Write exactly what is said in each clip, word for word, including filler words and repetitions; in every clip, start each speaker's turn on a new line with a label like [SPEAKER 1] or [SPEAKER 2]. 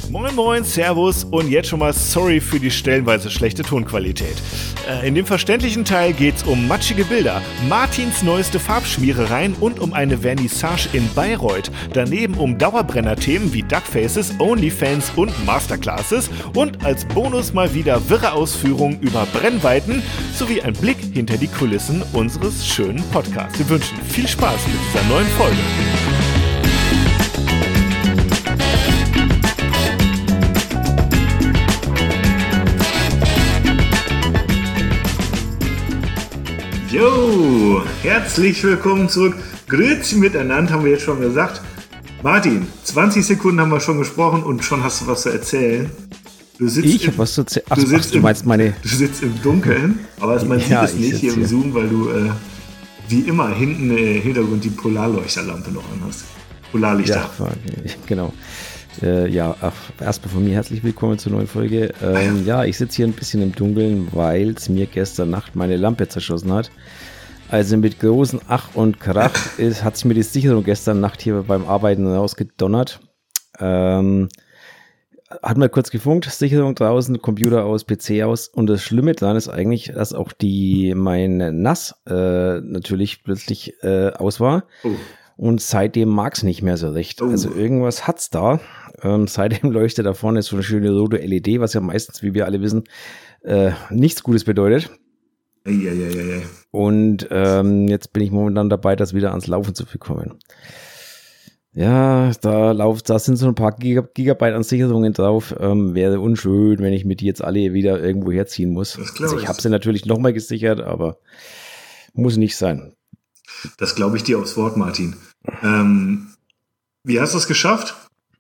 [SPEAKER 1] Moin Moin, Servus und jetzt schon mal sorry für die stellenweise schlechte Tonqualität. Äh, in dem verständlichen Teil geht's um matschige Bilder, Martins neueste Farbschmierereien und um eine Vernissage in Bayreuth. Daneben um Dauerbrenner-Themen wie Duckfaces, Onlyfans und Masterclasses und als Bonus mal wieder wirre Ausführungen über Brennweiten sowie ein Blick hinter die Kulissen unseres schönen Podcasts. Wir wünschen viel Spaß mit dieser neuen Folge. Jo, herzlich willkommen zurück. Grüezi miteinander, haben wir jetzt schon gesagt. Martin, zwanzig Sekunden haben wir schon gesprochen und schon hast du was zu erzählen. Du sitzt
[SPEAKER 2] ich
[SPEAKER 1] im,
[SPEAKER 2] habe was zu erzählen. Ach,
[SPEAKER 1] du, sitzt
[SPEAKER 2] ach, du
[SPEAKER 1] im,
[SPEAKER 2] meinst meine...
[SPEAKER 1] Du sitzt im Dunkeln, aber man sieht
[SPEAKER 2] ja,
[SPEAKER 1] es nicht hier im
[SPEAKER 2] hier.
[SPEAKER 1] Zoom, weil du äh, wie immer hinten äh, im Hintergrund die Polarleuchterlampe noch an hast. Polarlichter.
[SPEAKER 2] Ja, genau. Äh, ja, ach, erstmal von mir herzlich willkommen zur neuen Folge. Ähm, ah, ja. ja, ich sitze hier ein bisschen im Dunkeln, weil es mir gestern Nacht meine Lampe zerschossen hat. Also mit großen Ach und Krach ist, hat sich mir die Sicherung gestern Nacht hier beim Arbeiten rausgedonnert. Ähm, hat mal kurz gefunkt, Sicherung draußen, Computer aus, P C aus. Und das Schlimme daran ist eigentlich, dass auch die mein N A S äh, natürlich plötzlich äh, aus war. Oh. Und seitdem mag es nicht mehr so recht. Oh. Also irgendwas hat's da. Ähm, seitdem leuchtet da vorne so eine schöne rote L E D, was ja meistens, wie wir alle wissen, äh, nichts Gutes bedeutet.
[SPEAKER 1] Ja, ja, ja, ja.
[SPEAKER 2] Und ähm, jetzt bin ich momentan dabei, das wieder ans Laufen zu bekommen. Ja, da, lauf, da sind so ein paar Gigab- Gigabyte an Sicherungen drauf. Ähm, wäre unschön, wenn ich mir die jetzt alle wieder irgendwo herziehen muss. Also ich habe sie natürlich nochmal gesichert, aber muss nicht sein.
[SPEAKER 1] Das glaube ich dir aufs Wort, Martin. Ähm, wie hast du es geschafft?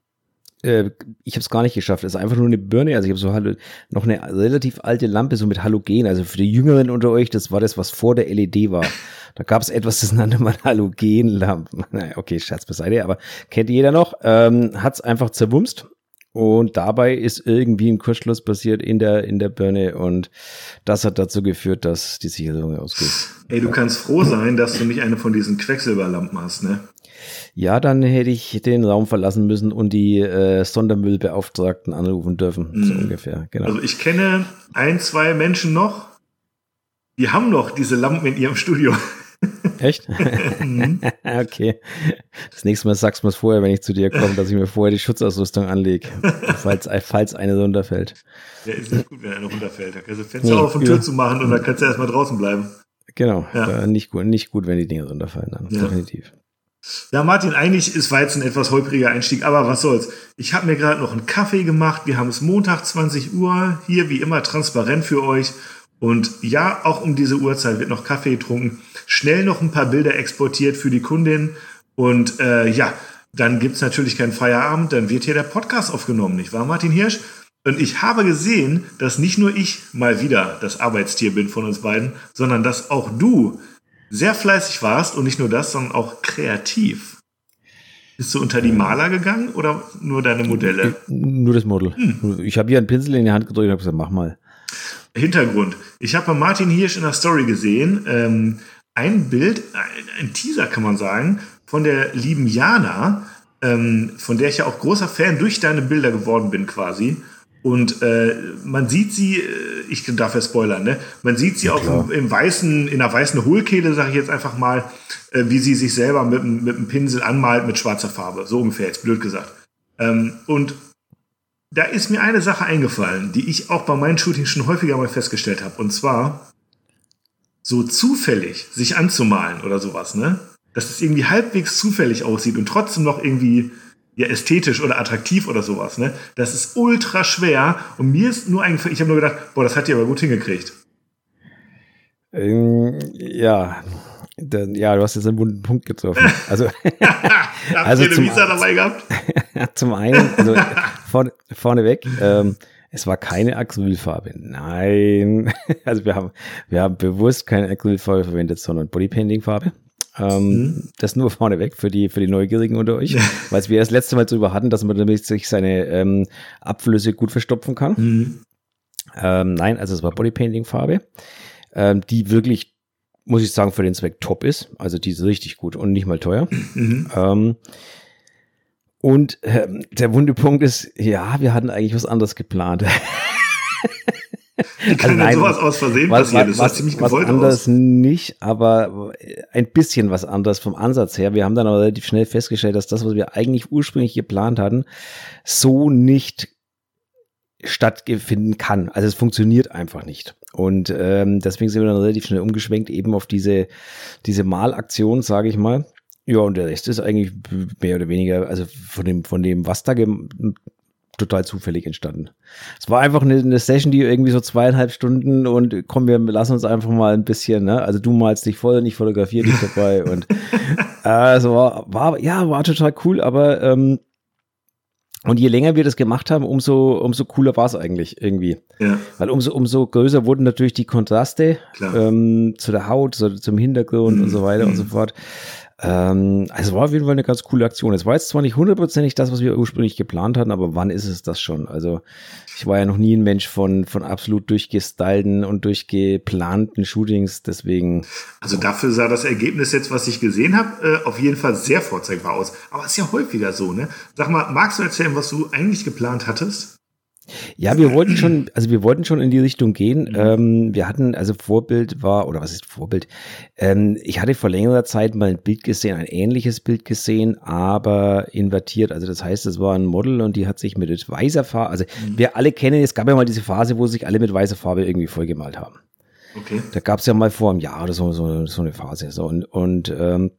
[SPEAKER 2] Äh, ich habe es gar nicht geschafft. Es ist einfach nur eine Birne. Also ich habe so halt noch eine relativ alte Lampe, so mit Halogen. Also für die Jüngeren unter euch, das war das, was vor der L E D war. Da gab es etwas, das nannte man Halogenlampen. Naja, okay, Scherz beiseite, aber kennt jeder noch. Ähm, hat es einfach zerwumst. Und dabei ist irgendwie ein Kurzschluss passiert in der, in der Birne und das hat dazu geführt, dass die Sicherung ausgeht.
[SPEAKER 1] Ey, du kannst froh sein, dass du nicht eine von diesen Quecksilberlampen hast, ne?
[SPEAKER 2] Ja, dann hätte ich den Raum verlassen müssen und die äh, Sondermüllbeauftragten anrufen dürfen, mm. so ungefähr. Genau.
[SPEAKER 1] Also ich kenne ein, zwei Menschen noch, die haben noch diese Lampen in ihrem Studio.
[SPEAKER 2] Echt? Mhm. Okay. Das nächste Mal sagst du mir es vorher, wenn ich zu dir komme, dass ich mir vorher die Schutzausrüstung anlege, falls, falls eine runterfällt.
[SPEAKER 1] Ja, ist nicht gut, wenn eine runterfällt. Da kannst du Fenster nee, auf und Tür ja. zu machen und dann kannst du erstmal draußen bleiben.
[SPEAKER 2] Genau. Ja. Nicht gut, nicht gut, wenn die Dinge runterfallen dann. Ja. Definitiv.
[SPEAKER 1] Ja, Martin, eigentlich ist war jetzt ein etwas holpriger Einstieg, aber was soll's. Ich habe mir gerade noch einen Kaffee gemacht. Wir haben es Montag, zwanzig Uhr. Hier wie immer transparent für euch. Und ja, auch um diese Uhrzeit wird noch Kaffee getrunken. Schnell noch ein paar Bilder exportiert für die Kundin. Und äh, ja, dann gibt's natürlich keinen Feierabend. Dann wird hier der Podcast aufgenommen, nicht wahr, Martin Hirsch? Und ich habe gesehen, dass nicht nur ich mal wieder das Arbeitstier bin von uns beiden, sondern dass auch du sehr fleißig warst und nicht nur das, sondern auch kreativ. Bist du unter die Maler gegangen oder nur deine Modelle?
[SPEAKER 2] Nur das Model. Hm. Ich habe hier einen Pinsel in die Hand gedrückt und habe gesagt, mach mal.
[SPEAKER 1] Hintergrund. Ich habe bei Martin Hirsch in der Story gesehen, ähm, ein Bild, ein, ein Teaser kann man sagen, von der lieben Jana, ähm, von der ich ja auch großer Fan durch deine Bilder geworden bin quasi. Und äh, man sieht sie, ich darf ja spoilern, ne? Man sieht sie ja, auch im, im weißen, in einer weißen Hohlkehle, sage ich jetzt einfach mal, äh, wie sie sich selber mit, mit einem Pinsel anmalt mit schwarzer Farbe. So ungefähr, jetzt blöd gesagt. Ähm, und da ist mir eine Sache eingefallen, die ich auch bei meinen Shootings schon häufiger mal festgestellt habe. Und zwar, so zufällig sich anzumalen oder sowas, ne? Dass es irgendwie halbwegs zufällig aussieht und trotzdem noch irgendwie ja ästhetisch oder attraktiv oder sowas, ne? Das ist ultra schwer. Und mir ist nur eingefallen, ich habe nur gedacht, boah, das hat ihr aber gut hingekriegt.
[SPEAKER 2] Ähm, ja, dann, ja, du hast jetzt einen wunden Punkt getroffen. Also,
[SPEAKER 1] also zum, Visa dabei gehabt?
[SPEAKER 2] Zum einen, also vorne, vorneweg, ähm, es war keine Acrylfarbe. Nein. Also wir haben, wir haben bewusst keine Acrylfarbe verwendet, sondern Bodypainting-Farbe. Ähm, mhm. Das nur vorneweg für die, für die Neugierigen unter euch, weil wir das letzte Mal darüber hatten, dass man damit sich seine ähm, Abflüsse gut verstopfen kann. Mhm. Ähm, nein, also es war Bodypainting-Farbe, ähm, die wirklich, muss ich sagen, für den Zweck top ist. Also die ist richtig gut und nicht mal teuer. Mhm. Ähm, Und ähm, der wunde Punkt ist, ja, wir hatten eigentlich was anderes geplant.
[SPEAKER 1] Wie kann also denn sowas aus Versehen
[SPEAKER 2] was,
[SPEAKER 1] passieren? Das
[SPEAKER 2] was,
[SPEAKER 1] sah ziemlich
[SPEAKER 2] was
[SPEAKER 1] gewollt
[SPEAKER 2] anderes
[SPEAKER 1] aus.
[SPEAKER 2] nicht, aber ein bisschen was anderes vom Ansatz her. Wir haben dann aber relativ schnell festgestellt, dass das, was wir eigentlich ursprünglich geplant hatten, so nicht stattfinden kann. Also es funktioniert einfach nicht. Und ähm, deswegen sind wir dann relativ schnell umgeschwenkt eben auf diese, diese Malaktion, sage ich mal. Ja, und der Rest ist eigentlich mehr oder weniger, also von dem, von dem, was da ge- total zufällig entstanden. Es war einfach eine, eine Session, die irgendwie so zweieinhalb Stunden und komm, wir lassen uns einfach mal ein bisschen, ne? Also du malst dich voll und ich fotografiere dich dabei und äh, also war, war, ja, war total cool, aber ähm, und je länger wir das gemacht haben, umso, umso cooler war es eigentlich irgendwie.
[SPEAKER 1] Ja.
[SPEAKER 2] Weil umso, umso größer wurden natürlich die Kontraste ähm, zu der Haut, so, zum Hintergrund mhm. und so weiter mhm. und so fort. Ähm, also war auf jeden Fall eine ganz coole Aktion. Es war jetzt zwar nicht hundertprozentig das, was wir ursprünglich geplant hatten, aber wann ist es das schon? Also ich war ja noch nie ein Mensch von, von absolut durchgestylten und durchgeplanten Shootings, deswegen.
[SPEAKER 1] Also dafür sah das Ergebnis jetzt, was ich gesehen habe, äh, auf jeden Fall sehr vorzeigbar aus. Aber es ist ja häufiger so, ne? Sag mal, magst du erzählen, was du eigentlich geplant hattest?
[SPEAKER 2] Ja, wir wollten schon, also wir wollten schon in die Richtung gehen. Mhm. Ähm, wir hatten, also Vorbild war, oder was ist Vorbild? Ähm, ich hatte vor längerer Zeit mal ein Bild gesehen, ein ähnliches Bild gesehen, aber invertiert. Also das heißt, es war ein Model und die hat sich mit weißer Farbe, also mhm. wir alle kennen, es gab ja mal diese Phase, wo sich alle mit weißer Farbe irgendwie vollgemalt haben.
[SPEAKER 1] Okay.
[SPEAKER 2] Da gab es ja mal vor einem Jahr oder so, so, so eine Phase. So, und, und ähm,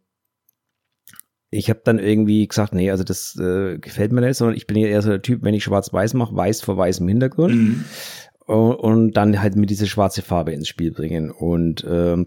[SPEAKER 2] ich habe dann irgendwie gesagt, nee, also das äh, gefällt mir nicht, sondern ich bin ja eher so der Typ, wenn ich schwarz-weiß mache, weiß vor weißem Hintergrund mhm. und, und dann halt mit dieser schwarze Farbe ins Spiel bringen. Und ähm,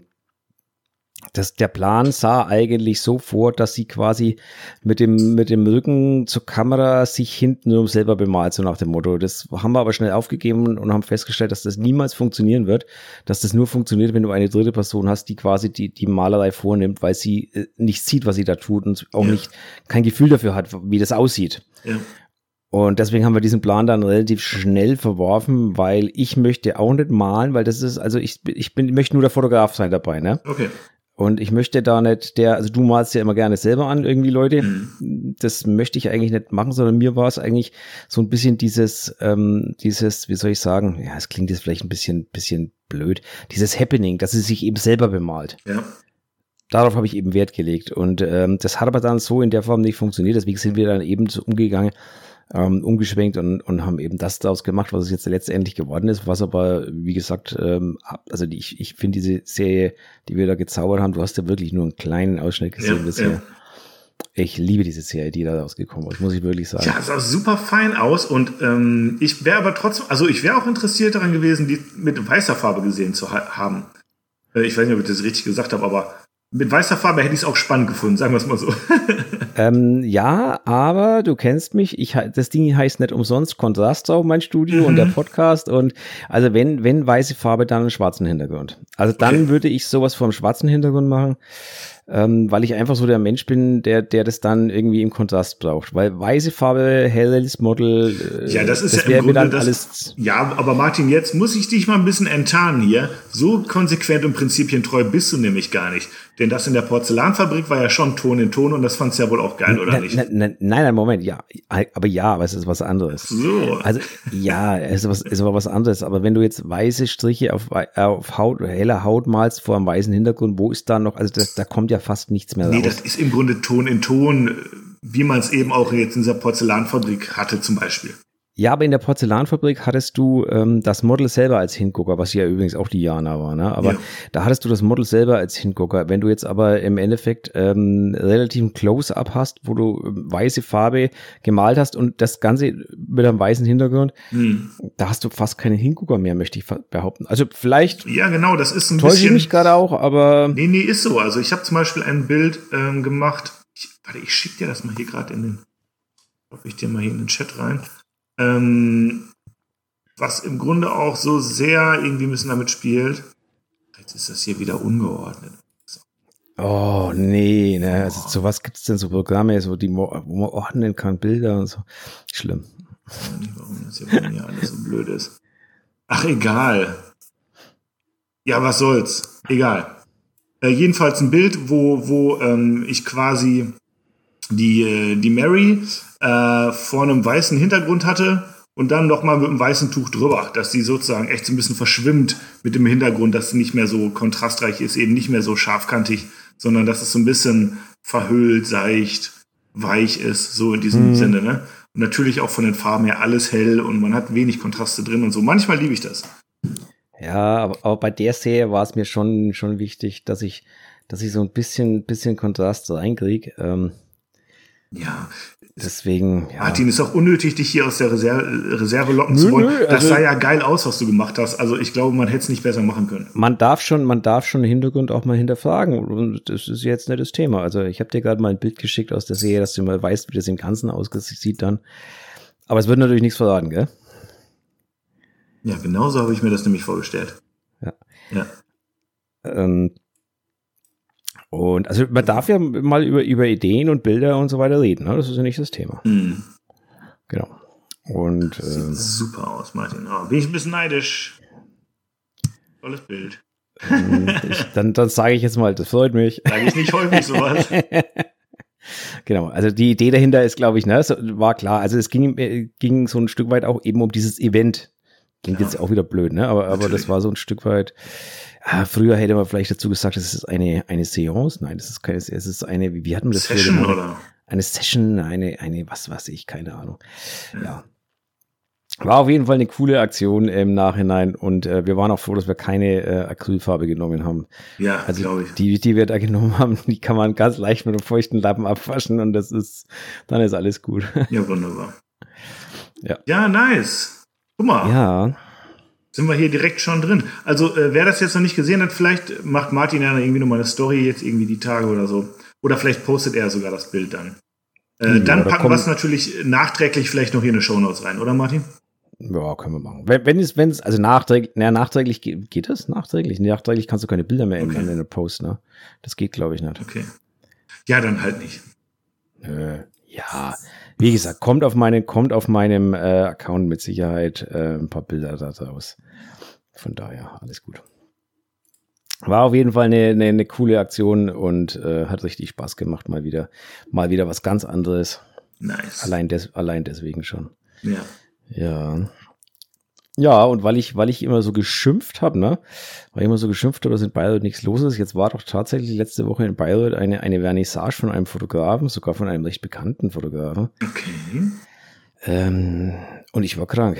[SPEAKER 2] das, der Plan sah eigentlich so vor, dass sie quasi mit dem, mit dem Rücken zur Kamera sich hinten nur selber bemalt, so nach dem Motto. Das haben wir aber schnell aufgegeben und haben festgestellt, dass das niemals funktionieren wird, dass das nur funktioniert, wenn du eine dritte Person hast, die quasi die, die Malerei vornimmt, weil sie nicht sieht, was sie da tut und auch ja. nicht kein Gefühl dafür hat, wie das aussieht.
[SPEAKER 1] Ja.
[SPEAKER 2] Und deswegen haben wir diesen Plan dann relativ schnell verworfen, weil ich möchte auch nicht malen, weil das ist, also ich, ich bin, ich möchte nur der Fotograf sein dabei, ne?
[SPEAKER 1] Okay.
[SPEAKER 2] Und ich möchte da nicht der, also du malst ja immer gerne selber an, irgendwie Leute. Mhm. Das möchte ich eigentlich nicht machen, sondern mir war es eigentlich so ein bisschen dieses, ähm, dieses, wie soll ich sagen, ja, es klingt jetzt vielleicht ein bisschen, bisschen blöd, dieses Happening, dass sie sich eben selber bemalt.
[SPEAKER 1] Ja.
[SPEAKER 2] Darauf habe ich eben Wert gelegt. Und ähm, das hat aber dann so in der Form nicht funktioniert. Deswegen sind wir dann eben so umgegangen, ähm, umgeschwenkt und, und haben eben das daraus gemacht, was es jetzt letztendlich geworden ist, was aber, wie gesagt, ähm, also die, ich, ich finde diese Serie, die wir da gezaubert haben, du hast ja wirklich nur einen kleinen Ausschnitt gesehen
[SPEAKER 1] ja,
[SPEAKER 2] bisher.
[SPEAKER 1] Ja.
[SPEAKER 2] Ich liebe diese Serie, die da rausgekommen ist, muss ich wirklich sagen.
[SPEAKER 1] Ja, es sah super fein aus und ähm, ich wäre aber trotzdem, also ich wäre auch interessiert daran gewesen, die mit weißer Farbe gesehen zu ha- haben. Äh, ich weiß nicht, ob ich das richtig gesagt habe, aber mit weißer Farbe hätte ich es auch spannend gefunden, sagen wir es mal so.
[SPEAKER 2] ähm, ja, aber du kennst mich, ich, das Ding heißt nicht umsonst Kontrastrau, mein Studio mhm. und der Podcast und also wenn, wenn weiße Farbe, dann einen schwarzen Hintergrund. Also dann okay. würde ich sowas vom schwarzen Hintergrund machen, ähm, weil ich einfach so der Mensch bin, der, der das dann irgendwie im Kontrast braucht. Weil weiße Farbe, helles Model, äh,
[SPEAKER 1] ja, das ist
[SPEAKER 2] das
[SPEAKER 1] ja im Grunde
[SPEAKER 2] dann
[SPEAKER 1] das,
[SPEAKER 2] alles.
[SPEAKER 1] Ja, aber Martin, jetzt muss ich dich mal ein bisschen enttarnen hier. So konsequent und prinzipientreu bist du nämlich gar nicht. Denn das in der Porzellanfabrik war ja schon Ton in Ton und das fandst du ja wohl auch geil, oder
[SPEAKER 2] na,
[SPEAKER 1] nicht?
[SPEAKER 2] Na, na, nein, nein, Moment, ja. Aber ja, aber es ist was anderes.
[SPEAKER 1] So.
[SPEAKER 2] Also, ja, es ist, was, es ist was anderes. Aber wenn du jetzt weiße Striche auf, auf Haut, heller Haut malst vor einem weißen Hintergrund, wo ist da noch, also das, da kommt ja fast nichts mehr raus.
[SPEAKER 1] Nee, das ist im Grunde Ton in Ton, wie man es eben auch jetzt in dieser Porzellanfabrik hatte zum Beispiel.
[SPEAKER 2] Ja, aber in der Porzellanfabrik hattest du ähm, das Model selber als Hingucker, was ja übrigens auch die Jana war, ne? Aber ja. da hattest du das Model selber als Hingucker. Wenn du jetzt aber im Endeffekt ähm, relativ ein Close-Up hast, wo du ähm, weiße Farbe gemalt hast und das Ganze mit einem weißen Hintergrund, hm. da hast du fast keinen Hingucker mehr, möchte ich behaupten. Also vielleicht
[SPEAKER 1] ja, genau, das ist ein
[SPEAKER 2] täusche
[SPEAKER 1] bisschen,
[SPEAKER 2] ich mich gerade auch, aber
[SPEAKER 1] nee, nee, ist so. Also ich habe zum Beispiel ein Bild ähm, gemacht. Ich, warte, ich schicke dir das mal hier gerade in den, hoffe ich dir mal hier in den Chat rein. Ähm, was im Grunde auch so sehr irgendwie ein bisschen damit spielt. Jetzt ist das hier wieder ungeordnet. So.
[SPEAKER 2] Oh, nee, ne, also oh. sowas gibt es denn so Programme, so die, wo man ordnen kann, Bilder und so. Schlimm.
[SPEAKER 1] Ich weiß nicht, warum das hier bei mir alles so blöd ist. Ach, egal. Ja, was soll's. Egal. Äh, jedenfalls ein Bild, wo, wo ähm, ich quasi die, die Mary äh, vor einem weißen Hintergrund hatte und dann noch mal mit einem weißen Tuch drüber, dass die sozusagen echt so ein bisschen verschwimmt mit dem Hintergrund, dass es nicht mehr so kontrastreich ist, eben nicht mehr so scharfkantig, sondern dass es so ein bisschen verhüllt, seicht, weich ist, so in diesem mhm. Sinne, ne? Und natürlich auch von den Farben her alles hell und man hat wenig Kontraste drin und so. Manchmal liebe ich das.
[SPEAKER 2] Ja, aber, aber bei der Serie war es mir schon, schon wichtig, dass ich, dass ich so ein bisschen, bisschen Kontrast reinkriege. Ähm,
[SPEAKER 1] ja.
[SPEAKER 2] Deswegen, ja.
[SPEAKER 1] Martin, ist auch unnötig, dich hier aus der Reserve, Reserve locken nö, zu wollen. Nö, das also, sah ja geil aus, was du gemacht hast. Also ich glaube, man hätte es nicht besser machen können.
[SPEAKER 2] Man darf schon, man darf schon den Hintergrund auch mal hinterfragen. Und das ist jetzt nicht das Thema. Also ich habe dir gerade mal ein Bild geschickt aus der Serie, dass du mal weißt, wie das im Ganzen aussieht dann. Aber es wird natürlich nichts verraten, gell?
[SPEAKER 1] Ja, genauso habe ich mir das nämlich vorgestellt.
[SPEAKER 2] Ja.
[SPEAKER 1] Ja.
[SPEAKER 2] Ähm, Und also man darf ja mal über, über Ideen und Bilder und so weiter reden, ne? Das ist ja nicht das Thema.
[SPEAKER 1] Mm.
[SPEAKER 2] Genau. Und
[SPEAKER 1] das sieht
[SPEAKER 2] ähm,
[SPEAKER 1] super aus, Martin. Oh, bin ich ein bisschen neidisch. Tolles Bild.
[SPEAKER 2] ich, dann dann sage ich jetzt mal, das freut mich.
[SPEAKER 1] Sage ich nicht häufig sowas.
[SPEAKER 2] Genau, also die Idee dahinter ist, glaube ich, ne, war klar. Also es ging, ging so ein Stück weit auch eben um dieses Event. Klingt ja. jetzt auch wieder blöd, ne? Aber, aber das war so ein Stück weit. Ah, früher hätte man vielleicht dazu gesagt, das ist eine, eine Seance. Nein, das ist keine, es ist eine, wie, wie hatten wir das?
[SPEAKER 1] Session, früher oder?
[SPEAKER 2] Eine Session, eine, eine, was weiß ich, keine Ahnung. Ja. ja. War auf jeden Fall eine coole Aktion im Nachhinein und äh, wir waren auch froh, dass wir keine äh, Acrylfarbe genommen haben.
[SPEAKER 1] Ja,
[SPEAKER 2] also
[SPEAKER 1] glaube ich.
[SPEAKER 2] Die, die wir da genommen haben, die kann man ganz leicht mit einem feuchten Lappen abwaschen und das ist, dann ist alles gut.
[SPEAKER 1] Ja, wunderbar.
[SPEAKER 2] Ja,
[SPEAKER 1] ja nice. Guck mal.
[SPEAKER 2] Ja.
[SPEAKER 1] Sind wir hier direkt schon drin. Also, äh, wer das jetzt noch nicht gesehen hat, vielleicht macht Martin ja irgendwie nochmal eine Story jetzt irgendwie die Tage oder so. Oder vielleicht postet er sogar das Bild dann. Äh, ja, dann packen wir es natürlich nachträglich vielleicht noch hier in eine Shownotes rein, oder Martin?
[SPEAKER 2] Ja, können wir machen. Wenn, wenn es, wenn es, also nachträglich, na, nachträglich geht, geht das? Nachträglich? Nachträglich kannst du keine Bilder mehr ändern okay. in der Post, ne? Das geht, glaube ich, nicht.
[SPEAKER 1] Okay. Ja, dann halt nicht.
[SPEAKER 2] Äh, ja, wie gesagt, kommt auf meinen, kommt auf meinem äh, Account mit Sicherheit äh, ein paar Bilder daraus. Von daher, alles gut. War auf jeden Fall eine, eine, eine coole Aktion und äh, hat richtig Spaß gemacht, mal wieder, mal wieder was ganz anderes.
[SPEAKER 1] Nice.
[SPEAKER 2] Allein, des, allein deswegen schon.
[SPEAKER 1] Ja.
[SPEAKER 2] Ja. Ja, und weil ich, weil ich immer so geschimpft habe, ne, weil ich immer so geschimpft habe, dass in Bayreuth nichts los ist, jetzt war doch tatsächlich letzte Woche in Bayreuth eine, eine Vernissage von einem Fotografen, sogar von einem recht bekannten Fotografen.
[SPEAKER 1] Okay.
[SPEAKER 2] Ähm, und ich war krank.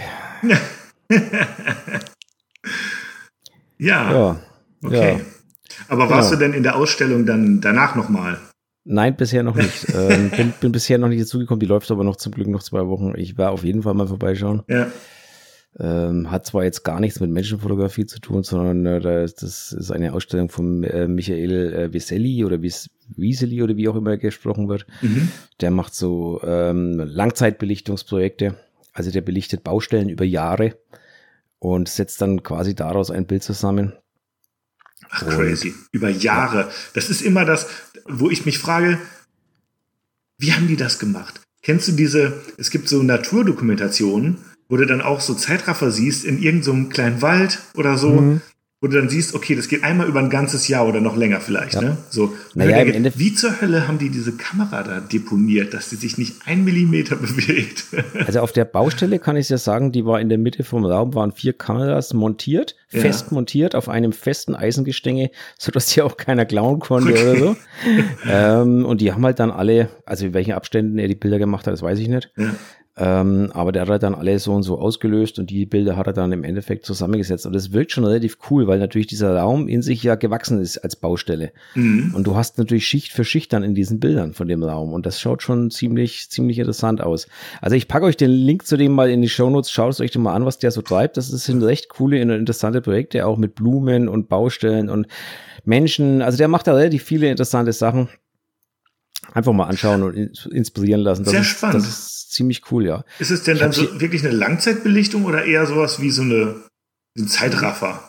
[SPEAKER 1] Ja.
[SPEAKER 2] Ja.
[SPEAKER 1] Okay.
[SPEAKER 2] Ja.
[SPEAKER 1] Aber warst
[SPEAKER 2] ja.
[SPEAKER 1] du denn in der Ausstellung dann danach nochmal?
[SPEAKER 2] Nein, bisher noch nicht. ähm, bin, bin bisher noch nicht dazugekommen. Die läuft aber noch zum Glück noch zwei Wochen. Ich werde auf jeden Fall mal vorbeischauen.
[SPEAKER 1] Ja.
[SPEAKER 2] Ähm, hat zwar jetzt gar nichts mit Menschenfotografie zu tun, sondern äh, da ist, das ist eine Ausstellung von äh, Michael äh, Wieselli oder Wies, Wieseli oder wie auch immer gesprochen wird.
[SPEAKER 1] Mhm.
[SPEAKER 2] Der macht so ähm, Langzeitbelichtungsprojekte. Also der belichtet Baustellen über Jahre und setzt dann quasi daraus ein Bild zusammen.
[SPEAKER 1] Ach, crazy. Und, über Jahre. Ja. Das ist immer das, wo ich mich frage, wie haben die das gemacht? Kennst du diese, es gibt so Naturdokumentationen, wo du dann auch so Zeitraffer siehst in irgendeinem so kleinen Wald oder so, mhm. wo du dann siehst, okay, das geht einmal über ein ganzes Jahr oder noch länger vielleicht. Ja. Ne? So.
[SPEAKER 2] Naja,
[SPEAKER 1] denke, Ende wie zur Hölle haben die diese Kamera da deponiert, dass die sich nicht ein Millimeter bewegt?
[SPEAKER 2] Also auf der Baustelle kann ich ja sagen, die war in der Mitte vom Raum, waren vier Kameras montiert, ja. fest montiert auf einem festen Eisengestänge, sodass die auch keiner klauen konnte okay. oder so. ähm, und die haben halt dann alle, also in welchen Abständen er die Bilder gemacht hat, das weiß ich nicht.
[SPEAKER 1] Ja.
[SPEAKER 2] Ähm, aber der hat halt dann alle so und so ausgelöst und die Bilder hat er dann im Endeffekt zusammengesetzt. Und das wirkt schon relativ cool, weil natürlich dieser Raum in sich ja gewachsen ist als Baustelle.
[SPEAKER 1] Mhm.
[SPEAKER 2] Und du hast natürlich Schicht für Schicht dann in diesen Bildern von dem Raum. Und das schaut schon ziemlich, ziemlich interessant aus. Also ich packe euch den Link zu dem mal in die Shownotes. Schaut es euch doch mal an, was der so treibt. Das sind recht coole, interessante Projekte, auch mit Blumen und Baustellen und Menschen. Also der macht da relativ viele interessante Sachen. Einfach mal anschauen und inspirieren lassen. Das
[SPEAKER 1] Sehr
[SPEAKER 2] ist,
[SPEAKER 1] spannend.
[SPEAKER 2] Das ist ziemlich cool, ja.
[SPEAKER 1] Ist es denn dann so wirklich eine Langzeitbelichtung oder eher sowas wie so eine, ein Zeitraffer?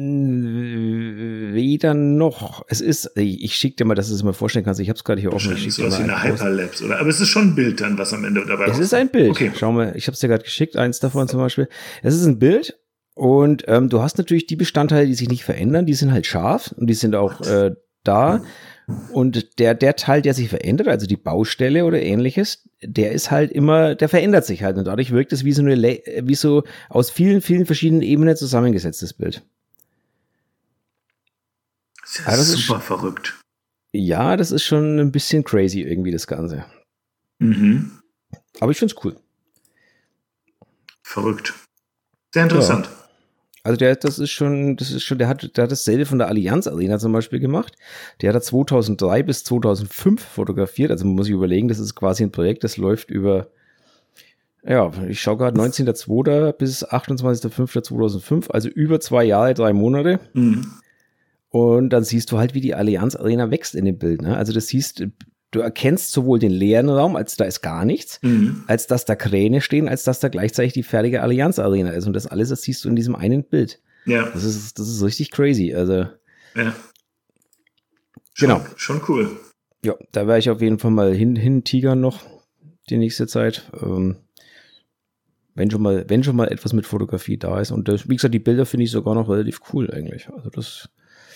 [SPEAKER 2] Weder noch. Es ist, ich schicke dir mal, dass du es mal vorstellen kannst. Ich habe es gerade hier offen.
[SPEAKER 1] Ich sowas wie eine Hyperlapse, oder? Aber es ist schon ein Bild dann, was am Ende dabei ist.
[SPEAKER 2] Es ist ein Bild.
[SPEAKER 1] Okay.
[SPEAKER 2] Schau mal, ich habe es dir gerade geschickt, eins davon zum Beispiel. Es ist ein Bild und ähm, du hast natürlich die Bestandteile, die sich nicht verändern. Die sind halt scharf und die sind auch äh, da. Und der, der Teil, der sich verändert, also die Baustelle oder ähnliches, der ist halt immer, der verändert sich halt. Und dadurch wirkt es wie so eine, wie so aus vielen, vielen verschiedenen Ebenen zusammengesetztes Bild.
[SPEAKER 1] Das ist, das ist super ist, verrückt.
[SPEAKER 2] Ja, das ist schon ein bisschen crazy irgendwie, das Ganze.
[SPEAKER 1] Mhm.
[SPEAKER 2] Aber ich finde es cool.
[SPEAKER 1] Verrückt. Sehr interessant.
[SPEAKER 2] Ja. Also der, das ist schon, das ist schon, der hat, der hat dasselbe von der Allianz Arena zum Beispiel gemacht. Der hat da zweitausenddrei bis zweitausendfünf fotografiert. Also man muss sich überlegen, das ist quasi ein Projekt, das läuft über, ja, ich schaue gerade neunzehnter zweiter bis achtundzwanzigster fünfter zweitausendfünf, also über zwei Jahre, drei Monate.
[SPEAKER 1] Mhm.
[SPEAKER 2] Und dann siehst du halt, wie die Allianz Arena wächst in dem Bild. Ne? Also das siehst, du erkennst sowohl den leeren Raum, als da ist gar nichts,
[SPEAKER 1] mhm.
[SPEAKER 2] als dass da Kräne stehen, als dass da gleichzeitig die fertige Allianz Arena ist. Und das alles, das siehst du in diesem einen Bild.
[SPEAKER 1] Ja.
[SPEAKER 2] Das ist, das ist richtig crazy. Also,
[SPEAKER 1] ja.
[SPEAKER 2] Schon, genau.
[SPEAKER 1] Schon cool.
[SPEAKER 2] Ja, da werde ich auf jeden Fall mal hin, hin tigern noch die nächste Zeit. Ähm, wenn schon mal, wenn schon mal etwas mit Fotografie da ist. Und das, wie gesagt, die Bilder finde ich sogar noch relativ cool eigentlich. Also das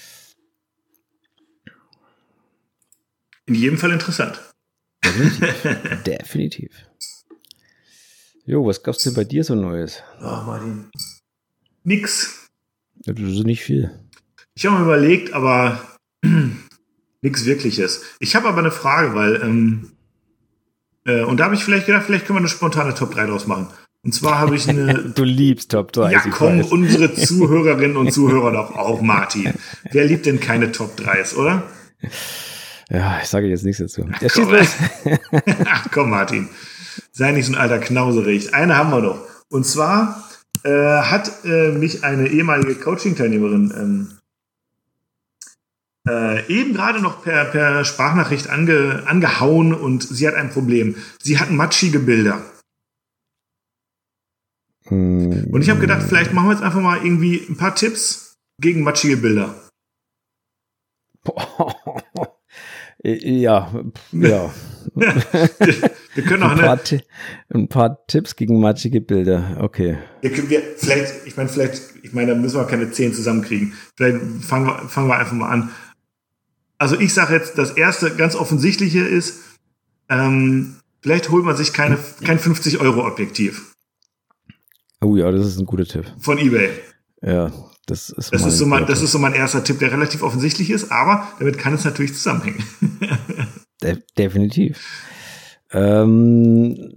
[SPEAKER 1] in jedem Fall interessant.
[SPEAKER 2] Definitiv. Definitiv. Jo, was gab's denn bei dir so Neues?
[SPEAKER 1] Oh, Martin. Nix.
[SPEAKER 2] Das ist nicht viel.
[SPEAKER 1] Ich habe mal überlegt, aber nichts Wirkliches. Ich habe aber eine Frage, weil ähm, äh, und da habe ich vielleicht gedacht, vielleicht können wir eine spontane Top drei draus machen. Und zwar habe ich eine...
[SPEAKER 2] Du liebst Top drei.
[SPEAKER 1] Ja, komm, unsere Zuhörerinnen und Zuhörer doch auch, Martin. Wer liebt denn keine Top dreis, oder?
[SPEAKER 2] Ja, ich sage jetzt nichts dazu.
[SPEAKER 1] Ach, komm, Ach komm, Martin. Sei nicht so ein alter Knauserich. Eine haben wir noch. Und zwar äh, hat äh, mich eine ehemalige Coaching-Teilnehmerin ähm, äh, eben gerade noch per, per Sprachnachricht ange, angehauen und sie hat ein Problem. Sie hat matschige Bilder.
[SPEAKER 2] Hm.
[SPEAKER 1] Und ich habe gedacht, vielleicht machen wir jetzt einfach mal irgendwie ein paar Tipps gegen matschige Bilder.
[SPEAKER 2] Ja, ja.
[SPEAKER 1] Wir können auch
[SPEAKER 2] ein, paar Ti- ein paar Tipps gegen matschige Bilder, okay.
[SPEAKER 1] Wir, wir, vielleicht, ich meine, vielleicht, ich meine, da müssen wir keine zehn zusammenkriegen. Vielleicht fangen wir, fangen wir einfach mal an. Also ich sage jetzt, das erste ganz offensichtliche ist, ähm, vielleicht holt man sich keine, kein fünfzig-Euro-Objektiv.
[SPEAKER 2] Oh ja, das ist ein guter Tipp.
[SPEAKER 1] Von eBay.
[SPEAKER 2] Ja, das ist
[SPEAKER 1] das ist so mein, das ist so mein erster Tipp, der relativ offensichtlich ist, aber damit kann es natürlich zusammenhängen.
[SPEAKER 2] De- definitiv. Ähm,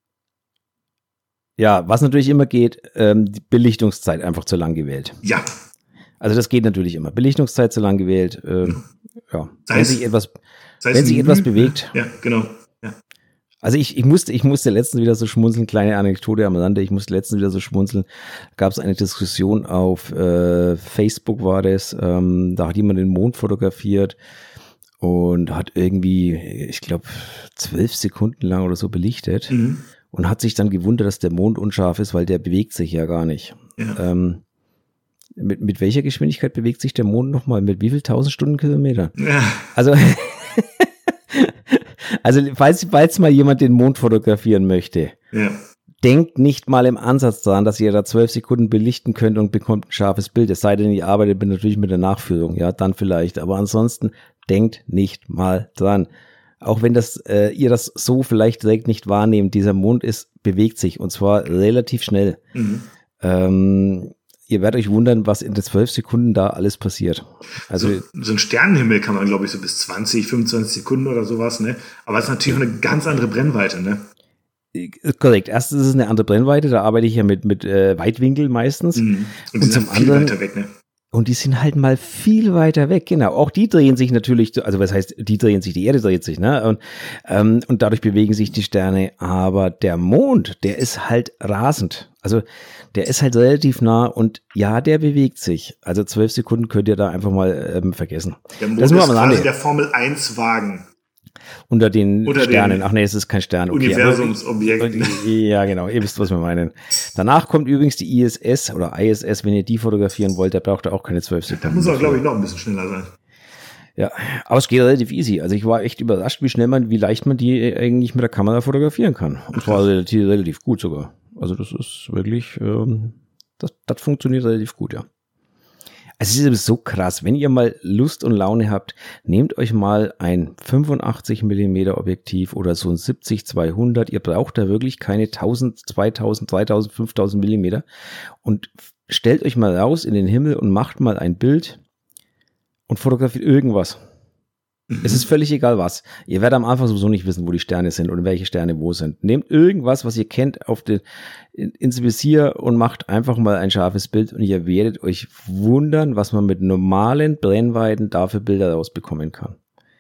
[SPEAKER 2] ja, was natürlich immer geht, ähm, die Belichtungszeit einfach zu lang gewählt.
[SPEAKER 1] Ja.
[SPEAKER 2] Also das geht natürlich immer. Belichtungszeit zu lang gewählt. Ähm, ja.
[SPEAKER 1] Sei
[SPEAKER 2] wenn
[SPEAKER 1] es,
[SPEAKER 2] sich etwas,
[SPEAKER 1] sei
[SPEAKER 2] wenn
[SPEAKER 1] es
[SPEAKER 2] sich
[SPEAKER 1] ein
[SPEAKER 2] etwas
[SPEAKER 1] Lü-
[SPEAKER 2] bewegt.
[SPEAKER 1] Ja, genau. Ja.
[SPEAKER 2] Also ich, ich musste, ich musste letztens wieder so schmunzeln, kleine Anekdote am Rande, ich musste letztens wieder so schmunzeln, gab es eine Diskussion auf äh, Facebook war das, ähm, da hat jemand den Mond fotografiert und hat irgendwie, ich glaube, zwölf Sekunden lang oder so belichtet
[SPEAKER 1] Mhm.
[SPEAKER 2] und hat sich dann gewundert, dass der Mond unscharf ist, weil der bewegt sich ja gar nicht.
[SPEAKER 1] Ja.
[SPEAKER 2] Ähm, mit, mit welcher Geschwindigkeit bewegt sich der Mond nochmal? Mit wie viel tausend Stundenkilometer?
[SPEAKER 1] Ja.
[SPEAKER 2] Also Also, falls, falls mal jemand den Mond fotografieren möchte,
[SPEAKER 1] Ja.
[SPEAKER 2] denkt nicht mal im Ansatz daran, dass ihr da zwölf Sekunden belichten könnt und bekommt ein scharfes Bild. Es sei denn, ihr arbeitet natürlich mit der Nachführung, ja, dann vielleicht. Aber ansonsten denkt nicht mal dran. Auch wenn das, äh, ihr das so vielleicht direkt nicht wahrnehmt, dieser Mond ist, bewegt sich und zwar relativ schnell.
[SPEAKER 1] Mhm.
[SPEAKER 2] Ähm, ihr werdet euch wundern, was in den zwölf Sekunden da alles passiert. Also
[SPEAKER 1] so, so ein Sternenhimmel kann man, glaube ich, so bis zwanzig, fünfundzwanzig Sekunden oder sowas, ne? Aber es ist natürlich eine ganz andere Brennweite, ne?
[SPEAKER 2] korrekt. Erstens ist es eine andere Brennweite, da arbeite ich ja mit, mit äh, Weitwinkel meistens.
[SPEAKER 1] Mhm. Und,
[SPEAKER 2] Und
[SPEAKER 1] die
[SPEAKER 2] zum
[SPEAKER 1] sind viel
[SPEAKER 2] anderen-
[SPEAKER 1] weiter weg, ne?
[SPEAKER 2] Und die sind halt mal viel weiter weg, genau. Auch die drehen sich natürlich, also was heißt, die drehen sich, die Erde dreht sich, ne? Und, ähm, und dadurch bewegen sich die Sterne. Aber der Mond, der ist halt rasend. Also der ist halt relativ nah und ja, der bewegt sich. Also zwölf Sekunden könnt ihr da einfach mal ähm, vergessen.
[SPEAKER 1] Der Mond
[SPEAKER 2] Das
[SPEAKER 1] ist
[SPEAKER 2] nur am
[SPEAKER 1] quasi
[SPEAKER 2] Rande.
[SPEAKER 1] der Formel eins Wagen.
[SPEAKER 2] Unter den
[SPEAKER 1] Unter den
[SPEAKER 2] Sternen. Ach nee, es ist kein Stern. Okay,
[SPEAKER 1] Universumsobjekt.
[SPEAKER 2] aber- Ja, genau. Ihr wisst, was wir meinen. Danach kommt übrigens die I S S oder I S S, wenn ihr die fotografieren wollt, der braucht auch keine zwölf
[SPEAKER 1] Da
[SPEAKER 2] Sekunden.
[SPEAKER 1] muss er, glaube ich, noch ein bisschen schneller sein.
[SPEAKER 2] Ja, aber es geht relativ easy. Also ich war echt überrascht, wie schnell man, wie leicht man die eigentlich mit der Kamera fotografieren kann. Und zwar relativ, relativ gut sogar. Also das ist wirklich, ähm, das, das funktioniert relativ gut, ja. Also es ist so krass, wenn ihr mal Lust und Laune habt, nehmt euch mal ein fünfundachtzig Millimeter Objektiv oder so ein siebzig zweihundert. Ihr braucht da wirklich keine tausend, zweitausend, dreitausend, fünftausend Millimeter und stellt euch mal raus in den Himmel und macht mal ein Bild und fotografiert irgendwas. Mhm. Es ist völlig egal was. Ihr werdet am Anfang sowieso nicht wissen, wo die Sterne sind oder welche Sterne wo sind. Nehmt irgendwas, was ihr kennt, auf den, ins Visier und macht einfach mal ein scharfes Bild und ihr werdet euch wundern, was man mit normalen Brennweiten dafür Bilder rausbekommen kann.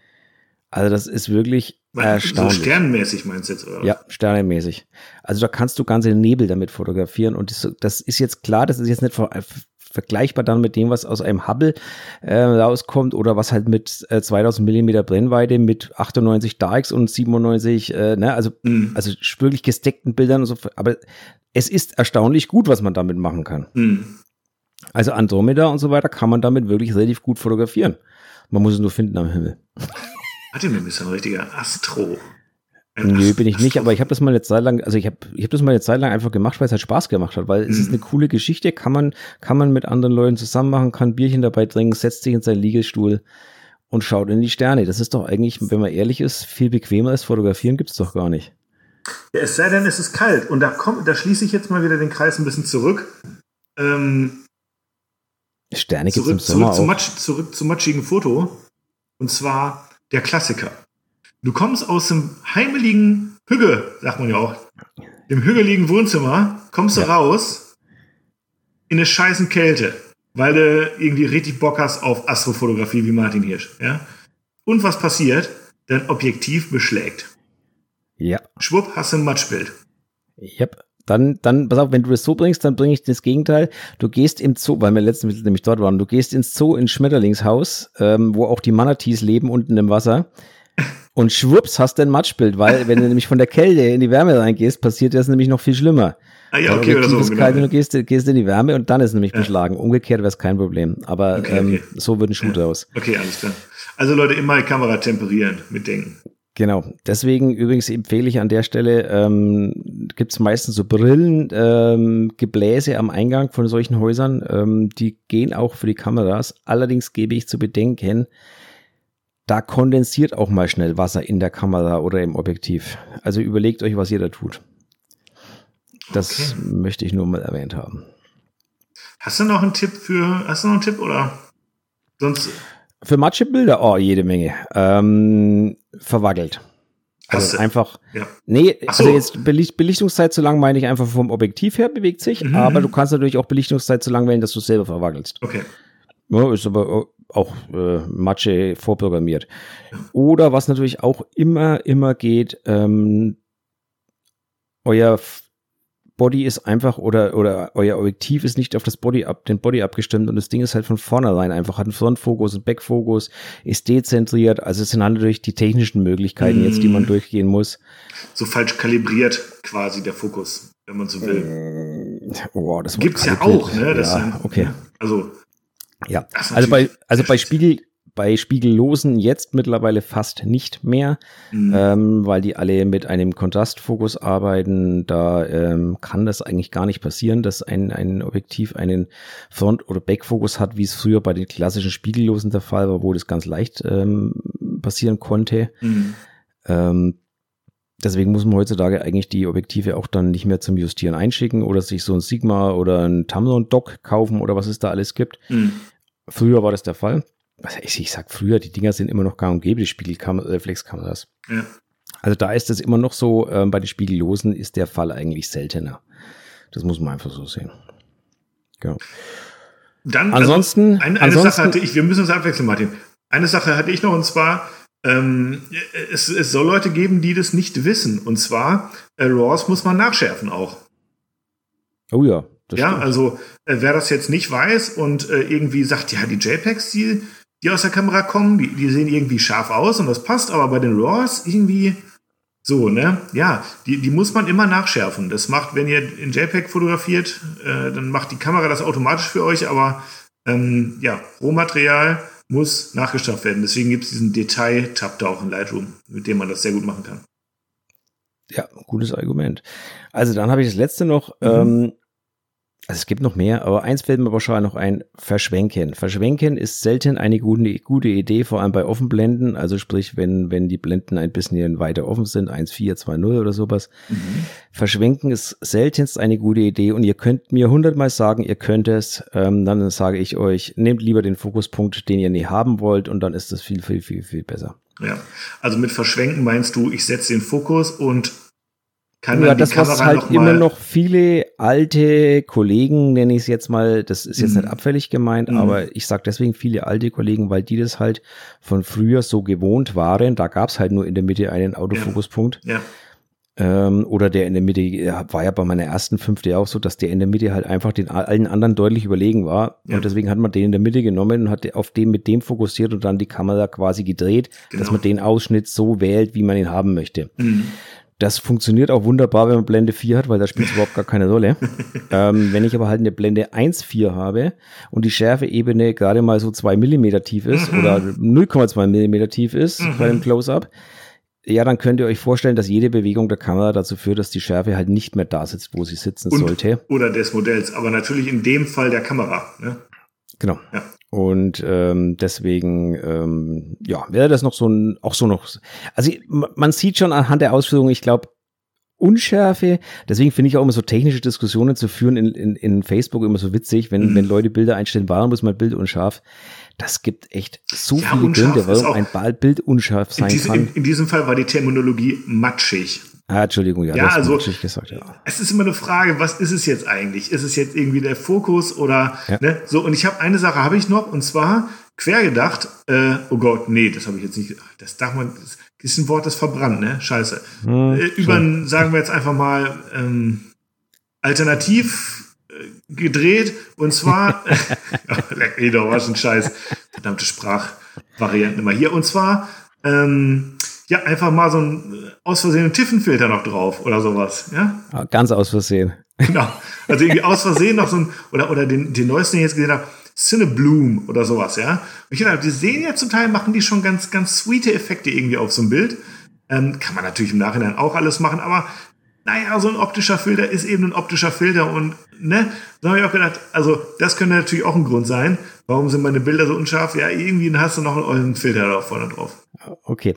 [SPEAKER 2] Also das ist wirklich erstaunlich.
[SPEAKER 1] So sternenmäßig meinst du jetzt, oder?
[SPEAKER 2] Ja, sternenmäßig. Also da kannst du ganze Nebel damit fotografieren und das, das ist jetzt klar, das ist jetzt nicht ver- vergleichbar dann mit dem, was aus einem Hubble äh, rauskommt oder was halt mit äh, zweitausend Millimeter Brennweite mit achtundneunzig D A X und siebenundneunzig, äh, ne, also, mm. also wirklich gesteckten Bildern und so. Aber es ist erstaunlich gut, was man damit machen kann. Mm. Also Andromeda und so weiter kann man damit wirklich relativ gut fotografieren. Man muss es nur finden am Himmel.
[SPEAKER 1] Warte mir, bist du ein richtiger Astro.
[SPEAKER 2] Nö, bin ich nicht, aber ich habe das mal eine Zeit lang, also ich habe ich hab das mal eine Zeit lang einfach gemacht, weil es halt Spaß gemacht hat, weil es mhm. ist eine coole Geschichte, kann man kann man mit anderen Leuten zusammen machen, kann Bierchen dabei trinken, setzt sich in seinen Liegestuhl und schaut in die Sterne. Das ist doch eigentlich, wenn man ehrlich ist, viel bequemer als fotografieren gibt's doch gar nicht.
[SPEAKER 1] Ja, es sei denn, es ist kalt und da kommt, da schließe ich jetzt mal wieder den Kreis ein bisschen zurück. Ähm,
[SPEAKER 2] Sterne gibt's
[SPEAKER 1] zurück,
[SPEAKER 2] im Sommer
[SPEAKER 1] zurück, zu
[SPEAKER 2] auch.
[SPEAKER 1] Matsch, zurück zum matschigen Foto und zwar der Klassiker. Du kommst aus dem heimeligen Hügge, sagt man ja auch, dem hügeligen Wohnzimmer, kommst du ja. raus in eine scheißen Kälte, weil du irgendwie richtig Bock hast auf Astrofotografie wie Martin Hirsch. Ja? Und was passiert? Dein Objektiv beschlägt.
[SPEAKER 2] Ja.
[SPEAKER 1] Schwupp, hast du ein Matschbild.
[SPEAKER 2] Yep. Dann, dann, pass auf, wenn du das so bringst, dann bringe ich das Gegenteil. Du gehst im Zoo, weil wir letztens nämlich dort waren, du gehst ins Zoo, ins Schmetterlingshaus, ähm, wo auch die Manatees leben unten im Wasser. Und schwupps, hast du ein Matschbild, weil wenn du nämlich von der Kälte in die Wärme reingehst, passiert das nämlich noch viel schlimmer.
[SPEAKER 1] Ah ja, okay, oder so.
[SPEAKER 2] Ist kalt, genau. Und du gehst, gehst in die Wärme und dann ist es nämlich ja. beschlagen. Umgekehrt wäre es kein Problem. Aber okay, ähm, okay. so wird ein Shoot
[SPEAKER 1] ja.
[SPEAKER 2] raus.
[SPEAKER 1] Okay, alles klar. Also Leute, immer die Kamera temperieren, mitdenken.
[SPEAKER 2] Genau. Deswegen übrigens empfehle ich an der Stelle, ähm, gibt es meistens so Brillen, ähm, Gebläse am Eingang von solchen Häusern. Ähm, die gehen auch für die Kameras. Allerdings gebe ich zu bedenken, da kondensiert auch mal schnell Wasser in der Kamera oder im Objektiv. Also überlegt euch, was ihr da tut. Das okay. möchte ich nur mal erwähnt haben.
[SPEAKER 1] Hast du noch einen Tipp für, hast du noch einen Tipp oder sonst?
[SPEAKER 2] Für Matschebilder? Oh, jede Menge. Ähm, verwackelt. Also einfach, ja. nee, so. Also jetzt Belicht, Belichtungszeit zu lang meine ich einfach vom Objektiv her bewegt sich, mhm. aber du kannst natürlich auch Belichtungszeit zu lang wählen, dass du es selber verwackelst.
[SPEAKER 1] Okay.
[SPEAKER 2] Ja, ist aber auch äh, Matsche vorprogrammiert. Oder was natürlich auch immer, immer geht, ähm, euer Body ist einfach oder oder euer Objektiv ist nicht auf das Body ab, den Body abgestimmt und das Ding ist halt von vornherein einfach, hat einen Frontfokus, einen Backfokus, ist dezentriert, also es sind halt natürlich die technischen Möglichkeiten mm. jetzt, die man durchgehen muss.
[SPEAKER 1] So falsch kalibriert quasi der Fokus, wenn man so will.
[SPEAKER 2] Oh, das
[SPEAKER 1] gibt's ja auch, ne? Das
[SPEAKER 2] ja,
[SPEAKER 1] sind,
[SPEAKER 2] okay.
[SPEAKER 1] Also
[SPEAKER 2] ja, also bei also bei Spiegel Bei Spiegellosen jetzt mittlerweile fast nicht mehr, mhm. ähm, weil die alle mit einem Kontrastfokus arbeiten. Da ähm, kann das eigentlich gar nicht passieren, dass ein, ein Objektiv einen Front- oder Backfokus hat, wie es früher bei den klassischen Spiegellosen der Fall war, wo das ganz leicht ähm, passieren konnte. Mhm. Ähm, deswegen muss man heutzutage eigentlich die Objektive auch dann nicht mehr zum Justieren einschicken oder sich so ein Sigma oder ein Tamron-Dock kaufen oder was es da alles gibt. Mhm. Früher war das der Fall. Also ich, ich sag früher, die Dinger sind immer noch gang und gäbe, die Spiegelreflexkameras. Ja. Also da ist es immer noch so, ähm, bei den Spiegellosen ist der Fall eigentlich seltener. Das muss man einfach so sehen. Genau.
[SPEAKER 1] Dann,
[SPEAKER 2] ansonsten,
[SPEAKER 1] also eine, eine
[SPEAKER 2] ansonsten,
[SPEAKER 1] Sache hatte ich, wir müssen uns abwechseln, Martin. Eine Sache hatte ich noch, und zwar, ähm, es, es soll Leute geben, die das nicht wissen. Und zwar, äh, RAWs muss man nachschärfen auch.
[SPEAKER 2] Oh ja.
[SPEAKER 1] Das ja, stimmt. Also äh, wer das jetzt nicht weiß und äh, irgendwie sagt, ja, die JPEGs, die, die aus der Kamera kommen, die, die sehen irgendwie scharf aus und das passt, aber bei den RAWs irgendwie so, ne? Ja, die, die muss man immer nachschärfen. Das macht, wenn ihr in JPEG fotografiert, äh, dann macht die Kamera das automatisch für euch, aber ähm, ja, Rohmaterial muss nachgeschärft werden. Deswegen gibt es diesen Detail-Tab da auch in Lightroom, mit dem man das sehr gut machen kann.
[SPEAKER 2] Ja, gutes Argument. Also dann habe ich das letzte noch, mhm. ähm, Also es gibt noch mehr, aber eins fällt mir wahrscheinlich noch ein, Verschwenken. Verschwenken ist selten eine gute, gute Idee, vor allem bei Offenblenden, also sprich, wenn, wenn die Blenden ein bisschen weiter offen sind, eins Komma vier, zwei Komma null oder sowas. Mhm. Verschwenken ist seltenst eine gute Idee und ihr könnt mir hundertmal sagen, ihr könnt es, ähm, dann sage ich euch, nehmt lieber den Fokuspunkt, den ihr nie haben wollt und dann ist das viel, viel, viel, viel besser.
[SPEAKER 1] Ja, also mit Verschwenken meinst du, ich setze den Fokus und kann
[SPEAKER 2] ja,
[SPEAKER 1] dann
[SPEAKER 2] das,
[SPEAKER 1] die Kamera
[SPEAKER 2] was halt
[SPEAKER 1] noch
[SPEAKER 2] immer
[SPEAKER 1] mal
[SPEAKER 2] noch viele alte Kollegen, nenne ich es jetzt mal, das ist jetzt
[SPEAKER 1] Mhm.
[SPEAKER 2] nicht abfällig gemeint,
[SPEAKER 1] Mhm.
[SPEAKER 2] aber ich sage deswegen viele alte Kollegen, weil die das halt von früher so gewohnt waren. Da gab es halt nur in der Mitte einen Autofokuspunkt.
[SPEAKER 1] Ja.
[SPEAKER 2] Ähm, oder der in der Mitte, ja, war ja bei meiner ersten fünfte auch so, dass der in der Mitte halt einfach den allen anderen deutlich überlegen war.
[SPEAKER 1] Ja.
[SPEAKER 2] Und deswegen hat man den in der Mitte genommen und hat auf den mit dem fokussiert und dann die Kamera quasi gedreht,
[SPEAKER 1] Genau.
[SPEAKER 2] dass man den Ausschnitt so wählt, wie man ihn haben möchte.
[SPEAKER 1] Mhm.
[SPEAKER 2] Das funktioniert auch wunderbar, wenn man Blende vier hat, weil da spielt es überhaupt gar keine Rolle. ähm, wenn ich aber halt eine Blende eins Komma vier habe und die Schärfeebene gerade mal so zwei Millimeter tief ist
[SPEAKER 1] Mhm.
[SPEAKER 2] oder null Komma zwei Millimeter tief ist
[SPEAKER 1] Mhm.
[SPEAKER 2] bei dem Close-Up, ja, dann könnt ihr euch vorstellen, dass jede Bewegung der Kamera dazu führt, dass die Schärfe halt nicht mehr da sitzt, wo sie sitzen
[SPEAKER 1] Und,
[SPEAKER 2] sollte.
[SPEAKER 1] Oder des Modells, aber natürlich in dem Fall der Kamera. Ne?
[SPEAKER 2] Genau.
[SPEAKER 1] Ja.
[SPEAKER 2] Und ähm, deswegen, ähm, ja, wäre das noch so ein, auch so noch, also man sieht schon anhand der Ausführungen, ich glaube, Unschärfe, deswegen finde ich auch immer so technische Diskussionen zu führen in, in, in Facebook immer so witzig, wenn,
[SPEAKER 1] Mhm.
[SPEAKER 2] wenn Leute Bilder einstellen, warum ist mein Bild unscharf? Das gibt echt so
[SPEAKER 1] Ja,
[SPEAKER 2] viele
[SPEAKER 1] unscharf
[SPEAKER 2] Gründe,
[SPEAKER 1] ist
[SPEAKER 2] warum
[SPEAKER 1] auch-
[SPEAKER 2] ein Bild unscharf sein
[SPEAKER 1] In, diese,
[SPEAKER 2] kann.
[SPEAKER 1] in, in diesem Fall war die Terminologie matschig.
[SPEAKER 2] Ah, Entschuldigung, ja,
[SPEAKER 1] Ja,
[SPEAKER 2] das
[SPEAKER 1] also-
[SPEAKER 2] also, gesagt, ja.
[SPEAKER 1] Es ist immer eine Frage, was ist es jetzt eigentlich? Ist es jetzt irgendwie der Fokus oder
[SPEAKER 2] Ja.
[SPEAKER 1] ne? So, und ich habe eine Sache habe ich noch, und zwar quer gedacht, äh, oh Gott, nee, das habe ich jetzt nicht, das darf man, das ist ein Wort, das verbrannt, ne? Scheiße.
[SPEAKER 2] Hm,
[SPEAKER 1] äh, über, ein, sagen wir jetzt einfach mal, ähm, alternativ äh, gedreht, und zwar, ja, leck mich doch, was ein Scheiß, verdammte Sprachvarianten immer hier, und zwar, ähm, ja, einfach mal so einen aus Versehen Tiefenfilter noch drauf oder sowas, ja?
[SPEAKER 2] Ah, ganz aus Versehen.
[SPEAKER 1] Genau. Also irgendwie aus Versehen noch so ein, oder, oder den, den neuesten, den ich jetzt gesehen habe, Cinebloom oder sowas, ja. Und ich dachte, die sehen ja zum Teil, machen die schon ganz, ganz sweete Effekte irgendwie auf so ein Bild. Ähm, kann man natürlich im Nachhinein auch alles machen, aber naja, so ein optischer Filter ist eben ein optischer Filter und, ne, da habe ich auch gedacht, also das könnte natürlich auch ein Grund sein. Warum sind meine Bilder so unscharf? Ja, irgendwie hast du noch einen Filter da vorne drauf.
[SPEAKER 2] Okay.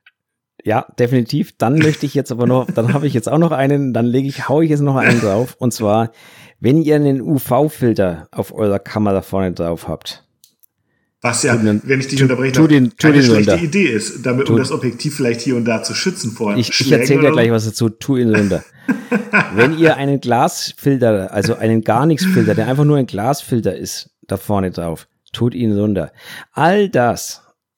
[SPEAKER 2] Ja, definitiv. Dann möchte ich jetzt aber noch, dann habe ich jetzt auch noch einen, dann lege ich, hau ich jetzt noch einen drauf. Und zwar, wenn ihr einen U V-Filter auf eurer Kamera vorne drauf habt.
[SPEAKER 1] Was ja,
[SPEAKER 2] Tu den-
[SPEAKER 1] wenn ich dich
[SPEAKER 2] tu-
[SPEAKER 1] unterbreche,
[SPEAKER 2] tu den- tu
[SPEAKER 1] keine
[SPEAKER 2] den
[SPEAKER 1] schlechte
[SPEAKER 2] runter.
[SPEAKER 1] Idee ist, damit um
[SPEAKER 2] Tu-
[SPEAKER 1] das Objektiv vielleicht hier und da zu schützen vor
[SPEAKER 2] Ich, ich
[SPEAKER 1] Schlägen
[SPEAKER 2] erzähle dir
[SPEAKER 1] oder
[SPEAKER 2] gleich
[SPEAKER 1] so.
[SPEAKER 2] was dazu, tu ihn runter. Wenn ihr einen Glasfilter, also einen gar nichts Filter, der einfach nur ein Glasfilter ist, da vorne drauf, tut ihn runter. All das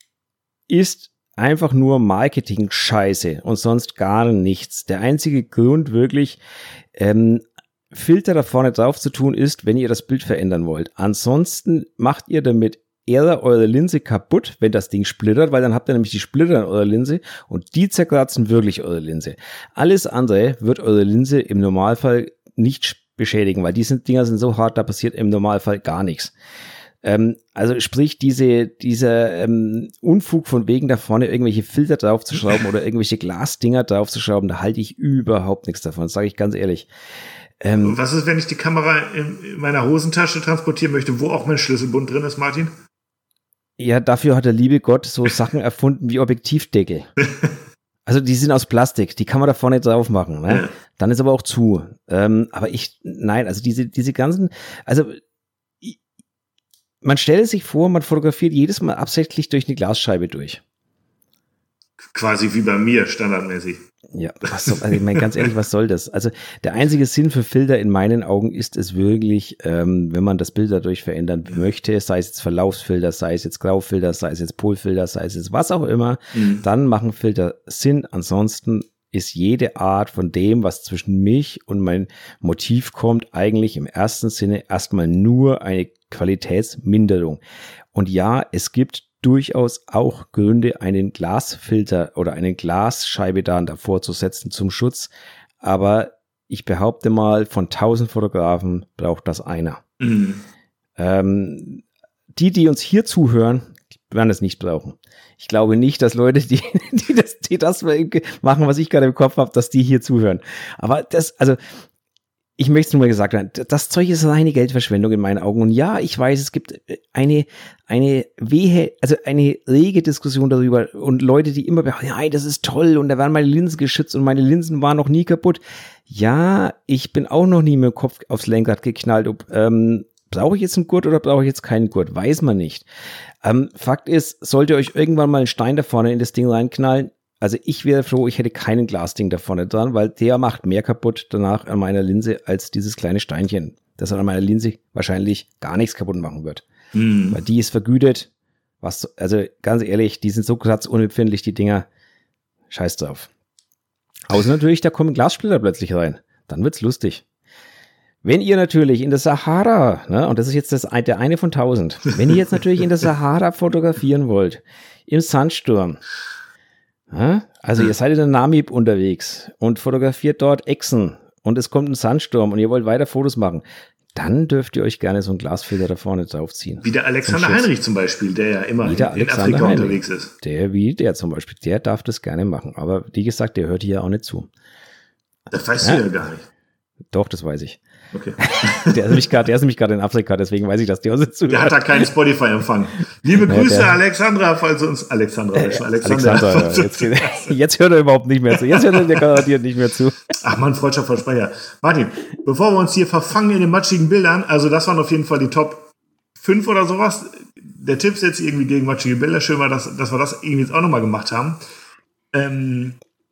[SPEAKER 2] ist einfach nur Marketing-Scheiße und sonst gar nichts. Der einzige Grund wirklich, ähm, Filter da vorne drauf zu tun, ist, wenn ihr das Bild verändern wollt. Ansonsten macht ihr damit eher eure Linse kaputt, wenn das Ding splittert, weil dann habt ihr nämlich die Splitter in eurer Linse und die zerkratzen wirklich eure Linse. Alles andere wird eure Linse im Normalfall nicht beschädigen, weil diese Dinger sind so hart, da passiert im Normalfall gar nichts. Ähm, also sprich, diese, dieser ähm, Unfug von wegen da vorne irgendwelche Filter draufzuschrauben oder irgendwelche Glasdinger draufzuschrauben, da halte ich überhaupt nichts davon, das sage ich ganz ehrlich. Ähm,
[SPEAKER 1] Was ist, wenn ich die Kamera in in meiner Hosentasche transportieren möchte, wo auch mein Schlüsselbund drin ist, Martin?
[SPEAKER 2] ja, dafür hat der liebe Gott so Sachen erfunden wie Objektivdeckel. Also die sind aus Plastik, die kann man da vorne drauf machen, ne?
[SPEAKER 1] Ja.
[SPEAKER 2] Dann ist aber auch zu. Ähm, aber ich, nein, also diese, diese ganzen, also ich, man stellt sich vor, man fotografiert jedes Mal absichtlich durch eine Glasscheibe durch.
[SPEAKER 1] Quasi wie bei mir, standardmäßig.
[SPEAKER 2] Ja, was soll, also ich meine, ganz ehrlich, was soll das? Also der einzige Sinn für Filter in meinen Augen ist es wirklich, ähm, wenn man das Bild dadurch verändern möchte, sei es jetzt Verlaufsfilter, sei es jetzt Graufilter, sei es jetzt Polfilter, sei es jetzt was auch immer,
[SPEAKER 1] Mhm.
[SPEAKER 2] dann machen Filter Sinn. Ansonsten ist jede Art von dem, was zwischen mich und mein Motiv kommt, eigentlich im ersten Sinne erstmal nur eine Qualitätsminderung. Und ja, es gibt durchaus auch Gründe, einen Glasfilter oder eine Glasscheibe da davor zu setzen zum Schutz. Aber ich behaupte mal, von tausend Fotografen braucht das einer.
[SPEAKER 1] Mhm.
[SPEAKER 2] Ähm, die, die uns hier zuhören, werden es nicht brauchen. Ich glaube nicht, dass Leute, die, die, das, die das machen, was ich gerade im Kopf habe, dass die hier zuhören. Aber das, also ich möchte es nur mal gesagt haben, das Zeug ist reine Geldverschwendung in meinen Augen. Und ja, ich weiß, es gibt eine, eine wehe, also eine rege Diskussion darüber und Leute, die immer behaupten, ja, das ist toll und da werden meine Linsen geschützt und meine Linsen waren noch nie kaputt. Ja, ich bin auch noch nie mit dem Kopf aufs Lenkrad geknallt. Ob, ähm, brauche ich jetzt einen Gurt oder brauche ich jetzt keinen Gurt? Weiß man nicht. Ähm, Fakt ist, sollte euch irgendwann mal ein Stein da vorne in das Ding reinknallen, also ich wäre froh, ich hätte keinen Glasding da vorne dran, weil der macht mehr kaputt danach an meiner Linse als dieses kleine Steinchen, das an meiner Linse wahrscheinlich gar nichts kaputt machen wird. Hm. Weil die ist vergütet. Was, also ganz ehrlich, die sind so kratzunempfindlich, die Dinger. Scheiß drauf. Außer natürlich, da kommen Glassplitter plötzlich rein. Dann wird's lustig. Wenn ihr natürlich in der Sahara, ne, und das ist jetzt das, der eine von tausend, wenn ihr jetzt natürlich in der Sahara fotografieren wollt, im Sandsturm, also ihr seid in der Namib unterwegs und fotografiert dort Echsen und es kommt ein Sandsturm und ihr wollt weiter Fotos machen, dann dürft ihr euch gerne so einen Glasfilter da vorne draufziehen.
[SPEAKER 1] Wie der Alexander Heinrich zum Beispiel, der ja immer in, in Afrika Heinrich, unterwegs ist.
[SPEAKER 2] Der wie der zum Beispiel, der darf das gerne machen. Aber wie gesagt, der hört hier auch nicht zu.
[SPEAKER 1] Das weißt ja? du ja gar nicht.
[SPEAKER 2] Doch, das weiß ich.
[SPEAKER 1] Okay.
[SPEAKER 2] Der ist nämlich gerade, der ist nämlich gerade in Afrika, deswegen weiß ich, dass der uns zuhört.
[SPEAKER 1] Der hat da keinen Spotify-Empfang. Liebe Grüße, ja, Alexandra, falls du uns, Alexandra, äh, Alexander. Alexander
[SPEAKER 2] ja, jetzt, jetzt hört er überhaupt nicht mehr zu. Jetzt hört er dir garantiert nicht mehr zu.
[SPEAKER 1] Ach man, Freundschaft Versprecher. Martin, bevor wir uns hier verfangen in den matschigen Bildern, also das waren auf jeden Fall die Top fünf oder sowas. Der Tipp ist jetzt irgendwie gegen matschige Bilder. Schön war, dass, dass wir das irgendwie jetzt auch nochmal gemacht haben. Ähm,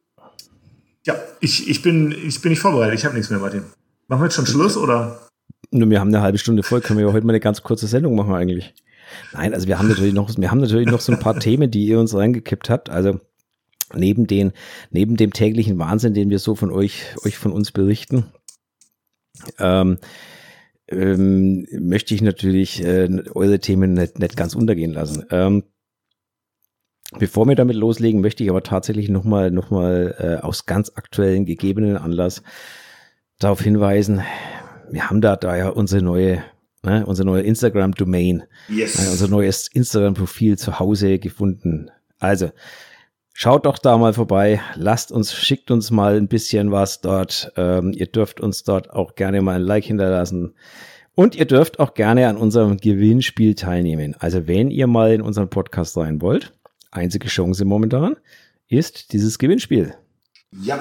[SPEAKER 1] ja, ich, ich, bin, ich bin nicht vorbereitet. Ich habe nichts mehr, Martin. Machen wir jetzt schon Schluss, oder?
[SPEAKER 2] Nur wir haben eine halbe Stunde voll, können wir ja heute mal eine ganz kurze Sendung machen eigentlich. Nein, also wir haben natürlich noch, wir haben natürlich noch so ein paar Themen, die ihr uns reingekippt habt. Also neben den, neben dem täglichen Wahnsinn, den wir so von euch, euch von uns berichten, ähm, ähm, möchte ich natürlich äh, eure Themen nicht, nicht ganz untergehen lassen. Ähm, bevor wir damit loslegen, möchte ich aber tatsächlich nochmal, noch mal, äh, aus ganz aktuellen gegebenen Anlass darauf hinweisen, wir haben da, da ja unsere neue, ne, unsere neue Instagram-Domain,
[SPEAKER 1] yes.
[SPEAKER 2] äh, unser neues Instagram-Profil zu Hause gefunden. Also, schaut doch da mal vorbei, lasst uns, schickt uns mal ein bisschen was dort. Ähm, ihr dürft uns dort auch gerne mal ein Like hinterlassen. Und ihr dürft auch gerne an unserem Gewinnspiel teilnehmen. Also, wenn ihr mal in unseren Podcast rein wollt, einzige Chance momentan ist dieses Gewinnspiel.
[SPEAKER 1] Ja.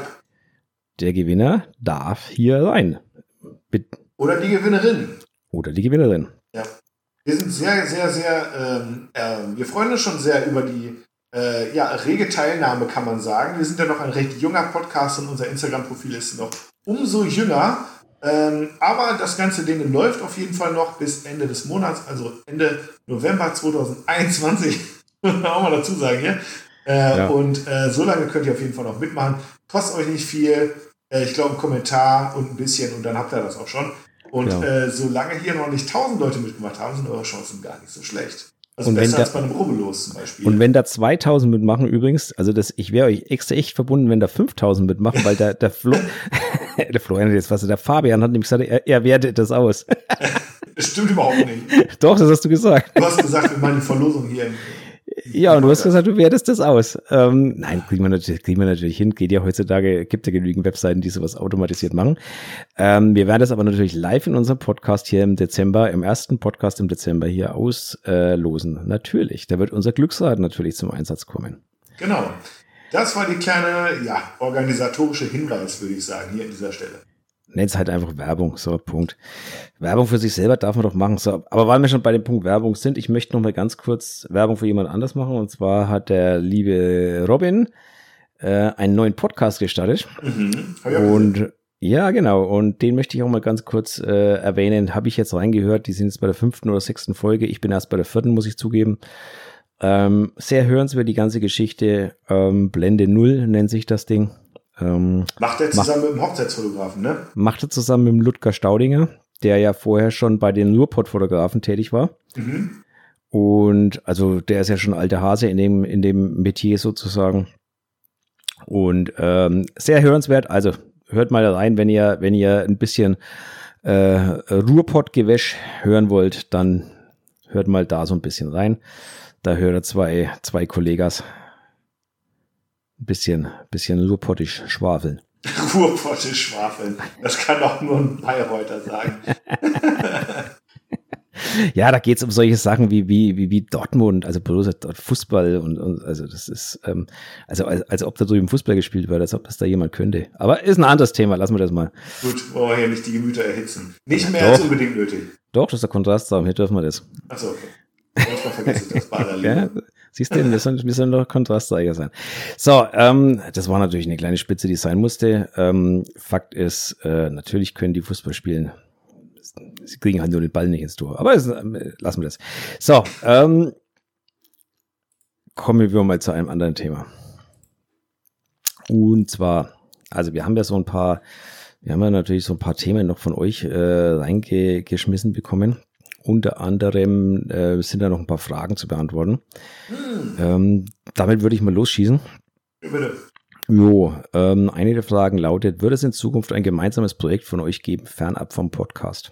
[SPEAKER 2] Der Gewinner darf hier rein. Bitte.
[SPEAKER 1] Oder die Gewinnerin.
[SPEAKER 2] Oder die Gewinnerin.
[SPEAKER 1] Ja. Wir sind sehr, sehr, sehr, ähm, äh, wir freuen uns schon sehr über die äh, ja, rege Teilnahme, kann man sagen. Wir sind ja noch ein recht junger Podcast und unser Instagram-Profil ist noch umso jünger. Ähm, aber das ganze Ding läuft auf jeden Fall noch bis Ende des Monats, also Ende November zwanzig einundzwanzig. Muss man auch mal dazu sagen hier. Äh, ja. Und äh, so lange könnt ihr auf jeden Fall noch mitmachen. Kostet euch nicht viel. Äh, ich glaube, ein Kommentar und ein bisschen und dann habt ihr das auch schon. Und ja. äh, solange hier noch nicht tausend Leute mitgemacht haben, sind eure Chancen gar nicht so schlecht. Also
[SPEAKER 2] und
[SPEAKER 1] besser
[SPEAKER 2] da,
[SPEAKER 1] als bei einem Rubbellos zum Beispiel.
[SPEAKER 2] Und wenn da zweitausend mitmachen übrigens, also das, ich wäre euch extra echt verbunden, wenn da fünftausend mitmachen, weil der, der Flo, der Florian hat jetzt was, der Fabian hat nämlich gesagt, er, er wertet das aus.
[SPEAKER 1] Das stimmt überhaupt nicht.
[SPEAKER 2] Doch, das hast du gesagt.
[SPEAKER 1] Du hast gesagt, wir machen die Verlosung hier im
[SPEAKER 2] Ja, und du hast gesagt, du wertest das aus. Ähm, nein, kriegen wir, natürlich, kriegen wir natürlich hin. Geht ja heutzutage, gibt ja genügend Webseiten, die sowas automatisiert machen. Ähm, wir werden das aber natürlich live in unserem Podcast hier im Dezember, im ersten Podcast im Dezember hier auslosen. Äh, natürlich. Da wird unser Glücksrad natürlich zum Einsatz kommen.
[SPEAKER 1] Genau. Das war die kleine, ja, organisatorische Hinweis, würde ich sagen, hier an dieser Stelle.
[SPEAKER 2] Nennt's halt einfach Werbung, so, Punkt. Werbung für sich selber darf man doch machen, so. Aber weil wir schon bei dem Punkt Werbung sind, ich möchte noch mal ganz kurz Werbung für jemand anders machen. Und zwar hat der liebe Robin äh, einen neuen Podcast gestartet.
[SPEAKER 1] Mhm.
[SPEAKER 2] Und ja, genau. Und den möchte ich auch mal ganz kurz äh, erwähnen. Habe ich jetzt reingehört. Die sind jetzt bei der fünften oder sechsten Folge. Ich bin erst bei der vierten, muss ich zugeben. Ähm, sehr hörenswert die ganze Geschichte. Ähm, Blende Null nennt sich das Ding. Ähm,
[SPEAKER 1] macht er zusammen macht, mit dem Hochzeitsfotografen, ne?
[SPEAKER 2] Macht er zusammen mit dem Ludger Staudinger, der ja vorher schon bei den Ruhrpott-Fotografen tätig war.
[SPEAKER 1] Mhm.
[SPEAKER 2] Und also der ist ja schon alter Hase in dem, in dem Metier sozusagen. Und ähm, sehr hörenswert. Also hört mal rein, wenn ihr, wenn ihr ein bisschen äh, Ruhrpott-Gewäsch hören wollt, dann hört mal da so ein bisschen rein. Da hört er zwei, zwei Kollegas ein bisschen, bisschen ruhrpottisch schwafeln.
[SPEAKER 1] Ruhrpotte schwafeln. Das kann doch nur ein Bayreuther sagen.
[SPEAKER 2] Ja, da geht es um solche Sachen wie, wie, wie, wie Dortmund, also Fußball und, und also das ist, ähm, also als, als ob da drüben Fußball gespielt wird, als ob das da jemand könnte. Aber ist ein anderes Thema, lassen wir das mal.
[SPEAKER 1] Gut, wollen wir hier nicht die Gemüter erhitzen. Nicht mehr
[SPEAKER 2] Doch.
[SPEAKER 1] als unbedingt nötig.
[SPEAKER 2] Doch, das ist der Kontrastraum, hier dürfen wir das.
[SPEAKER 1] Achso, okay. Manchmal vergesse ich das Baderliebe.
[SPEAKER 2] Ja, siehst du, wir sollen, wir sollen doch kontrastreicher sein. So, ähm, das war natürlich eine kleine Spitze, die sein musste. Ähm, Fakt ist, äh, natürlich können die Fußball spielen. Sie kriegen halt nur den Ball nicht ins Tor. Aber es, äh, lassen wir das. So, ähm, kommen wir mal zu einem anderen Thema. Und zwar, also wir haben ja so ein paar, wir haben ja natürlich so ein paar Themen noch von euch äh, reingeschmissen bekommen. Unter anderem äh, sind da noch ein paar Fragen zu beantworten. Hm. Ähm, damit würde ich mal losschießen.
[SPEAKER 1] Ja, bitte.
[SPEAKER 2] Jo, ähm, eine der Fragen lautet, wird es in Zukunft ein gemeinsames Projekt von euch geben, fernab vom Podcast?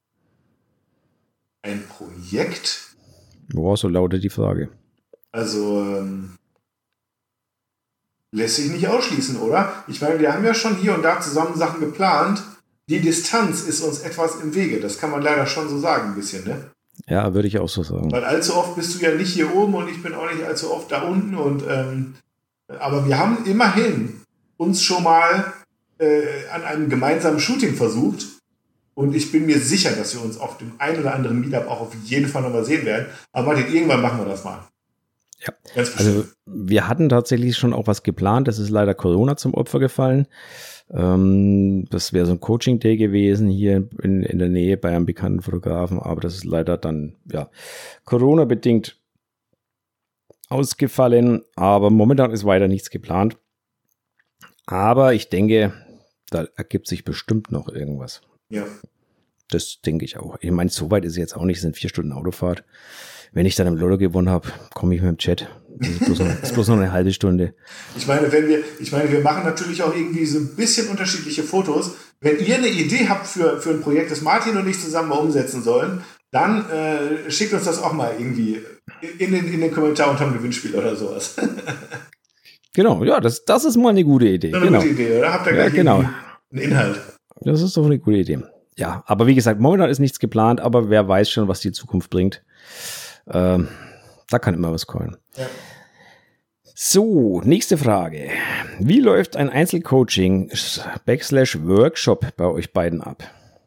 [SPEAKER 1] Ein Projekt?
[SPEAKER 2] Ja, so lautet die Frage.
[SPEAKER 1] Also, ähm, lässt sich nicht ausschließen, oder? Ich meine, wir haben ja schon hier und da zusammen Sachen geplant. Die Distanz ist uns etwas im Wege. Das kann man leider schon so sagen, ein bisschen, ne?
[SPEAKER 2] Ja, würde ich auch so sagen.
[SPEAKER 1] Weil allzu oft bist du ja nicht hier oben und ich bin auch nicht allzu oft da unten. Und ähm, aber wir haben immerhin uns schon mal äh, an einem gemeinsamen Shooting versucht. Und ich bin mir sicher, dass wir uns auf dem einen oder anderen Meetup auch auf jeden Fall nochmal sehen werden. Aber Martin, irgendwann machen wir das mal.
[SPEAKER 2] Ja, also wir hatten tatsächlich schon auch was geplant. Das ist leider Corona zum Opfer gefallen. Ähm, das wäre so ein Coaching-Day gewesen hier in, in der Nähe bei einem bekannten Fotografen. Aber das ist leider dann, ja, Corona-bedingt ausgefallen. Aber momentan ist weiter nichts geplant. Aber ich denke, da ergibt sich bestimmt noch irgendwas.
[SPEAKER 1] Ja.
[SPEAKER 2] Das denke ich auch. Ich meine, so weit ist es jetzt auch nicht. Es sind vier Stunden Autofahrt. Wenn ich dann im Lotto gewonnen habe, komme ich mit dem Chat. Das ist bloß, noch, das ist bloß noch eine halbe Stunde.
[SPEAKER 1] Ich meine, wenn wir, ich meine, wir machen natürlich auch irgendwie so ein bisschen unterschiedliche Fotos. Wenn ihr eine Idee habt für, für ein Projekt, das Martin und ich zusammen mal umsetzen sollen, dann äh, schickt uns das auch mal irgendwie in den, in den Kommentar unter dem Gewinnspiel oder sowas.
[SPEAKER 2] Genau, ja, das, das ist mal eine gute Idee.
[SPEAKER 1] Eine
[SPEAKER 2] genau.
[SPEAKER 1] gute Idee, oder? Habt ihr
[SPEAKER 2] ja,
[SPEAKER 1] gleich
[SPEAKER 2] genau.
[SPEAKER 1] einen Inhalt?
[SPEAKER 2] Das ist doch eine gute Idee. Ja, aber wie gesagt, momentan ist nichts geplant, aber wer weiß schon, was die Zukunft bringt. Ähm, da kann immer was kommen.
[SPEAKER 1] Ja.
[SPEAKER 2] So, nächste Frage. Wie läuft ein Einzelcoaching Backslash Workshop bei euch beiden ab?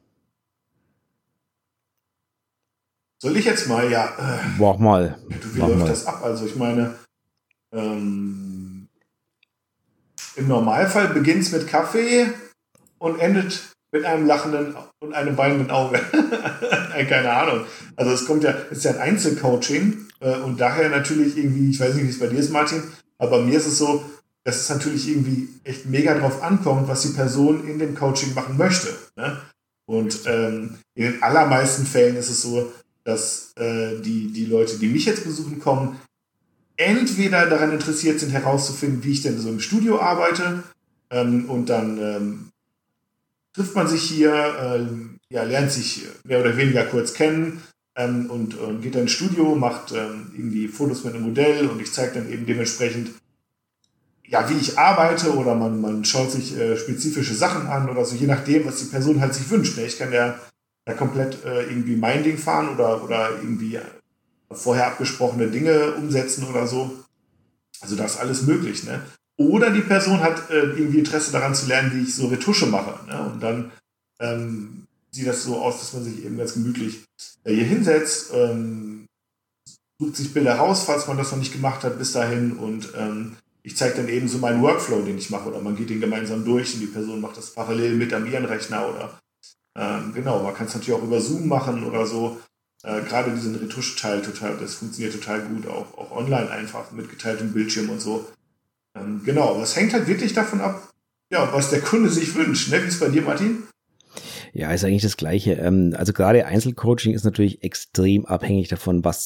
[SPEAKER 1] Soll ich jetzt mal, ja. Äh,
[SPEAKER 2] Mach mal.
[SPEAKER 1] Du, wie
[SPEAKER 2] Mach
[SPEAKER 1] läuft
[SPEAKER 2] mal.
[SPEAKER 1] das ab? Also ich meine, ähm, im Normalfall beginnt es mit Kaffee und endet mit einem lachenden und einem weinenden Auge. Keine Ahnung. Also es kommt ja, es ist ja ein Einzelcoaching äh, und daher natürlich irgendwie, ich weiß nicht, wie es bei dir ist, Martin, aber bei mir ist es so, dass es natürlich irgendwie echt mega drauf ankommt, was die Person in dem Coaching machen möchte. Ne? Und ähm, in den allermeisten Fällen ist es so, dass äh, die, die Leute, die mich jetzt besuchen kommen, entweder daran interessiert sind, herauszufinden, wie ich denn so im Studio arbeite ähm, und dann ähm, trifft man sich hier, äh, ja, lernt sich mehr oder weniger kurz kennen ähm, und, und geht dann ins Studio, macht ähm, irgendwie Fotos mit einem Modell und ich zeige dann eben dementsprechend, ja, wie ich arbeite oder man, man schaut sich äh, spezifische Sachen an oder so, je nachdem, was die Person halt sich wünscht. Ne? Ich kann ja, ja komplett äh, irgendwie mein Ding fahren oder, oder irgendwie vorher abgesprochene Dinge umsetzen oder so. Also das ist alles möglich, ne? Oder die Person hat äh, irgendwie Interesse daran zu lernen, wie ich so Retusche mache. Ne? Und dann ähm, sieht das so aus, dass man sich eben ganz gemütlich äh, hier hinsetzt, ähm, sucht sich Bilder raus, falls man das noch nicht gemacht hat bis dahin. Und ähm, ich zeige dann eben so meinen Workflow, den ich mache. Oder man geht den gemeinsam durch und die Person macht das parallel mit am ihren Rechner. Oder ähm, genau, man kann es natürlich auch über Zoom machen oder so. Äh, gerade diesen Retuschteil, total, das funktioniert total gut, auch, auch online einfach mit geteiltem Bildschirm und so. Ähm, genau, das hängt halt wirklich davon ab, ja, was der Kunde sich wünscht. Ne? Wie ist es bei dir, Martin?
[SPEAKER 2] Ja, ist eigentlich das Gleiche. Also gerade Einzelcoaching ist natürlich extrem abhängig davon, was,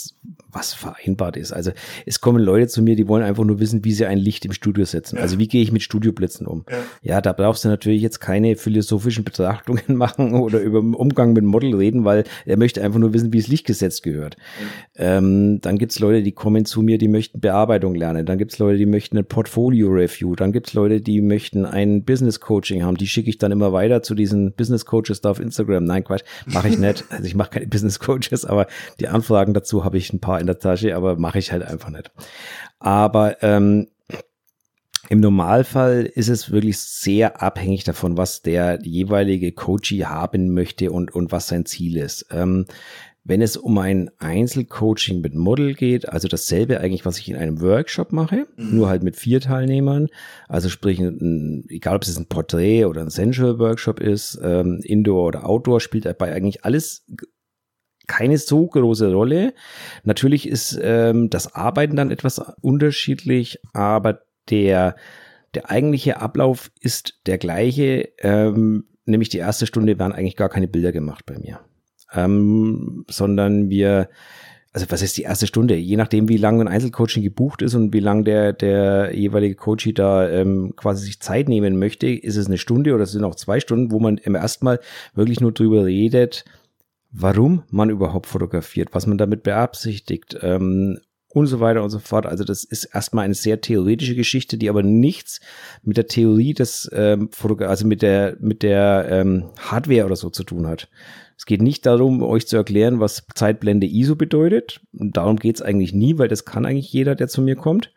[SPEAKER 2] was vereinbart ist. Also es kommen Leute zu mir, die wollen einfach nur wissen, wie sie ein Licht im Studio setzen. Ja. Also wie gehe ich mit Studioblitzen um? Ja. ja, da brauchst du natürlich jetzt keine philosophischen Betrachtungen machen oder über den Umgang mit dem Model reden, weil er möchte einfach nur wissen, wie das Licht gesetzt gehört. Ja. Ähm, dann gibt's Leute, die kommen zu mir, die möchten Bearbeitung lernen. Dann gibt's Leute, die möchten ein Portfolio-Review. Dann gibt's Leute, die möchten ein Business-Coaching haben. Die schicke ich dann immer weiter zu diesen Business-Coaches da auf Instagram. Nein, Quatsch, mache ich nicht. Also ich mache keine Business-Coaches, aber die Anfragen dazu habe ich ein paar in der Tasche, aber mache ich halt einfach nicht. Aber ähm, im Normalfall ist es wirklich sehr abhängig davon, was der jeweilige Coachee haben möchte und, und was sein Ziel ist. Ähm, wenn es um ein Einzelcoaching mit Model geht, also dasselbe eigentlich, was ich in einem Workshop mache, mhm. nur halt mit vier Teilnehmern, also sprich, ein, egal ob es ein Porträt oder ein Sensual-Workshop ist, ähm, Indoor oder Outdoor, spielt dabei eigentlich alles keine so große Rolle. Natürlich ist ähm, das Arbeiten dann etwas unterschiedlich, aber der, der eigentliche Ablauf ist der gleiche, ähm, nämlich die erste Stunde werden eigentlich gar keine Bilder gemacht bei mir, ähm, sondern wir, also was ist die erste Stunde? Je nachdem, wie lange ein Einzelcoaching gebucht ist und wie lange der, der jeweilige Coachie da ähm, quasi sich Zeit nehmen möchte, ist es eine Stunde oder es sind auch zwei Stunden, wo man im ersten Mal wirklich nur drüber redet, warum man überhaupt fotografiert, was man damit beabsichtigt ähm, und so weiter und so fort. Also das ist erstmal eine sehr theoretische Geschichte, die aber nichts mit der Theorie des ähm, Fotogra- also mit der mit der ähm, Hardware oder so zu tun hat. Es geht nicht darum, euch zu erklären, was Zeitblende I S O bedeutet. Und darum geht's eigentlich nie, weil das kann eigentlich jeder, der zu mir kommt.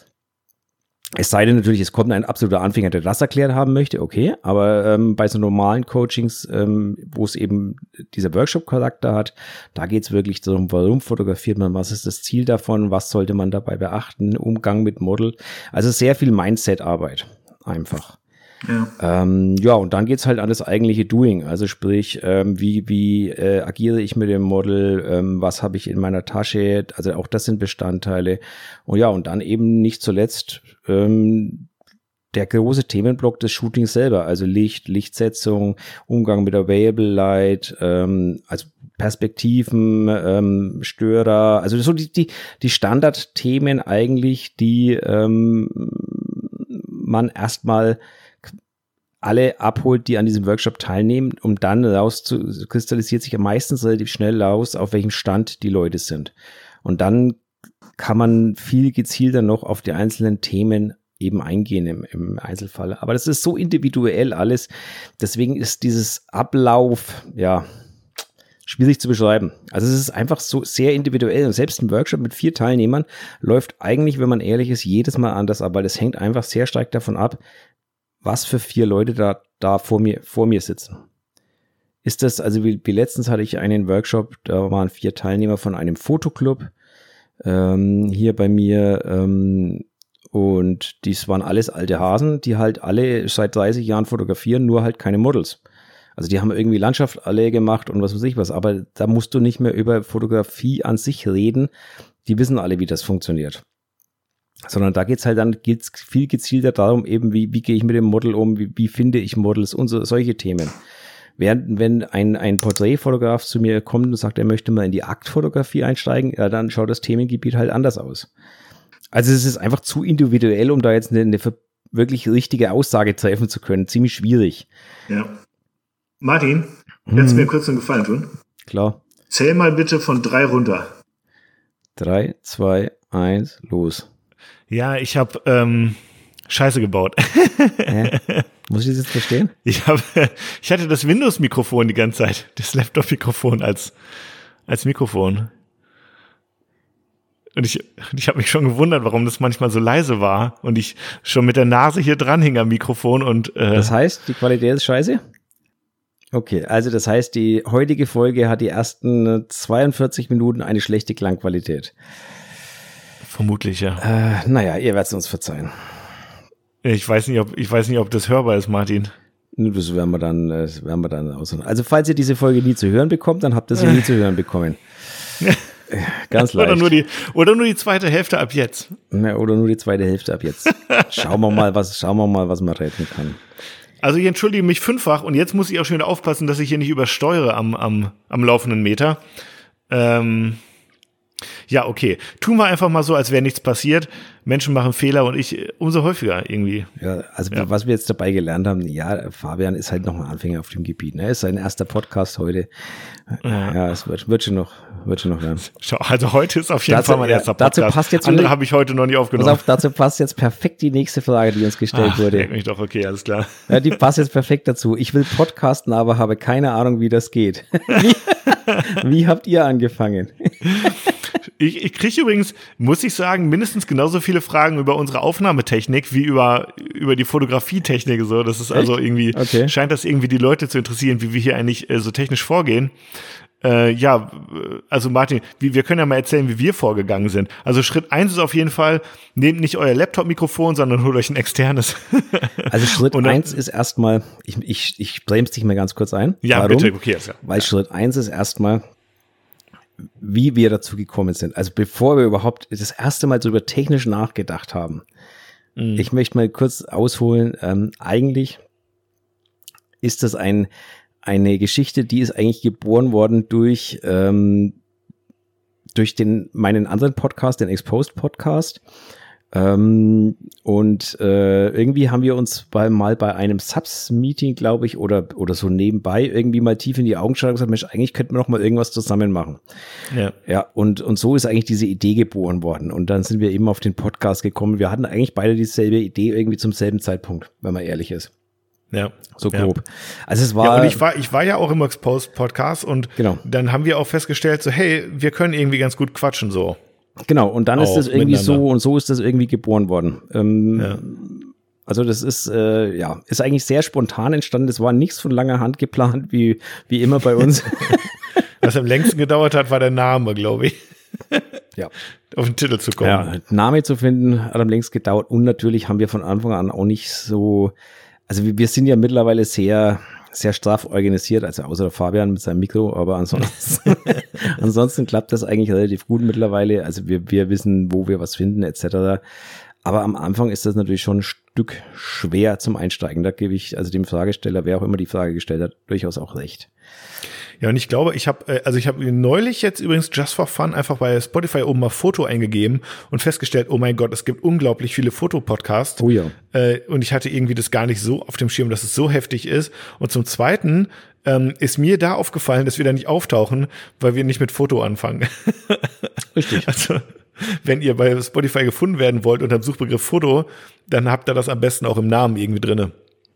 [SPEAKER 2] Es sei denn natürlich, es kommt ein absoluter Anfänger, der das erklärt haben möchte, okay, aber ähm, bei so normalen Coachings, ähm, wo es eben dieser Workshop-Charakter hat, da geht's wirklich darum, warum fotografiert man, was ist das Ziel davon, was sollte man dabei beachten, Umgang mit Model, also sehr viel Mindset-Arbeit einfach. Ja. Ähm, ja, und dann geht's halt an das eigentliche Doing, also sprich, ähm, wie wie äh, agiere ich mit dem Model, ähm, was habe ich in meiner Tasche, also auch das sind Bestandteile. Und ja, und dann eben nicht zuletzt ähm, der große Themenblock des Shootings selber, also Licht, Lichtsetzung, Umgang mit Available Light, ähm, also Perspektiven, ähm, Störer, also so die die die Standardthemen eigentlich, die ähm, man erstmal alle abholt, die an diesem Workshop teilnehmen, um dann raus zu, kristallisiert sich ja meistens relativ schnell raus, auf welchem Stand die Leute sind. Und dann kann man viel gezielter noch auf die einzelnen Themen eben eingehen im, im Einzelfall. Aber das ist so individuell alles. Deswegen ist dieses Ablauf, ja, schwierig zu beschreiben. Also es ist einfach so sehr individuell. Und selbst ein Workshop mit vier Teilnehmern läuft eigentlich, wenn man ehrlich ist, jedes Mal anders ab, weil das hängt einfach sehr stark davon ab, was für vier Leute da, da vor mir, vor mir sitzen. Ist das, also wie, wie letztens hatte ich einen Workshop, da waren vier Teilnehmer von einem Fotoclub ähm, hier bei mir ähm, und dies waren alles alte Hasen, die halt alle seit dreißig Jahren fotografieren, nur halt keine Models. Also die haben irgendwie Landschaft alle gemacht und was weiß ich was, aber da musst du nicht mehr über Fotografie an sich reden, die wissen alle, wie das funktioniert. Sondern da geht's halt dann geht's viel gezielter darum, eben wie wie gehe ich mit dem Model um, wie, wie finde ich Models und so, solche Themen. Während wenn ein ein Porträtfotograf zu mir kommt und sagt, er möchte mal in die Aktfotografie einsteigen, ja, dann schaut das Themengebiet halt anders aus. Also es ist einfach zu individuell, um da jetzt eine, eine wirklich richtige Aussage treffen zu können. Ziemlich schwierig.
[SPEAKER 1] Ja. Martin, kannst du hm. mir kurz einen Gefallen tun?
[SPEAKER 2] Klar.
[SPEAKER 1] Zähl mal bitte von drei runter.
[SPEAKER 2] Drei, zwei, eins, los.
[SPEAKER 3] Ja, ich habe ähm, Scheiße gebaut.
[SPEAKER 2] Hä? Muss ich das jetzt verstehen?
[SPEAKER 3] Ich habe, ich hatte das Windows-Mikrofon die ganze Zeit, das Laptop-Mikrofon als als Mikrofon. Und ich, ich habe mich schon gewundert, warum das manchmal so leise war und ich schon mit der Nase hier dran hing am Mikrofon und. Äh,
[SPEAKER 2] das heißt, die Qualität ist scheiße? Okay, also das heißt, die heutige Folge hat die ersten zweiundvierzig Minuten eine schlechte Klangqualität.
[SPEAKER 3] Vermutlich, ja.
[SPEAKER 2] Äh, naja, ihr werdet es uns verzeihen.
[SPEAKER 3] Ich weiß nicht, ob ich weiß nicht, ob das hörbar ist, Martin.
[SPEAKER 2] Das werden wir dann, das werden wir dann aussuchen. Also falls ihr diese Folge nie zu hören bekommt, dann habt ihr sie nie zu hören bekommen. Ganz leicht.
[SPEAKER 3] Oder nur die, oder nur die zweite Hälfte ab jetzt.
[SPEAKER 2] Ja, oder nur die zweite Hälfte ab jetzt. Schauen wir mal, was, schauen wir mal, was man retten kann.
[SPEAKER 3] Also ich entschuldige mich fünffach und jetzt muss ich auch schon wieder aufpassen, dass ich hier nicht übersteuere am, am, am laufenden Meter. Ähm, Ja, okay. Tun wir einfach mal so, als wäre nichts passiert. Menschen machen Fehler und ich äh, umso häufiger irgendwie.
[SPEAKER 2] Ja, also
[SPEAKER 3] Ja.
[SPEAKER 2] was wir jetzt dabei gelernt haben, ja, Fabian ist halt noch ein Anfänger auf dem Gebiet. Ne? Ist sein erster Podcast heute. Ja, ja es wird, wird schon noch, wird schon noch werden.
[SPEAKER 3] Schau, also heute ist auf jeden
[SPEAKER 2] Dazu-
[SPEAKER 3] Fall mein erster
[SPEAKER 2] ja, dazu
[SPEAKER 3] Podcast.
[SPEAKER 2] passt jetzt
[SPEAKER 3] Andere
[SPEAKER 2] wieder-
[SPEAKER 3] habe ich heute noch nicht
[SPEAKER 2] Pass
[SPEAKER 3] aufgenommen.
[SPEAKER 2] auf, dazu passt jetzt perfekt die nächste Frage, die uns gestellt
[SPEAKER 3] Ach,
[SPEAKER 2] wurde.
[SPEAKER 3] leck mich doch, okay, alles klar.
[SPEAKER 2] Ja, die passt jetzt perfekt dazu. Ich will podcasten, aber habe keine Ahnung, wie das geht. Wie, wie habt ihr angefangen?
[SPEAKER 3] Ich, ich kriege übrigens, muss ich sagen, mindestens genauso viele Fragen über unsere Aufnahmetechnik wie über, über die Fotografietechnik. So, das ist also
[SPEAKER 2] Echt?
[SPEAKER 3] irgendwie,
[SPEAKER 2] Okay.
[SPEAKER 3] scheint das irgendwie die Leute zu interessieren, wie wir hier eigentlich äh, so technisch vorgehen. Äh, ja, äh, also Martin, wie, wir können ja mal erzählen, wie wir vorgegangen sind. Also Schritt eins ist auf jeden Fall, nehmt nicht euer Laptop-Mikrofon, sondern holt euch ein externes.
[SPEAKER 2] Also Schritt
[SPEAKER 3] Und dann-
[SPEAKER 2] eins ist erstmal, ich, ich, ich bremse dich mal ganz kurz ein.
[SPEAKER 3] Ja,
[SPEAKER 2] Warum?
[SPEAKER 3] bitte, okay, alles klar.
[SPEAKER 2] Weil Schritt eins ist erstmal, wie wir dazu gekommen sind. Also bevor wir überhaupt das erste Mal so über technisch nachgedacht haben.
[SPEAKER 3] Mhm.
[SPEAKER 2] Ich möchte mal kurz ausholen. Ähm, eigentlich ist das ein, eine Geschichte, die ist eigentlich geboren worden durch, ähm, durch den, meinen anderen Podcast, den Exposed Podcast. Ähm, und äh, irgendwie haben wir uns bei, mal bei einem Subs-Meeting, glaube ich, oder, oder so nebenbei irgendwie mal tief in die Augen geschaut und gesagt, Mensch, eigentlich könnten wir noch mal irgendwas zusammen machen.
[SPEAKER 3] Ja.
[SPEAKER 2] Ja, und, und so ist eigentlich diese Idee geboren worden. Und dann sind wir eben auf den Podcast gekommen. Wir hatten eigentlich beide dieselbe Idee irgendwie zum selben Zeitpunkt, wenn man ehrlich ist.
[SPEAKER 3] Ja.
[SPEAKER 2] So
[SPEAKER 3] Ja.
[SPEAKER 2] grob. Also es war.
[SPEAKER 3] Ja, und ich war, ich war ja auch im Exposed-Podcast und
[SPEAKER 2] Genau.
[SPEAKER 3] dann haben wir auch festgestellt, so, hey, wir können irgendwie ganz gut quatschen, so.
[SPEAKER 2] Genau, und dann ist
[SPEAKER 3] Auch
[SPEAKER 2] das irgendwie so
[SPEAKER 3] miteinander.
[SPEAKER 2] und so ist das irgendwie geboren worden. Ähm,
[SPEAKER 3] Ja.
[SPEAKER 2] Also das ist, äh, ja, ist eigentlich sehr spontan entstanden. Das war nichts von langer Hand geplant, wie, wie immer bei uns.
[SPEAKER 3] Was am längsten gedauert hat, war der Name, glaube ich,
[SPEAKER 2] Ja.
[SPEAKER 3] auf den Titel zu kommen.
[SPEAKER 2] Ja, Name zu finden hat am längst gedauert und natürlich haben wir von Anfang an auch nicht so, also wir, wir sind ja mittlerweile sehr, sehr straff organisiert, also außer der Fabian mit seinem Mikro, aber ansonsten, ansonsten klappt das eigentlich relativ gut mittlerweile. Also wir, wir wissen, wo wir was finden et cetera. Aber am Anfang ist das natürlich schon ein Stück schwer zum Einsteigen. Da gebe ich also dem Fragesteller, wer auch immer die Frage gestellt hat, durchaus auch recht.
[SPEAKER 3] Ja, und ich glaube, ich habe, also ich habe neulich jetzt übrigens just for fun einfach bei Spotify oben mal Foto eingegeben und festgestellt, oh mein Gott, es gibt unglaublich viele Fotopodcasts.
[SPEAKER 2] Oh ja.
[SPEAKER 3] Äh, und ich hatte irgendwie das gar nicht so auf dem Schirm, dass es so heftig ist. Und zum Zweiten ähm, ist mir da aufgefallen, dass wir da nicht auftauchen, weil wir nicht mit Foto anfangen.
[SPEAKER 2] Richtig.
[SPEAKER 3] Also, wenn ihr bei Spotify gefunden werden wollt unter dem Suchbegriff Foto, dann habt ihr das am besten auch im Namen irgendwie drinne.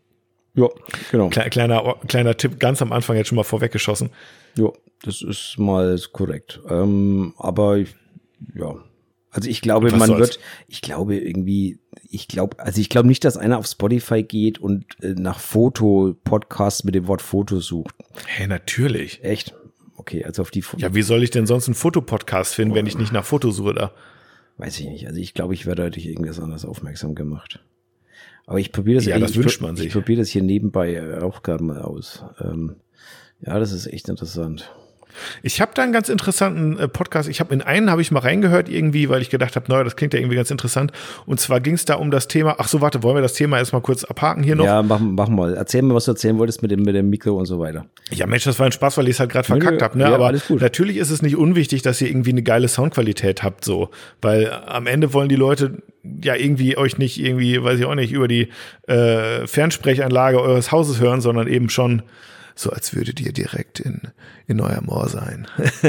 [SPEAKER 2] Ja, genau.
[SPEAKER 3] Kle- Kleiner, kleiner Tipp, ganz am Anfang jetzt schon mal vorweggeschossen.
[SPEAKER 2] Ja, das ist mal korrekt. Ähm, aber ich- ja, also ich glaube,
[SPEAKER 3] Was
[SPEAKER 2] man
[SPEAKER 3] soll's?
[SPEAKER 2] wird, ich glaube irgendwie, ich glaube, also ich glaube nicht, dass einer auf Spotify geht und äh, nach Foto-Podcasts mit dem Wort Foto sucht.
[SPEAKER 3] Hey, natürlich.
[SPEAKER 2] Echt? Okay, also auf die Foto,
[SPEAKER 3] Ja, wie soll ich denn sonst einen Fotopodcast finden, wenn ich nicht nach Foto suche da?
[SPEAKER 2] weiß ich nicht. Also ich glaube, ich werde heute durch irgendwas anderes aufmerksam gemacht. Aber ich probiere das
[SPEAKER 3] Ja, das
[SPEAKER 2] ich,
[SPEAKER 3] wünscht
[SPEAKER 2] ich,
[SPEAKER 3] man sich.
[SPEAKER 2] Ich probiere das hier nebenbei äh, auch gerade mal aus. Ähm, ja, das ist echt interessant.
[SPEAKER 3] Ich habe da einen ganz interessanten äh, Podcast. Ich habe in einen habe ich mal reingehört irgendwie, weil ich gedacht habe, naja, das klingt ja irgendwie ganz interessant. Und zwar ging es da um das Thema. Ach so, warte, wollen wir das Thema erstmal kurz abhaken hier noch?
[SPEAKER 2] Ja, mach, mach mal. Erzähl mir, was du erzählen wolltest mit dem, mit dem Mikro und so weiter.
[SPEAKER 3] Ja, Mensch, das war ein Spaß, weil ich es halt gerade
[SPEAKER 2] Nö,
[SPEAKER 3] verkackt
[SPEAKER 2] nö,
[SPEAKER 3] habe. Ne?
[SPEAKER 2] ja,
[SPEAKER 3] Aber
[SPEAKER 2] alles gut.
[SPEAKER 3] natürlich ist es nicht unwichtig, dass ihr irgendwie eine geile Soundqualität habt, so, weil am Ende wollen die Leute ja irgendwie euch nicht irgendwie, weiß ich auch nicht, über die äh, Fernsprechanlage eures Hauses hören, sondern eben schon so, als würdet ihr direkt in in eurem Ohr sein.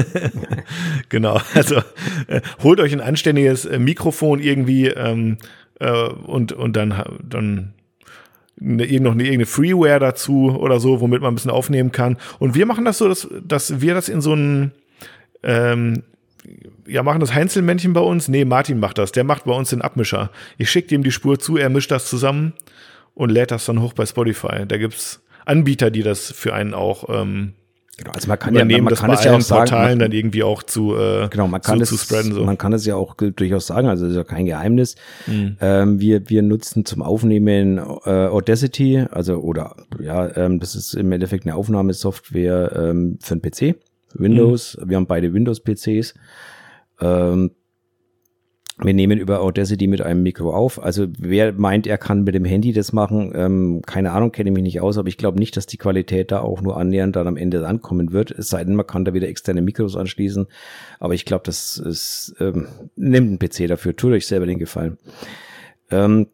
[SPEAKER 3] Genau, also äh, holt euch ein anständiges äh, Mikrofon irgendwie ähm, äh, und und dann dann eine, noch eine irgendeine Freeware dazu oder so, womit man ein bisschen aufnehmen kann. Und wir machen das so, dass, dass wir das in so einen, ähm, ja, machen das Heinzelmännchen bei uns. Nee, Martin macht das. Der macht bei uns den Abmischer. Ich schicke ihm die Spur zu, er mischt das zusammen und lädt das dann hoch bei Spotify. Da gibt's Anbieter, die das für einen auch ähm,
[SPEAKER 2] Genau, also man kann ja,
[SPEAKER 3] übernehmen,
[SPEAKER 2] man
[SPEAKER 3] das
[SPEAKER 2] kann
[SPEAKER 3] bei
[SPEAKER 2] es ja
[SPEAKER 3] allen
[SPEAKER 2] auch sagen,
[SPEAKER 3] Portalen
[SPEAKER 2] man,
[SPEAKER 3] dann irgendwie auch zu, äh,
[SPEAKER 2] genau, man kann
[SPEAKER 3] zu,
[SPEAKER 2] es,
[SPEAKER 3] zu spreaden. So.
[SPEAKER 2] man kann es ja auch durchaus sagen, also das ist ja kein Geheimnis.
[SPEAKER 3] Mhm.
[SPEAKER 2] Ähm, wir, wir nutzen zum Aufnehmen äh, Audacity, also oder ja, ähm, das ist im Endeffekt eine Aufnahmesoftware ähm, für den P C, Windows. Mhm. Wir haben beide Windows-P Cs. Ähm, Wir nehmen über Audacity mit einem Mikro auf. Also wer meint, er kann mit dem Handy das machen, ähm, keine Ahnung, kenne mich nicht aus, aber ich glaube nicht, dass die Qualität da auch nur annähernd dann am Ende ankommen wird. Es sei denn, man kann da wieder externe Mikros anschließen. Aber ich glaube, das ist, ähm, nehmt einen P C dafür, tut euch selber den Gefallen. Ähm,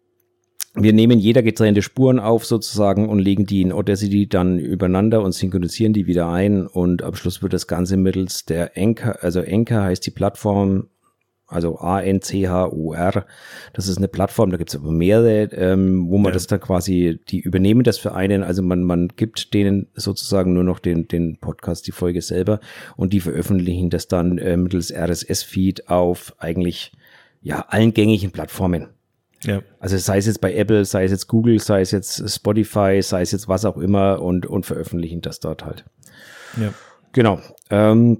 [SPEAKER 2] wir nehmen jeder getrennte Spuren auf sozusagen und legen die in Audacity dann übereinander und synchronisieren die wieder ein. Und am Schluss wird das Ganze mittels der Anchor, also Anchor heißt die Plattform, also A N C H U R, das ist eine Plattform, da gibt es aber mehrere, ähm, wo man ja. das dann quasi, die übernehmen das für einen, also man man gibt denen sozusagen nur noch den den Podcast, die Folge selber und die veröffentlichen das dann äh, mittels R S S-Feed auf eigentlich ja allen gängigen Plattformen. Ja. Also sei es jetzt bei Apple, sei es jetzt Google, sei es jetzt Spotify, sei es jetzt was auch immer und und veröffentlichen das dort halt. Ja. Genau. Ähm,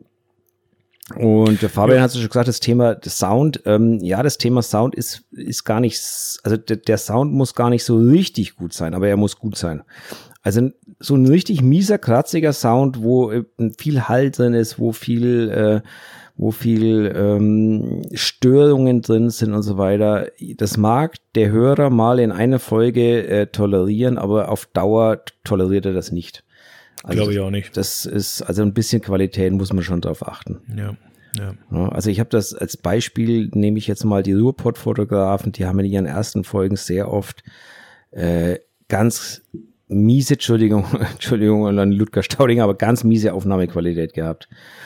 [SPEAKER 2] Und der Fabian ja. hat schon gesagt, das Thema das Sound, ähm, ja, das Thema Sound ist ist gar nicht, also der, der Sound muss gar nicht so richtig gut sein, aber er muss gut sein. Also so ein richtig mieser, kratziger Sound, wo äh, viel Hall drin ist, wo viel, äh, wo viel ähm, Störungen drin sind und so weiter. Das mag der Hörer mal in einer Folge äh, tolerieren, aber auf Dauer toleriert er das nicht. Also
[SPEAKER 3] glaube ich auch nicht.
[SPEAKER 2] Das ist, also ein bisschen Qualität muss man schon drauf achten.
[SPEAKER 3] Ja, ja.
[SPEAKER 2] Ja, also ich habe das als Beispiel, nehme ich jetzt mal die Ruhrpott-Fotografen, die haben in ihren ersten Folgen sehr oft äh, ganz miese, Entschuldigung, Entschuldigung an Ludger Staudinger, aber ganz miese Aufnahmequalität gehabt.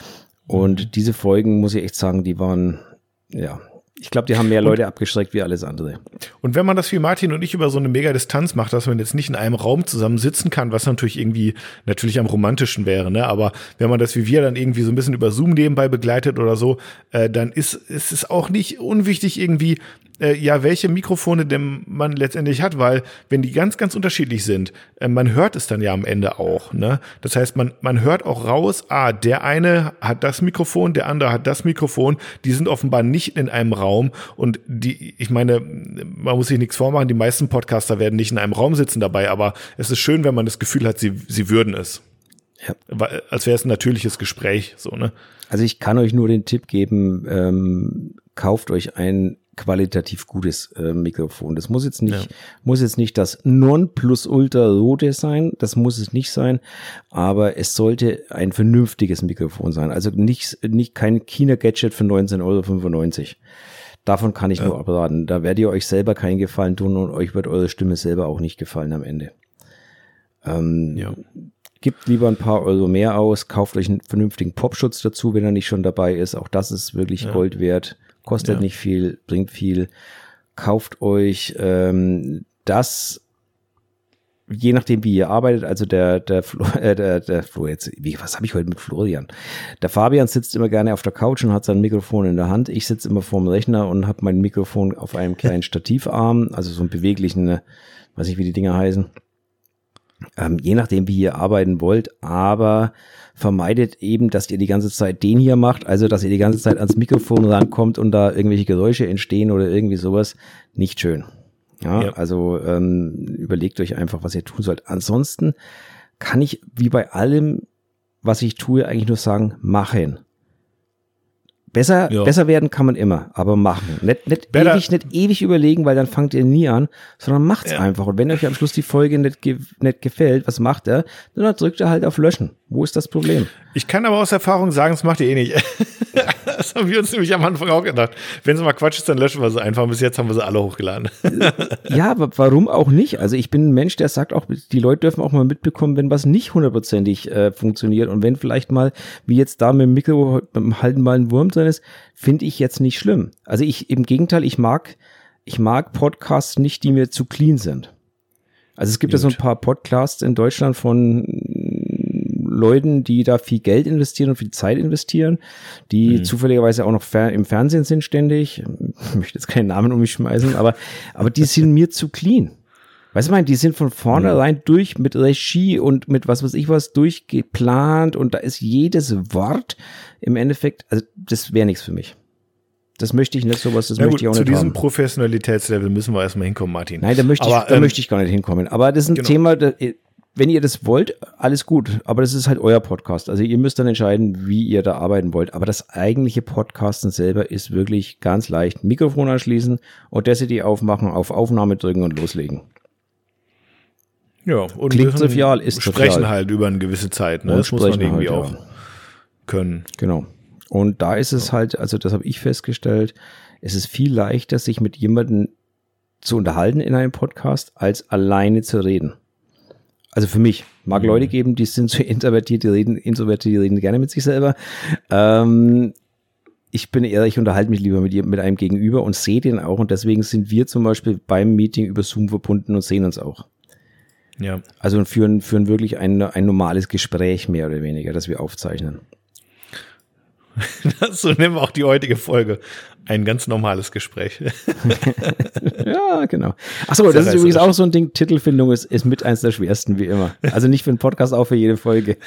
[SPEAKER 2] Und mhm. diese Folgen, muss ich echt sagen, die waren, ja, ich glaube, die haben mehr Leute und, abgeschreckt wie alles andere.
[SPEAKER 3] Und wenn man das wie Martin und ich über so eine Mega-Distanz macht, dass man jetzt nicht in einem Raum zusammen sitzen kann, was natürlich irgendwie natürlich am romantischen wäre, ne? Aber wenn man das wie wir dann irgendwie so ein bisschen über Zoom nebenbei begleitet oder so, äh, dann ist, ist es auch nicht unwichtig irgendwie, äh, ja, welche Mikrofone denn man letztendlich hat, weil wenn die ganz, ganz unterschiedlich sind, äh, man hört es dann ja am Ende auch, ne? Das heißt, man, man hört auch raus, ah, der eine hat das Mikrofon, der andere hat das Mikrofon, die sind offenbar nicht in einem Raum. Und die, ich meine, man muss sich nichts vormachen, die meisten Podcaster werden nicht in einem Raum sitzen dabei, aber es ist schön, wenn man das Gefühl hat, sie, sie würden es. Ja. Weil, als wäre es ein natürliches Gespräch, so, ne?
[SPEAKER 2] Also ich kann euch nur den Tipp geben, ähm, kauft euch ein qualitativ gutes äh, Mikrofon. Das muss jetzt nicht, ja. muss jetzt nicht das Nonplusultra-Rote sein, das muss es nicht sein, aber es sollte ein vernünftiges Mikrofon sein. Also nicht, nicht kein China-Gadget für neunzehn Euro fünfundneunzig. Davon kann ich ja. nur abraten. Da werdet ihr euch selber keinen Gefallen tun und euch wird eure Stimme selber auch nicht gefallen am Ende. Ähm, ja. Gebt lieber ein paar Euro mehr aus, kauft euch einen vernünftigen Popschutz dazu, wenn er nicht schon dabei ist. Auch das ist wirklich ja. Gold wert. Kostet ja. nicht viel, bringt viel. Kauft euch ähm, das, je nachdem wie ihr arbeitet, also der der Flo, äh, der, der Flo jetzt, wie, was habe ich heute mit Florian? Der Fabian sitzt immer gerne auf der Couch und hat sein Mikrofon in der Hand. Ich sitze immer vorm Rechner und habe mein Mikrofon auf einem kleinen Stativarm, also so einen beweglichen, weiß ich wie die Dinger heißen. Ähm, je nachdem, wie ihr arbeiten wollt, aber vermeidet eben, dass ihr die ganze Zeit den hier macht, also dass ihr die ganze Zeit ans Mikrofon rankommt und da irgendwelche Geräusche entstehen oder irgendwie sowas. Nicht schön. Ja, ja. Also ähm, überlegt euch einfach, was ihr tun sollt. Ansonsten kann ich, wie bei allem, was ich tue, eigentlich nur sagen, machen. Besser, ja. besser werden kann man immer, aber machen. Nicht, nicht, ewig, nicht ewig überlegen, weil dann fangt ihr nie an, sondern macht's ja. einfach. Und wenn euch am Schluss die Folge nicht, ge- nicht gefällt, was macht er? Dann drückt er halt auf Löschen. Wo ist das Problem?
[SPEAKER 3] Ich kann aber aus Erfahrung sagen, das macht ihr eh nicht. Das haben wir uns nämlich am Anfang auch gedacht. Wenn es mal Quatsch ist, dann löschen wir sie einfach. Bis jetzt haben wir sie alle hochgeladen.
[SPEAKER 2] Ja, aber warum auch nicht? Also ich bin ein Mensch, der sagt auch, die Leute dürfen auch mal mitbekommen, wenn was nicht hundertprozentig äh, funktioniert. Und wenn vielleicht mal, wie jetzt da mit dem Mikro, beim Halten mal ein Wurm drin ist, finde ich jetzt nicht schlimm. Also ich, im Gegenteil, ich mag, ich mag Podcasts nicht, die mir zu clean sind. Also es gibt Gut. ja so ein paar Podcasts in Deutschland von Leuten, die da viel Geld investieren und viel Zeit investieren, die mhm. zufälligerweise auch noch fer- im Fernsehen sind ständig. Ich möchte jetzt keinen Namen um mich schmeißen, aber, aber die sind mir zu clean. Weißt du, mein, die sind von vornherein mhm. durch mit Regie und mit was weiß ich was durchgeplant und da ist jedes Wort im Endeffekt, also das wäre nichts für mich. Das möchte ich nicht, sowas, das
[SPEAKER 3] Na
[SPEAKER 2] möchte
[SPEAKER 3] gut,
[SPEAKER 2] ich auch
[SPEAKER 3] zu
[SPEAKER 2] nicht
[SPEAKER 3] diesem
[SPEAKER 2] haben.
[SPEAKER 3] Professionalitätslevel müssen wir erstmal hinkommen, Martin.
[SPEAKER 2] Nein, da möchte ich,
[SPEAKER 3] Aber,
[SPEAKER 2] da
[SPEAKER 3] ähm,
[SPEAKER 2] möchte ich gar nicht hinkommen. Aber das ist ein
[SPEAKER 3] genau.
[SPEAKER 2] Thema, da, wenn ihr das wollt, alles gut. Aber das ist halt euer Podcast. Also ihr müsst dann entscheiden, wie ihr da arbeiten wollt. Aber das eigentliche Podcasten selber ist wirklich ganz leicht. Mikrofon anschließen, Audacity aufmachen, auf Aufnahme drücken und loslegen.
[SPEAKER 3] Ja, und
[SPEAKER 2] klingt trivial, ist
[SPEAKER 3] sprechen
[SPEAKER 2] trivial.
[SPEAKER 3] halt über eine gewisse Zeit. Ne? Das muss man irgendwie halt, auch ja. können.
[SPEAKER 2] Genau. Und da ist es halt, also das habe ich festgestellt, es ist viel leichter, sich mit jemandem zu unterhalten in einem Podcast, als alleine zu reden. Also für mich. Mag mhm. Leute geben, die sind so introvertiert, die reden, introvertiert, die reden gerne mit sich selber. Ähm, ich bin eher, ich unterhalte mich lieber mit, mit einem Gegenüber und sehe den auch. Und deswegen sind wir zum Beispiel beim Meeting über Zoom verbunden und sehen uns auch.
[SPEAKER 3] Ja.
[SPEAKER 2] Also führen, führen wirklich ein, ein normales Gespräch mehr oder weniger, das wir aufzeichnen.
[SPEAKER 3] So nehmen wir auch die heutige Folge. Ein ganz normales Gespräch.
[SPEAKER 2] Ja, genau. Achso, das ist übrigens auch so ein Ding. Titelfindung ist, ist mit eins der schwersten, wie immer. Also nicht für einen Podcast, auch für jede Folge.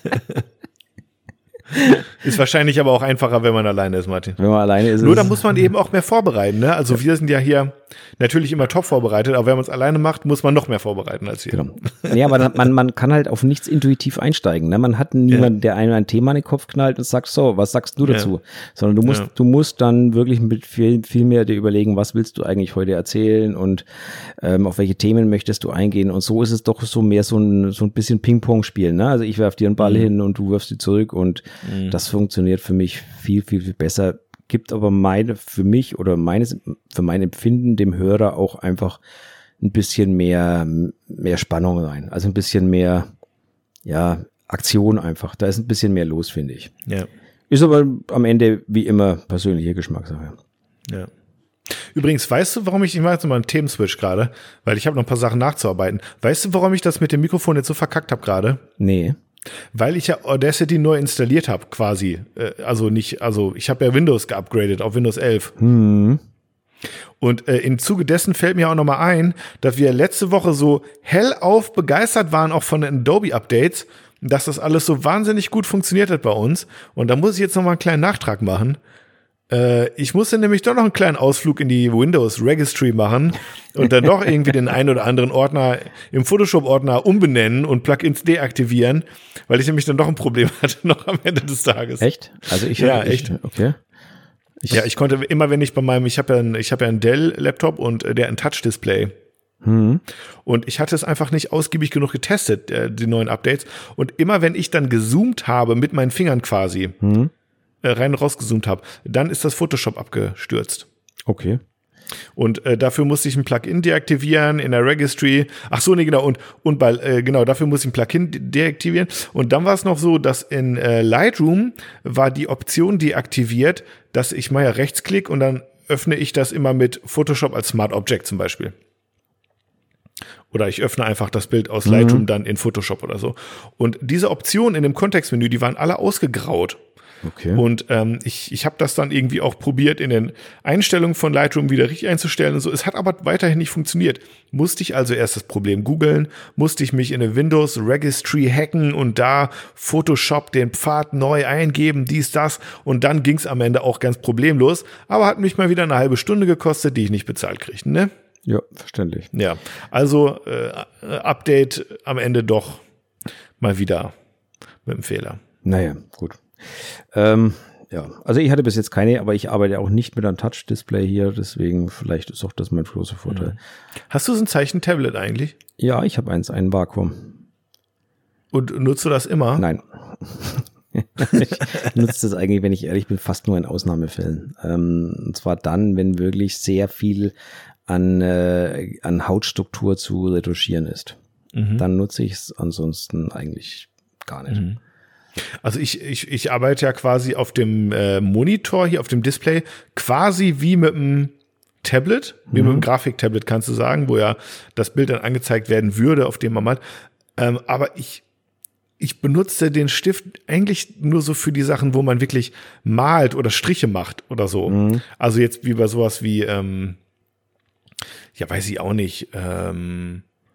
[SPEAKER 3] Ist wahrscheinlich aber auch einfacher, wenn man alleine ist, Martin.
[SPEAKER 2] Wenn man alleine ist.
[SPEAKER 3] Nur da muss man eben auch mehr vorbereiten. Ne? Also wir sind ja hier natürlich immer top vorbereitet, aber wenn man es alleine macht, muss man noch mehr vorbereiten als wir.
[SPEAKER 2] Genau. Ja, aber man, man kann halt auf nichts intuitiv einsteigen. Ne? Man hat niemanden, ja. der einem ein Thema in den Kopf knallt und sagt, so, was sagst du dazu? Ja. Sondern du musst, ja. du musst dann wirklich mit viel, viel mehr dir überlegen, was willst du eigentlich heute erzählen und ähm, auf welche Themen möchtest du eingehen. Und so ist es doch so mehr so ein, so ein bisschen Ping-Pong-Spiel. Ne? Also ich werf dir einen Ball mhm. hin und du wirfst sie zurück und mhm. das funktioniert für mich viel, viel, viel besser. Gibt aber meine, für mich oder meines, für mein Empfinden dem Hörer auch einfach ein bisschen mehr, mehr Spannung rein. Also ein bisschen mehr, ja, Aktion einfach. Da ist ein bisschen mehr los, finde ich.
[SPEAKER 3] Ja.
[SPEAKER 2] Ist aber am Ende wie immer persönliche Geschmackssache.
[SPEAKER 3] Ja. Übrigens, weißt du, warum ich, ich mache jetzt mal einen Themenswitch gerade, weil ich habe noch ein paar Sachen nachzuarbeiten. Weißt du, warum ich das mit dem Mikrofon jetzt so verkackt habe gerade?
[SPEAKER 2] Nee.
[SPEAKER 3] Weil ich ja Audacity neu installiert habe, quasi. Also nicht, also ich habe ja Windows geupgradet auf Windows elf.
[SPEAKER 2] Hm.
[SPEAKER 3] Und äh, im Zuge dessen fällt mir auch nochmal ein, dass wir letzte Woche so hellauf begeistert waren, auch von den Adobe-Updates, dass das alles so wahnsinnig gut funktioniert hat bei uns. Und da muss ich jetzt nochmal einen kleinen Nachtrag machen. Ich musste nämlich doch noch einen kleinen Ausflug in die Windows Registry machen und dann doch irgendwie den einen oder anderen Ordner im Photoshop-Ordner umbenennen und Plugins deaktivieren, weil ich nämlich dann doch ein Problem hatte noch am Ende des Tages.
[SPEAKER 2] Echt? Also ich
[SPEAKER 3] ja,
[SPEAKER 2] hab,
[SPEAKER 3] echt.
[SPEAKER 2] Ich, okay.
[SPEAKER 3] Ich, ja, ich konnte immer, wenn ich bei meinem, ich habe ja ein, ich habe ja einen Dell-Laptop und der ein Touch-Display.
[SPEAKER 2] Hm.
[SPEAKER 3] Und ich hatte es einfach nicht ausgiebig genug getestet, äh, die neuen Updates. Und immer wenn ich dann gezoomt habe mit meinen Fingern quasi,
[SPEAKER 2] Hm.
[SPEAKER 3] rein und rausgezoomt habe, dann ist das Photoshop abgestürzt.
[SPEAKER 2] Okay.
[SPEAKER 3] Und äh, dafür musste ich ein Plugin deaktivieren in der Registry. Ach so, nee, genau. Und, und bei, äh, genau, dafür musste ich ein Plugin de- deaktivieren. Und dann war es noch so, dass in äh, Lightroom war die Option deaktiviert, dass ich mal ja rechtsklick und dann öffne ich das immer mit Photoshop als Smart Object zum Beispiel. Oder ich öffne einfach das Bild aus Lightroom mhm. dann in Photoshop oder so. Und diese Optionen in dem Kontextmenü, die waren alle ausgegraut.
[SPEAKER 2] Okay.
[SPEAKER 3] Und ähm, ich, ich habe das dann irgendwie auch probiert, in den Einstellungen von Lightroom wieder richtig einzustellen und so. Es hat aber weiterhin nicht funktioniert. Musste ich also erst das Problem googeln, musste ich mich in eine Windows Registry hacken und da Photoshop den Pfad neu eingeben, dies, das. Und dann ging es am Ende auch ganz problemlos. Aber hat mich mal wieder eine halbe Stunde gekostet, die ich nicht bezahlt kriegte, ne?
[SPEAKER 2] Ja, verständlich.
[SPEAKER 3] Ja, also äh, Update am Ende doch mal wieder mit dem Fehler.
[SPEAKER 2] Naja, gut. Ähm, ja, also ich hatte bis jetzt keine, aber ich arbeite auch nicht mit einem Touch-Display hier, deswegen vielleicht ist auch das mein großer Vorteil.
[SPEAKER 3] Hast du so ein Zeichentablet eigentlich?
[SPEAKER 2] Ja, ich habe eins, einen Vakuum.
[SPEAKER 3] Und nutzt du das immer?
[SPEAKER 2] Nein. Ich nutze das eigentlich, wenn ich ehrlich bin, fast nur in Ausnahmefällen. Ähm, und zwar dann, wenn wirklich sehr viel an, äh, an Hautstruktur zu retuschieren ist. Mhm. Dann nutze ich es, ansonsten eigentlich gar nicht.
[SPEAKER 3] Mhm. Also ich, ich, ich arbeite ja quasi auf dem äh, Monitor hier, auf dem Display, quasi wie mit einem Tablet, wie mhm. mit einem Grafiktablet, kannst du sagen, wo ja das Bild dann angezeigt werden würde, auf dem man malt. Ähm, aber ich, ich benutze den Stift eigentlich nur so für die Sachen, wo man wirklich malt oder Striche macht oder so. Mhm. Also jetzt wie bei sowas wie, ähm, ja, weiß ich auch nicht, ähm,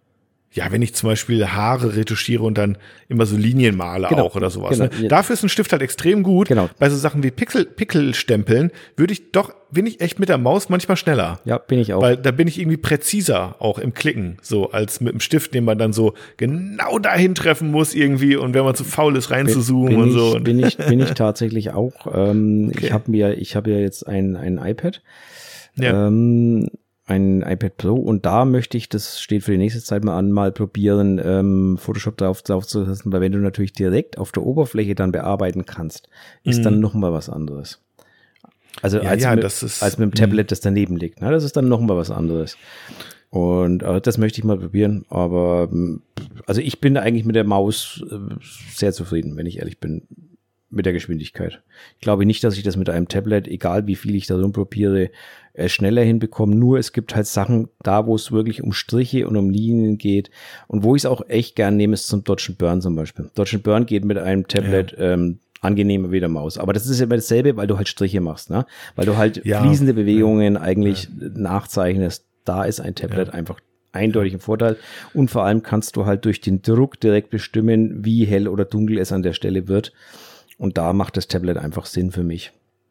[SPEAKER 3] ja, wenn ich zum Beispiel Haare retuschiere und dann immer so Linien male
[SPEAKER 2] genau,
[SPEAKER 3] auch oder sowas.
[SPEAKER 2] Genau.
[SPEAKER 3] Ne? Dafür ist ein Stift halt extrem gut.
[SPEAKER 2] Genau.
[SPEAKER 3] Bei so Sachen wie Pixel, Pickelstempeln würde ich doch, bin ich echt mit der Maus manchmal schneller.
[SPEAKER 2] Ja, bin ich auch.
[SPEAKER 3] Weil da bin ich irgendwie präziser auch im Klicken, so als mit dem Stift, den man dann so genau dahin treffen muss irgendwie und wenn man zu faul ist, reinzuzoomen
[SPEAKER 2] bin, bin
[SPEAKER 3] und so.
[SPEAKER 2] Ich, bin ich, bin ich tatsächlich auch. Ähm,
[SPEAKER 3] Okay.
[SPEAKER 2] Ich habe mir, ich habe ja jetzt ein, ein iPad.
[SPEAKER 3] Ja.
[SPEAKER 2] Ähm, ein iPad Pro und da möchte ich, das steht für die nächste Zeit mal an, mal probieren, ähm, Photoshop darauf drauf zu setzen, weil wenn du natürlich direkt auf der Oberfläche dann bearbeiten kannst, ist
[SPEAKER 3] Mhm.
[SPEAKER 2] dann noch mal was anderes. Also
[SPEAKER 3] Ja,
[SPEAKER 2] als,
[SPEAKER 3] ja,
[SPEAKER 2] mit,
[SPEAKER 3] das ist-
[SPEAKER 2] als mit dem Tablet, das daneben liegt. Ne? Das ist dann noch mal was anderes. Und äh, das möchte ich mal probieren, aber ähm, also ich bin eigentlich mit der Maus äh, sehr zufrieden, wenn ich ehrlich bin, mit der Geschwindigkeit. Ich glaube nicht, dass ich das mit einem Tablet, egal wie viel ich da rumprobiere, äh, schneller hinbekomme. Nur es gibt halt Sachen da, wo es wirklich um Striche und um Linien geht und wo ich es auch echt gern nehme, ist zum Dodge and Burn zum Beispiel. Dodge and Burn geht mit einem Tablet ja. ähm, angenehmer wie der Maus. Aber das ist immer dasselbe, weil du halt Striche machst, ne? Weil du halt
[SPEAKER 3] Ja.
[SPEAKER 2] fließende Bewegungen
[SPEAKER 3] Ja.
[SPEAKER 2] eigentlich
[SPEAKER 3] Ja.
[SPEAKER 2] nachzeichnest. Da ist ein Tablet
[SPEAKER 3] Ja.
[SPEAKER 2] einfach eindeutig ein Vorteil. Und vor allem kannst du halt durch den Druck direkt bestimmen, wie hell oder dunkel es an der Stelle wird. Und da macht das Tablet einfach Sinn für mich.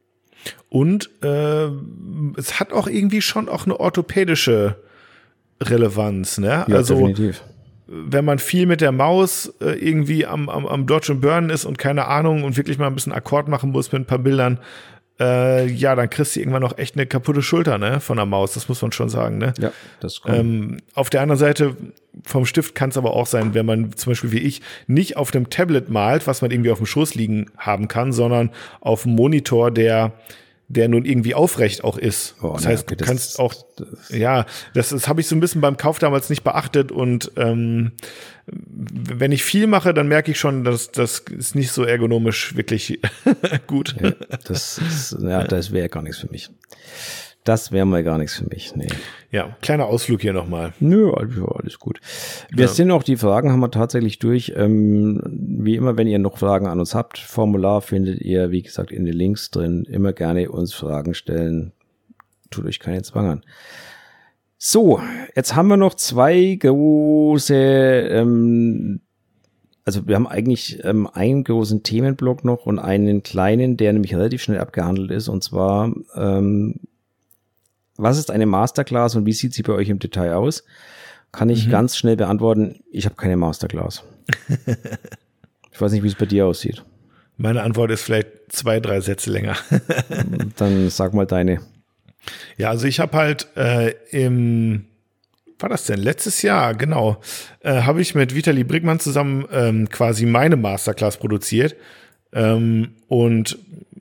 [SPEAKER 3] Und äh, es hat auch irgendwie schon auch eine orthopädische Relevanz, ne?
[SPEAKER 2] Ja,
[SPEAKER 3] also
[SPEAKER 2] definitiv.
[SPEAKER 3] wenn man viel mit der Maus äh, irgendwie am, am, am Dodge and Burn ist und keine Ahnung und wirklich mal ein bisschen Akkord machen muss mit ein paar Bildern, äh, ja, dann kriegst du irgendwann noch echt eine kaputte Schulter, ne, von der Maus, das muss man schon sagen, ne?
[SPEAKER 2] Ja, das kommt.
[SPEAKER 3] Ähm, auf der anderen Seite vom Stift kann es aber auch sein, wenn man zum Beispiel wie ich nicht auf dem Tablet malt, was man irgendwie auf dem Schoß liegen haben kann, sondern auf dem Monitor, der der nun irgendwie aufrecht auch ist.
[SPEAKER 2] Oh,
[SPEAKER 3] das
[SPEAKER 2] na,
[SPEAKER 3] heißt,
[SPEAKER 2] okay,
[SPEAKER 3] du
[SPEAKER 2] das-
[SPEAKER 3] kannst auch,
[SPEAKER 2] das-
[SPEAKER 3] ja, das, das habe ich so ein bisschen beim Kauf damals nicht beachtet und ähm, wenn ich viel mache, dann merke ich schon, dass das ist nicht so ergonomisch wirklich gut.
[SPEAKER 2] Ja, das ist, ja, das wäre gar nichts für mich. Das wäre mal gar nichts für mich. Nee.
[SPEAKER 3] Ja, kleiner Ausflug hier nochmal.
[SPEAKER 2] Nö, also alles gut. Wir
[SPEAKER 3] Ja.
[SPEAKER 2] sind auch, die Fragen haben wir tatsächlich durch. Ähm, wie immer, wenn ihr noch Fragen an uns habt, Formular findet ihr, wie gesagt, in den Links drin. Immer gerne uns Fragen stellen. Tut euch keine Zwang an. So, jetzt haben wir noch zwei große, ähm, also wir haben eigentlich ähm, einen großen Themenblock noch und einen kleinen, der nämlich relativ schnell abgehandelt ist. Und zwar, ähm, was ist eine Masterclass und wie sieht sie bei euch im Detail aus? Kann ich
[SPEAKER 3] Mhm.
[SPEAKER 2] ganz schnell beantworten, ich habe keine Masterclass. Ich weiß nicht, wie es bei dir aussieht.
[SPEAKER 3] Meine Antwort ist vielleicht zwei, drei Sätze länger.
[SPEAKER 2] Dann sag mal deine.
[SPEAKER 3] Ja, also ich habe halt äh, im, war das denn letztes Jahr, genau, äh, habe ich mit Vitali Brickmann zusammen ähm, quasi meine Masterclass produziert. Ähm, und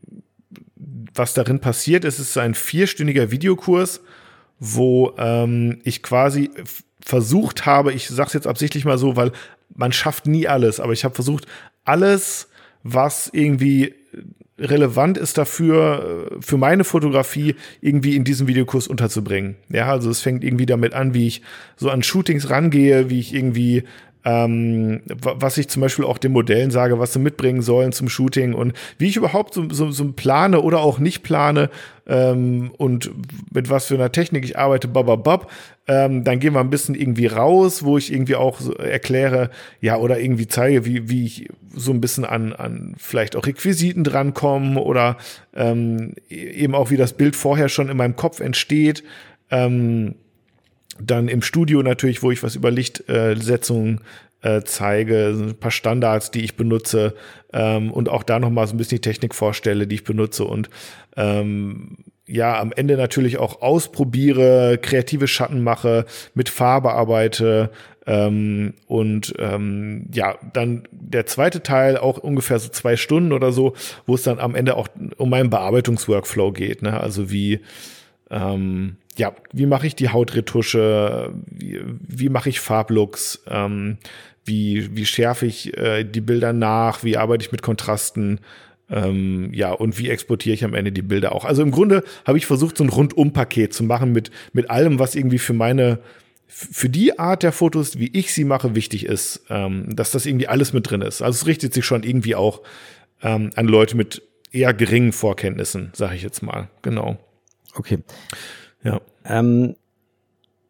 [SPEAKER 3] was darin passiert ist, ist ein vierstündiger Videokurs, wo ähm, ich quasi f- versucht habe, ich sag's jetzt absichtlich mal so, weil man schafft nie alles, aber ich habe versucht, alles, was irgendwie relevant ist dafür, äh, für meine Fotografie irgendwie in diesem Videokurs unterzubringen. Ja, also es fängt irgendwie damit an, wie ich so an Shootings rangehe, wie ich irgendwie ähm, wa- was ich zum Beispiel auch den Modellen sage, was sie mitbringen sollen zum Shooting und wie ich überhaupt so, so, so plane oder auch nicht plane ähm, und mit was für einer Technik ich arbeite, bababab. Ähm, dann gehen wir ein bisschen irgendwie raus, wo ich irgendwie auch so erkläre, ja, oder irgendwie zeige, wie, wie ich so ein bisschen an, an vielleicht auch Requisiten drankomme oder ähm, eben auch, wie das Bild vorher schon in meinem Kopf entsteht. Ähm, Dann im Studio natürlich, wo ich was über Lichtsetzungen äh, zeige, ein paar Standards, die ich benutze ähm, und auch da nochmal so ein bisschen die Technik vorstelle, die ich benutze und ähm, ja, am Ende natürlich auch ausprobiere, kreative Schatten mache, mit Farbe arbeite ähm, und ähm, ja, dann der zweite Teil auch ungefähr so zwei Stunden oder so, wo es dann am Ende auch um meinen Bearbeitungsworkflow geht, ne? Also wie Ähm, ja, wie mache ich die Hautretusche, wie, wie mache ich Farblooks, ähm, wie, wie schärfe ich äh, die Bilder nach, wie arbeite ich mit Kontrasten, ähm, ja, und wie exportiere ich am Ende die Bilder auch. Also im Grunde habe ich versucht, so ein Rundum-Paket zu machen mit, mit allem, was irgendwie für meine, für die Art der Fotos, wie ich sie mache, wichtig ist, ähm, dass das irgendwie alles mit drin ist. Also es richtet sich schon irgendwie auch ähm, an Leute mit eher geringen Vorkenntnissen, sage ich jetzt mal, genau.
[SPEAKER 2] Okay.
[SPEAKER 3] Ja.
[SPEAKER 2] Ähm,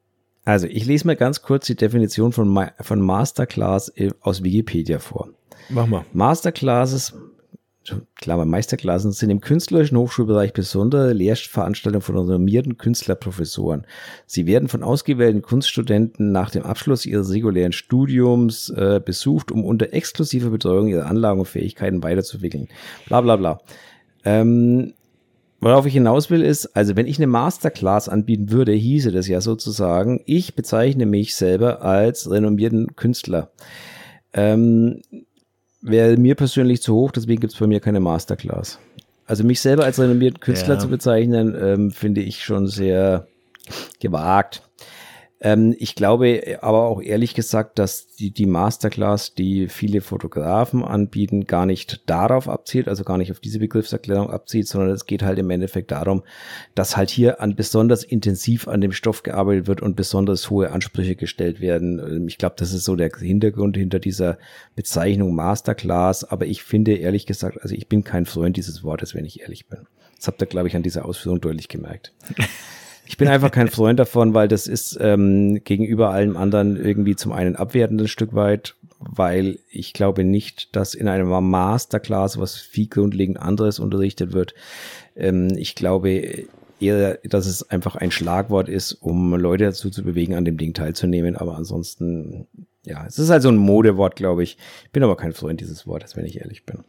[SPEAKER 2] Also, ich lese mal ganz kurz die Definition von, Ma- von Masterclass aus Wikipedia vor.
[SPEAKER 3] Mach mal.
[SPEAKER 2] Masterclasses, klar, Meisterklassen sind im künstlerischen Hochschulbereich besondere Lehrveranstaltungen von renommierten Künstlerprofessoren. Sie werden von ausgewählten Kunststudenten nach dem Abschluss ihres regulären Studiums äh, besucht, um unter exklusiver Betreuung ihre Anlagen und Fähigkeiten weiterzuentwickeln. Bla bla bla. Ähm, worauf ich hinaus will ist, also wenn ich eine Masterclass anbieten würde, hieße das ja sozusagen, ich bezeichne mich selber als renommierten Künstler. Ähm, wäre mir persönlich zu hoch, deswegen gibt es bei mir keine Masterclass. Also mich selber als renommierten Künstler
[SPEAKER 3] Ja.
[SPEAKER 2] zu bezeichnen, ähm, finde ich schon sehr gewagt. Ähm, ich glaube aber auch ehrlich gesagt, dass die, die Masterclass, die viele Fotografen anbieten, gar nicht darauf abzielt, also gar nicht auf diese Begriffserklärung abzielt, sondern es geht halt im Endeffekt darum, dass halt hier an besonders intensiv an dem Stoff gearbeitet wird und besonders hohe Ansprüche gestellt werden. Ich glaube, das ist so der Hintergrund hinter dieser Bezeichnung Masterclass, aber ich finde ehrlich gesagt, also ich bin kein Freund dieses Wortes, wenn ich ehrlich bin. Das habt ihr, glaube ich, an dieser Ausführung deutlich gemerkt. Ich bin einfach kein Freund davon, weil das ist ähm, gegenüber allem anderen irgendwie zum einen abwertend ein Stück weit, weil ich glaube nicht, dass in einer Masterclass was viel grundlegend anderes unterrichtet wird. Ähm, ich glaube eher, dass es einfach ein Schlagwort ist, um Leute dazu zu bewegen, an dem Ding teilzunehmen. Aber ansonsten, ja, es ist halt so ein Modewort, glaube ich. Ich bin aber kein Freund dieses Wortes, wenn ich ehrlich bin.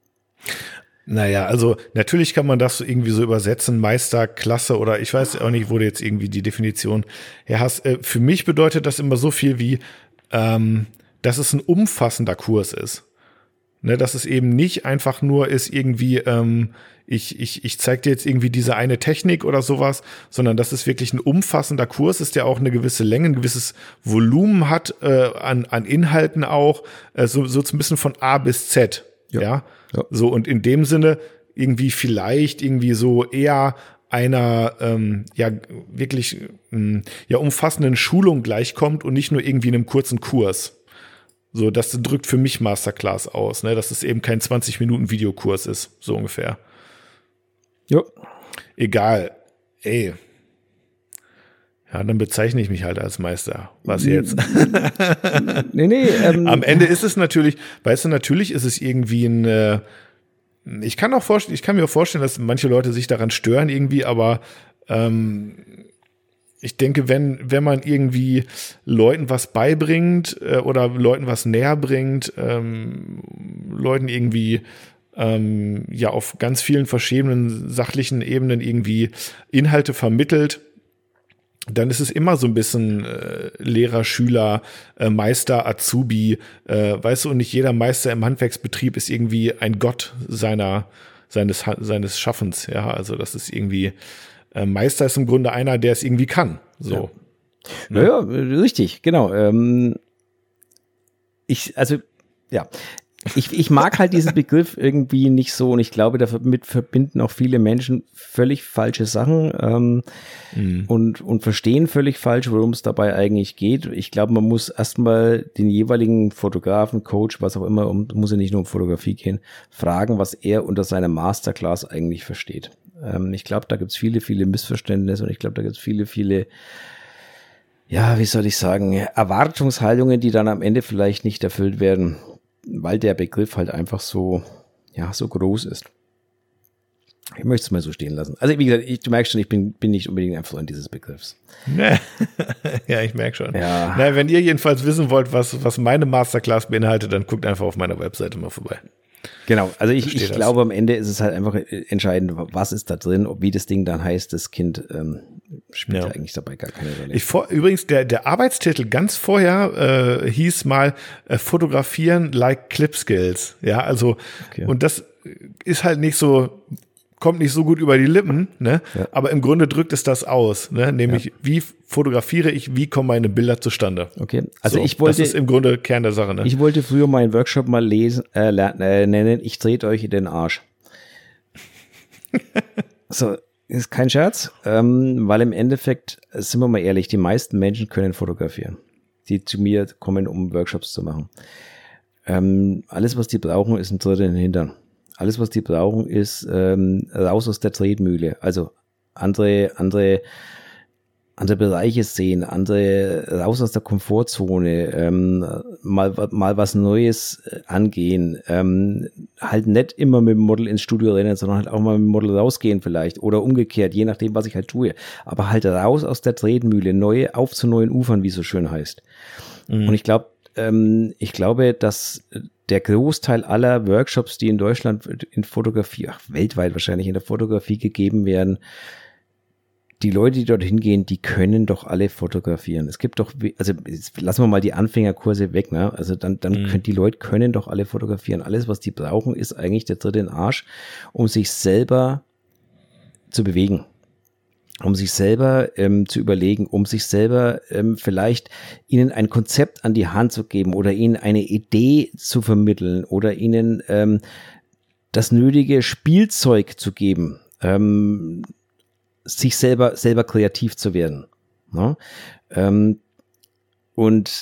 [SPEAKER 3] Naja, also natürlich kann man das so irgendwie so übersetzen, Meisterklasse oder ich weiß auch nicht, wo du jetzt irgendwie die Definition her hast. Äh, für mich bedeutet das immer so viel wie, ähm, dass es ein umfassender Kurs ist. Ne, dass es eben nicht einfach nur ist irgendwie, ähm, ich, ich, ich zeig dir jetzt irgendwie diese eine Technik oder sowas, sondern dass es wirklich ein umfassender Kurs ist, der auch eine gewisse Länge, ein gewisses Volumen hat, äh, an, an Inhalten auch, äh, so, so ein bisschen von A bis Z. Ja. ja. Ja. So, und in dem Sinne irgendwie vielleicht irgendwie so eher einer ähm, ja wirklich ähm, ja umfassenden Schulung gleichkommt und nicht nur irgendwie einem kurzen Kurs. So, das drückt für mich Masterclass aus, ne, dass es eben kein zwanzig Minuten Videokurs ist, so ungefähr.
[SPEAKER 2] Ja.
[SPEAKER 3] Egal. Ey. Ja, dann bezeichne ich mich halt als Meister. Was jetzt?
[SPEAKER 2] nee, nee. Ähm,
[SPEAKER 3] Am Ende ist es natürlich, weißt du, natürlich ist es irgendwie ein, äh, ich kann auch vorstellen, ich kann mir auch vorstellen, dass manche Leute sich daran stören irgendwie, aber ähm, ich denke, wenn, wenn man irgendwie Leuten was beibringt äh, oder Leuten was näher bringt, ähm, Leuten irgendwie ähm, ja auf ganz vielen verschiedenen sachlichen Ebenen irgendwie Inhalte vermittelt, dann ist es immer so ein bisschen äh, Lehrer, Schüler, äh, Meister, Azubi, äh, weißt du, und nicht jeder Meister im Handwerksbetrieb ist irgendwie ein Gott seiner, seines, seines Schaffens, ja, also das ist irgendwie, äh, Meister ist im Grunde einer, der es irgendwie kann, so.
[SPEAKER 2] Ja, ja, ja, richtig, genau. Ähm, ich, also, ja. Ich, ich mag halt diesen Begriff irgendwie nicht so und ich glaube, damit verbinden auch viele Menschen völlig falsche Sachen ähm, mhm. und, und verstehen völlig falsch, worum es dabei eigentlich geht. Ich glaube, man muss erstmal den jeweiligen Fotografen, Coach, was auch immer, um, muss ja nicht nur um Fotografie gehen, fragen, was er unter seiner Masterclass eigentlich versteht. Ähm, ich glaube, da gibt es viele, viele Missverständnisse und ich glaube, da gibt es viele, viele ja, wie soll ich sagen, Erwartungshaltungen, die dann am Ende vielleicht nicht erfüllt werden, weil der Begriff halt einfach so, ja, so groß ist. Ich möchte es mal so stehen lassen. Also wie gesagt, ich, du merkst schon, ich bin, bin nicht unbedingt ein Freund dieses Begriffs.
[SPEAKER 3] Ja, ich merke schon.
[SPEAKER 2] Ja.
[SPEAKER 3] Na, wenn ihr jedenfalls wissen wollt, was, was meine Masterclass beinhaltet, dann guckt einfach auf meiner Webseite mal vorbei.
[SPEAKER 2] Genau, also ich, ich
[SPEAKER 3] das.
[SPEAKER 2] glaube, am Ende ist es halt einfach entscheidend, was ist da drin, ob wie das Ding dann heißt, das Kind ähm, spielt ja. eigentlich dabei gar keine Rolle.
[SPEAKER 3] Ich vor, übrigens, der, der Arbeitstitel ganz vorher äh, hieß mal äh, Fotografieren like Clip Skills. Ja, also, okay. Und das ist halt nicht so, kommt nicht so gut über die Lippen, ne? Ja. Aber im Grunde drückt es das aus, ne? Nämlich, ja. Wie fotografiere ich, wie kommen meine Bilder zustande?
[SPEAKER 2] Okay, also
[SPEAKER 3] so,
[SPEAKER 2] ich wollte,
[SPEAKER 3] das ist im Grunde Kern der Sache, ne?
[SPEAKER 2] Ich wollte früher meinen Workshop mal lesen, äh, lernen, äh, nennen, ich dreht euch in den Arsch. So, ist kein Scherz, ähm, weil im Endeffekt, sind wir mal ehrlich, die meisten Menschen können fotografieren, die zu mir kommen, um Workshops zu machen. Ähm, alles, was die brauchen, ist ein Tritt in den Hintern. Alles, was die brauchen, ist ähm, raus aus der Tretmühle. Also andere, andere andere Bereiche sehen, andere raus aus der Komfortzone, ähm, mal, mal was Neues angehen, ähm, halt nicht immer mit dem Model ins Studio rennen, sondern halt auch mal mit dem Model rausgehen vielleicht oder umgekehrt, je nachdem, was ich halt tue. Aber halt raus aus der Tretmühle, neue, auf zu neuen Ufern, wie es so schön heißt. Mhm. Und ich glaube, ähm, ich glaube, dass der Großteil aller Workshops, die in Deutschland in Fotografie, ach, weltweit wahrscheinlich in der Fotografie gegeben werden, die Leute, die dorthin gehen, die können doch alle fotografieren. Es gibt doch, also lassen wir mal die Anfängerkurse weg, ne? Also dann, dann mhm. können die Leute können doch alle fotografieren. Alles, was die brauchen, ist eigentlich der dritte in Arsch, um sich selber zu bewegen, um sich selber ähm, zu überlegen, um sich selber ähm, vielleicht ihnen ein Konzept an die Hand zu geben oder ihnen eine Idee zu vermitteln oder ihnen ähm, das nötige Spielzeug zu geben, ähm, sich selber selber kreativ zu werden. Ne? Ähm, und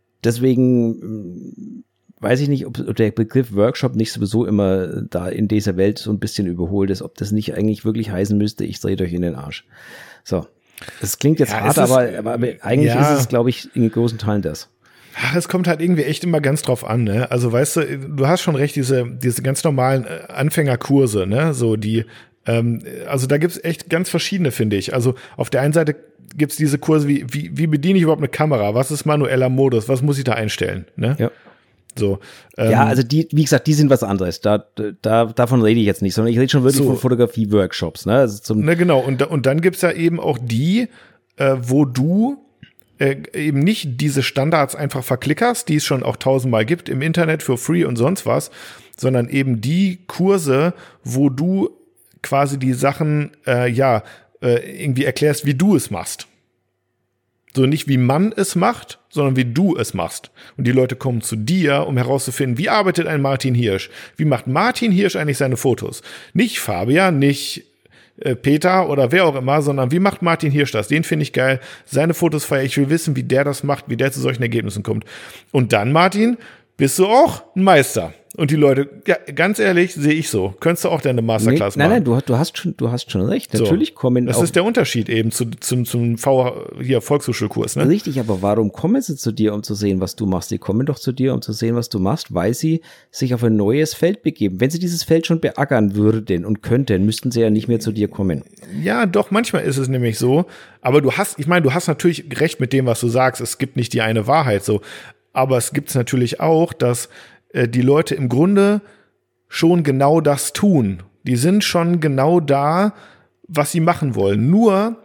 [SPEAKER 2] deswegen weiß ich nicht, ob, ob der Begriff Workshop nicht sowieso immer da in dieser Welt so ein bisschen überholt ist, ob das nicht eigentlich wirklich heißen müsste, ich drehe euch in den Arsch. So, das klingt jetzt ja, hart, ist, aber, aber eigentlich ja. ist es, glaube ich, in großen Teilen das.
[SPEAKER 3] Ach, es kommt halt irgendwie echt immer ganz drauf an, ne? Also weißt du, du hast schon recht, diese, diese ganz normalen Anfängerkurse, ne? So die Also da gibt's echt ganz verschiedene, finde ich. Also auf der einen Seite gibt's diese Kurse wie, wie, wie bediene ich überhaupt eine Kamera? Was ist manueller Modus? Was muss ich da einstellen? Ne?
[SPEAKER 2] Ja.
[SPEAKER 3] So,
[SPEAKER 2] ähm, ja, also die, wie gesagt, die sind was anderes. Da, da, davon rede ich jetzt nicht, sondern ich rede schon wirklich so. von Fotografie-Workshops. Ne? Also zum
[SPEAKER 3] ne, genau. Und, und dann gibt's ja eben auch die, äh, wo du äh, eben nicht diese Standards einfach verklickerst, die es schon auch tausendmal gibt im Internet für free und sonst was, sondern eben die Kurse, wo du quasi die Sachen, äh, ja, äh, irgendwie erklärst, wie du es machst. So nicht wie man es macht, sondern wie du es machst. Und die Leute kommen zu dir, um herauszufinden, wie arbeitet ein Martin Hirsch? Wie macht Martin Hirsch eigentlich seine Fotos? Nicht Fabian, nicht äh, Peter oder wer auch immer, sondern wie macht Martin Hirsch das? Den finde ich geil. Seine Fotos feiere ich. Ich will wissen, wie der das macht, wie der zu solchen Ergebnissen kommt. Und dann, Martin, bist du auch ein Meister. Und die Leute, ja, ganz ehrlich, sehe ich so. Könntest du auch deine Masterclass
[SPEAKER 2] nee,
[SPEAKER 3] machen?
[SPEAKER 2] Nein, nein, du, du hast schon, du hast schon recht. Natürlich
[SPEAKER 3] so,
[SPEAKER 2] kommen
[SPEAKER 3] das
[SPEAKER 2] auch.
[SPEAKER 3] Das ist der Unterschied eben zu, zum, zum V, hier, Volkshochschulkurs, ne?
[SPEAKER 2] Richtig, aber warum kommen sie zu dir, um zu sehen, was du machst? Die kommen doch zu dir, um zu sehen, was du machst, weil sie sich auf ein neues Feld begeben. Wenn sie dieses Feld schon beackern würden und könnten, müssten sie ja nicht mehr zu dir kommen.
[SPEAKER 3] Ja, doch, manchmal ist es nämlich so. Aber du hast, ich meine, du hast natürlich recht mit dem, was du sagst. Es gibt nicht die eine Wahrheit so. Aber es gibt es natürlich auch, dass äh, die Leute im Grunde schon genau das tun. Die sind schon genau da, was sie machen wollen. Nur,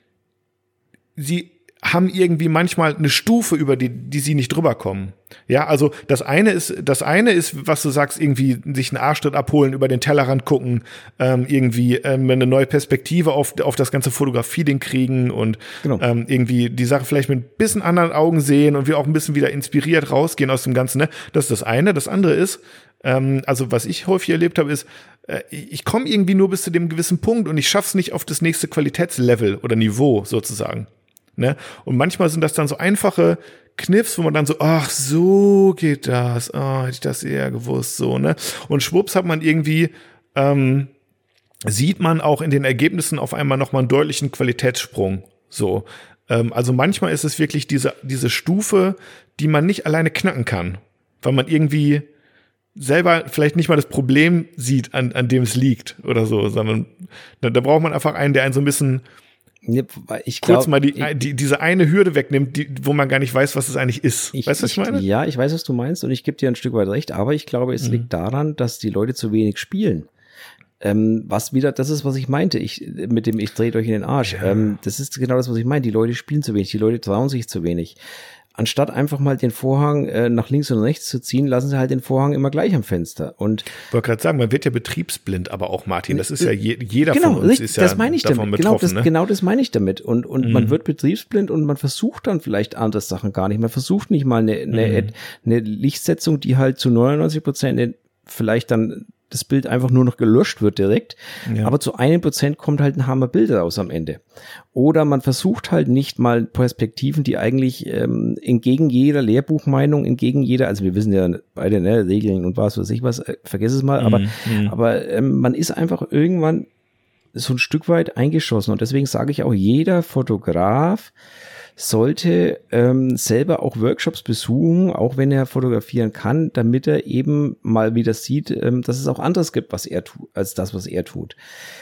[SPEAKER 3] sie haben irgendwie manchmal eine Stufe, über die, die sie nicht drüber kommen. Ja, also das eine ist, das eine ist, was du sagst, irgendwie sich einen Arschtritt abholen, über den Tellerrand gucken, ähm, irgendwie ähm, eine neue Perspektive auf, auf das ganze Fotografie-Ding kriegen und genau. ähm, irgendwie die Sache vielleicht mit ein bisschen anderen Augen sehen und wir auch ein bisschen wieder inspiriert rausgehen aus dem Ganzen. Ne? Das ist das eine. Das andere ist, ähm, also was ich häufig erlebt habe, ist, äh, ich komme irgendwie nur bis zu dem gewissen Punkt und ich schaff's nicht auf das nächste Qualitätslevel oder Niveau sozusagen. Ne? Und manchmal sind das dann so einfache Kniffs, wo man dann so, ach, so geht das, oh, hätte ich das eher gewusst, so, ne? Und schwupps hat man irgendwie, ähm, sieht man auch in den Ergebnissen auf einmal nochmal einen deutlichen Qualitätssprung, so. Ähm, also manchmal ist es wirklich diese, diese Stufe, die man nicht alleine knacken kann, weil man irgendwie selber vielleicht nicht mal das Problem sieht, an, an dem es liegt oder so, sondern da, da braucht man einfach einen, der einen so ein bisschen Ich glaub, kurz mal die, die, diese eine Hürde wegnimmt, die, wo man gar nicht weiß, was es eigentlich ist.
[SPEAKER 2] Ich,
[SPEAKER 3] weißt du, was ich meine?
[SPEAKER 2] Ja, ich weiß, was du meinst und ich gebe dir ein Stück weit recht, aber ich glaube, es mhm. liegt daran, dass die Leute zu wenig spielen. Ähm, was wieder, das ist, was ich meinte, ich, mit dem ich drehe euch in den Arsch. Ja. Ähm, das ist genau das, was ich meine. Die Leute spielen zu wenig, die Leute trauen sich zu wenig. Anstatt einfach mal den Vorhang äh, nach links und rechts zu ziehen, lassen sie halt den Vorhang immer gleich am Fenster. Und
[SPEAKER 3] ich wollte gerade sagen, man wird ja betriebsblind, aber auch Martin, das ist ja je, jeder
[SPEAKER 2] genau,
[SPEAKER 3] von uns
[SPEAKER 2] richtig,
[SPEAKER 3] ist ja
[SPEAKER 2] das meine ich
[SPEAKER 3] davon
[SPEAKER 2] damit.
[SPEAKER 3] betroffen.
[SPEAKER 2] Genau das,
[SPEAKER 3] ne?
[SPEAKER 2] genau das meine ich damit. Und, und
[SPEAKER 3] mhm.
[SPEAKER 2] man wird betriebsblind und man versucht dann vielleicht andere Sachen gar nicht. Man versucht nicht mal eine, eine, mhm. eine Lichtsetzung, die halt zu neunundneunzig Prozent vielleicht dann das Bild einfach nur noch gelöscht wird direkt, ja. aber zu einem Prozent kommt halt ein Hammerbild raus am Ende. Oder man versucht halt nicht mal Perspektiven, die eigentlich ähm, entgegen jeder Lehrbuchmeinung, entgegen jeder, also wir wissen ja beide, ne, Regeln und was weiß ich was, äh, vergiss es mal, aber,
[SPEAKER 3] mhm.
[SPEAKER 2] aber ähm, man ist einfach irgendwann so ein Stück weit eingeschossen. Und deswegen sage ich auch, jeder Fotograf sollte ähm, selber auch Workshops besuchen, auch wenn er fotografieren kann, damit er eben mal wieder sieht, ähm, dass es auch anderes gibt, was er tut, als das, was er tut.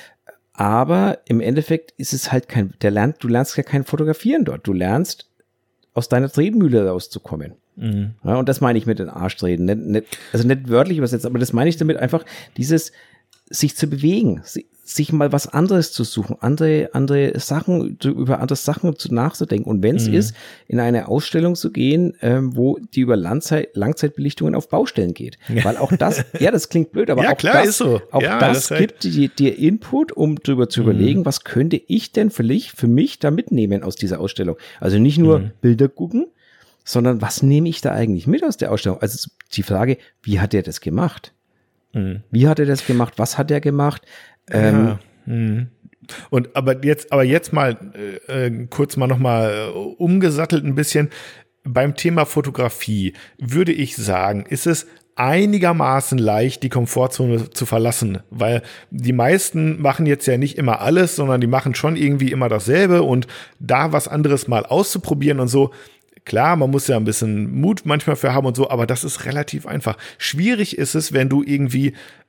[SPEAKER 2] Aber im Endeffekt ist es halt kein, der lernt, du lernst ja kein Fotografieren dort. Du lernst, aus deiner Tretmühle rauszukommen. Mhm. Ja, und das meine ich mit den Arschtreten. Nicht, nicht, also nicht wörtlich übersetzt, aber das meine ich damit einfach, dieses sich zu bewegen, sich mal was anderes zu suchen, andere, andere Sachen, über andere Sachen zu nachzudenken. Und wenn es mhm. ist, in eine Ausstellung zu gehen, ähm, wo die über Langzeit, Langzeitbelichtungen auf Baustellen geht. Ja. Weil auch das, ja, das klingt blöd, aber
[SPEAKER 3] ja,
[SPEAKER 2] auch
[SPEAKER 3] klar,
[SPEAKER 2] das,
[SPEAKER 3] ist so.
[SPEAKER 2] auch
[SPEAKER 3] ja,
[SPEAKER 2] das,
[SPEAKER 3] das
[SPEAKER 2] gibt dir, dir Input, um darüber zu mhm. überlegen, was könnte ich denn für, für mich da mitnehmen aus dieser Ausstellung. Also nicht nur mhm. Bilder gucken, sondern was nehme ich da eigentlich mit aus der Ausstellung? Also die Frage, wie hat er das gemacht? Mhm. Wie hat er das gemacht? Was hat er gemacht? Ähm,
[SPEAKER 3] ja. mhm. Und aber jetzt, aber jetzt mal äh, kurz mal nochmal äh, umgesattelt ein bisschen. Beim Thema Fotografie würde ich sagen, ist es einigermaßen leicht, die Komfortzone zu verlassen, weil die meisten machen jetzt ja nicht immer alles, sondern die machen schon irgendwie immer dasselbe und da was anderes mal auszuprobieren und so. Klar, man muss ja ein bisschen Mut manchmal für haben und so, aber das ist relativ einfach. Schwierig ist es, wenn du irgendwie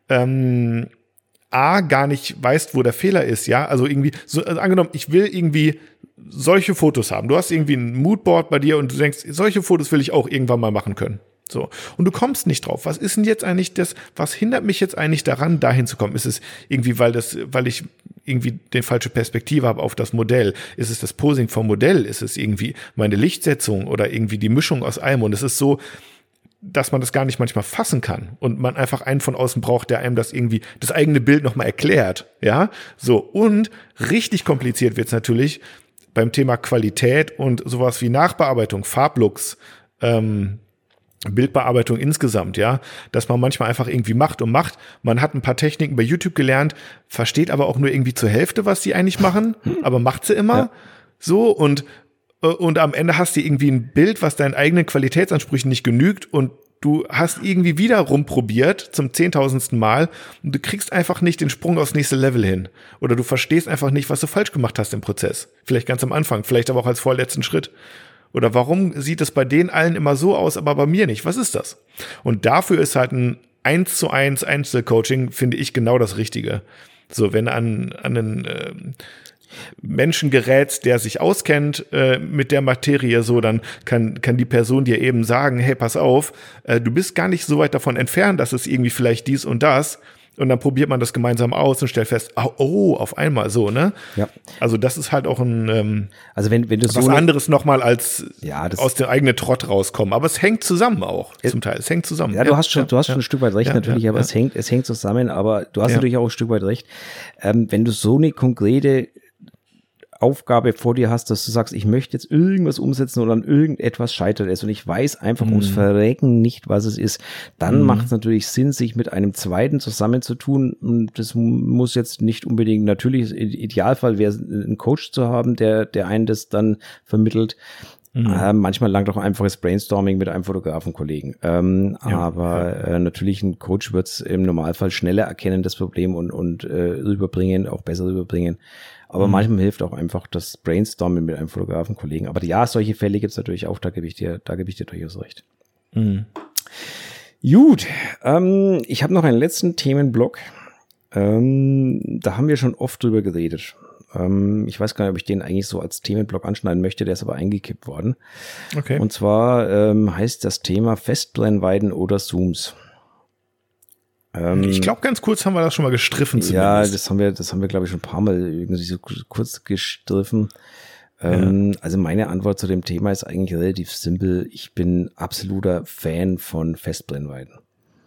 [SPEAKER 3] ähm, A, gar nicht weißt, wo der Fehler ist, ja, also irgendwie, so, also angenommen, ich will irgendwie solche Fotos haben. Du hast irgendwie ein Moodboard bei dir und du denkst, solche Fotos will ich auch irgendwann mal machen können. So. Und du kommst nicht drauf. Was ist denn jetzt eigentlich das, was hindert mich jetzt eigentlich daran, dahin zu kommen? Ist es irgendwie, weil das, weil ich irgendwie die falsche Perspektive habe auf das Modell? Ist es das Posing vom Modell? Ist es irgendwie meine Lichtsetzung oder irgendwie die Mischung aus allem? Und es ist so, dass man das gar nicht manchmal fassen kann und man einfach einen von außen braucht, der einem das irgendwie, das eigene Bild nochmal erklärt, ja? So. Und richtig kompliziert wird's natürlich beim Thema Qualität und sowas wie Nachbearbeitung, Farblooks, ähm, Bildbearbeitung insgesamt, ja, dass man manchmal einfach irgendwie macht und macht. Man hat ein paar Techniken bei YouTube gelernt, versteht aber auch nur irgendwie zur Hälfte, was die eigentlich machen, aber macht sie immer. Ja. So und, und am Ende hast du irgendwie ein Bild, was deinen eigenen Qualitätsansprüchen nicht genügt und du hast irgendwie wieder rumprobiert zum zehntausendsten Mal und du kriegst einfach nicht den Sprung aufs nächste Level hin. Oder du verstehst einfach nicht, was du falsch gemacht hast im Prozess. Vielleicht ganz am Anfang, vielleicht aber auch als vorletzten Schritt. Oder warum sieht es bei denen allen immer so aus, aber bei mir nicht? Was ist das? Und dafür ist halt ein eins zu eins Einzelcoaching, finde ich, genau das Richtige. So, wenn an, an einen äh, Menschen gerätst, der sich auskennt äh, mit der Materie, so, dann kann, kann die Person dir eben sagen, hey, pass auf, äh, du bist gar nicht so weit davon entfernt, dass es irgendwie vielleicht dies und das. Und dann probiert man das gemeinsam aus und stellt fest, oh, oh auf einmal so, ne?
[SPEAKER 2] Ja.
[SPEAKER 3] Also das ist halt auch ein ähm,
[SPEAKER 2] also wenn, wenn du
[SPEAKER 3] was so anderes nochmal als
[SPEAKER 2] ja, das
[SPEAKER 3] aus dem eigenen Trott rauskommen. Aber es hängt zusammen auch, ja, zum Teil. Es hängt zusammen.
[SPEAKER 2] Ja, du hast schon, ja, du hast ja, schon ein Stück weit recht,
[SPEAKER 3] ja,
[SPEAKER 2] natürlich,
[SPEAKER 3] ja,
[SPEAKER 2] aber
[SPEAKER 3] ja.
[SPEAKER 2] es hängt, es hängt zusammen, aber du hast
[SPEAKER 3] ja.
[SPEAKER 2] natürlich auch ein Stück weit recht. Ähm, wenn du so eine konkrete Aufgabe vor dir hast, dass du sagst, ich möchte jetzt irgendwas umsetzen oder an irgendetwas scheitert es und ich weiß einfach mm. ums Verrecken nicht, was es ist, dann mm. macht es natürlich Sinn, sich mit einem Zweiten zusammenzutun und das muss jetzt nicht unbedingt, natürlich Idealfall wäre ein Coach zu haben, der, der einen das dann vermittelt. Mhm. Äh, manchmal langt auch einfaches Brainstorming mit einem Fotografenkollegen. Ähm, ja, aber ja. Äh, natürlich ein Coach wird es im Normalfall schneller erkennen, das Problem und, und äh, rüberbringen, auch besser rüberbringen. Aber mhm. manchmal hilft auch einfach das Brainstorming mit einem Fotografenkollegen. Aber ja, solche Fälle gibt es natürlich auch, da gebe ich dir, da gebe ich dir durchaus recht. Mhm. Gut, ähm, ich habe noch einen letzten Themenblock. Ähm, da haben wir schon oft drüber geredet. Ich weiß gar nicht, ob ich den eigentlich so als Themenblock anschneiden möchte, der ist aber eingekippt worden.
[SPEAKER 3] Okay.
[SPEAKER 2] Und zwar ähm, heißt das Thema Festbrennweiten oder Zooms.
[SPEAKER 3] Ähm, ich glaube, ganz kurz haben wir das schon mal gestriffen.
[SPEAKER 2] Zumindest. Ja, das haben wir, das haben wir, glaube ich, schon ein paar Mal irgendwie so kurz gestriffen. Ähm, ja. Also meine Antwort zu dem Thema ist eigentlich relativ simpel. Ich bin absoluter Fan von Festbrennweiten.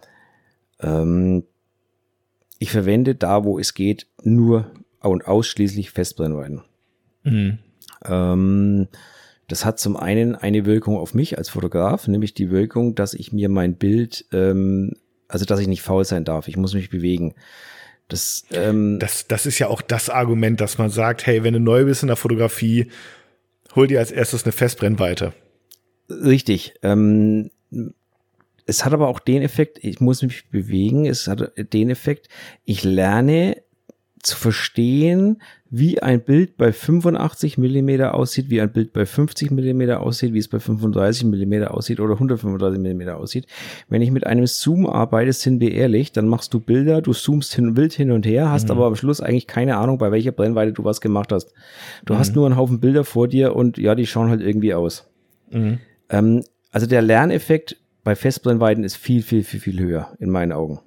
[SPEAKER 2] Ähm, ich verwende da, wo es geht, nur und ausschließlich Festbrennweiten. Mhm. Ähm, das hat zum einen eine Wirkung auf mich als Fotograf, nämlich die Wirkung, dass ich mir mein Bild, ähm, also dass ich nicht faul sein darf, ich muss mich bewegen. Das, ähm,
[SPEAKER 3] das, das ist ja auch das Argument, dass man sagt, hey, wenn du neu bist in der Fotografie, hol dir als erstes eine Festbrennweite.
[SPEAKER 2] Richtig. Ähm, es hat aber auch den Effekt, ich muss mich bewegen, es hat den Effekt, ich lerne zu verstehen, wie ein Bild bei fünfundachtzig Millimeter aussieht, wie ein Bild bei fünfzig Millimeter aussieht, wie es bei fünfunddreißig Millimeter aussieht oder hundertfünfunddreißig Millimeter aussieht. Wenn ich mit einem Zoom arbeite, sind wir ehrlich, dann machst du Bilder, du zoomst hin, wild hin und her, hast mhm. aber am Schluss eigentlich keine Ahnung, bei welcher Brennweite du was gemacht hast. Du mhm. hast nur einen Haufen Bilder vor dir und ja, die schauen halt irgendwie aus. Mhm. Ähm, also der Lerneffekt bei Festbrennweiten ist viel, viel, viel, viel höher in meinen Augen.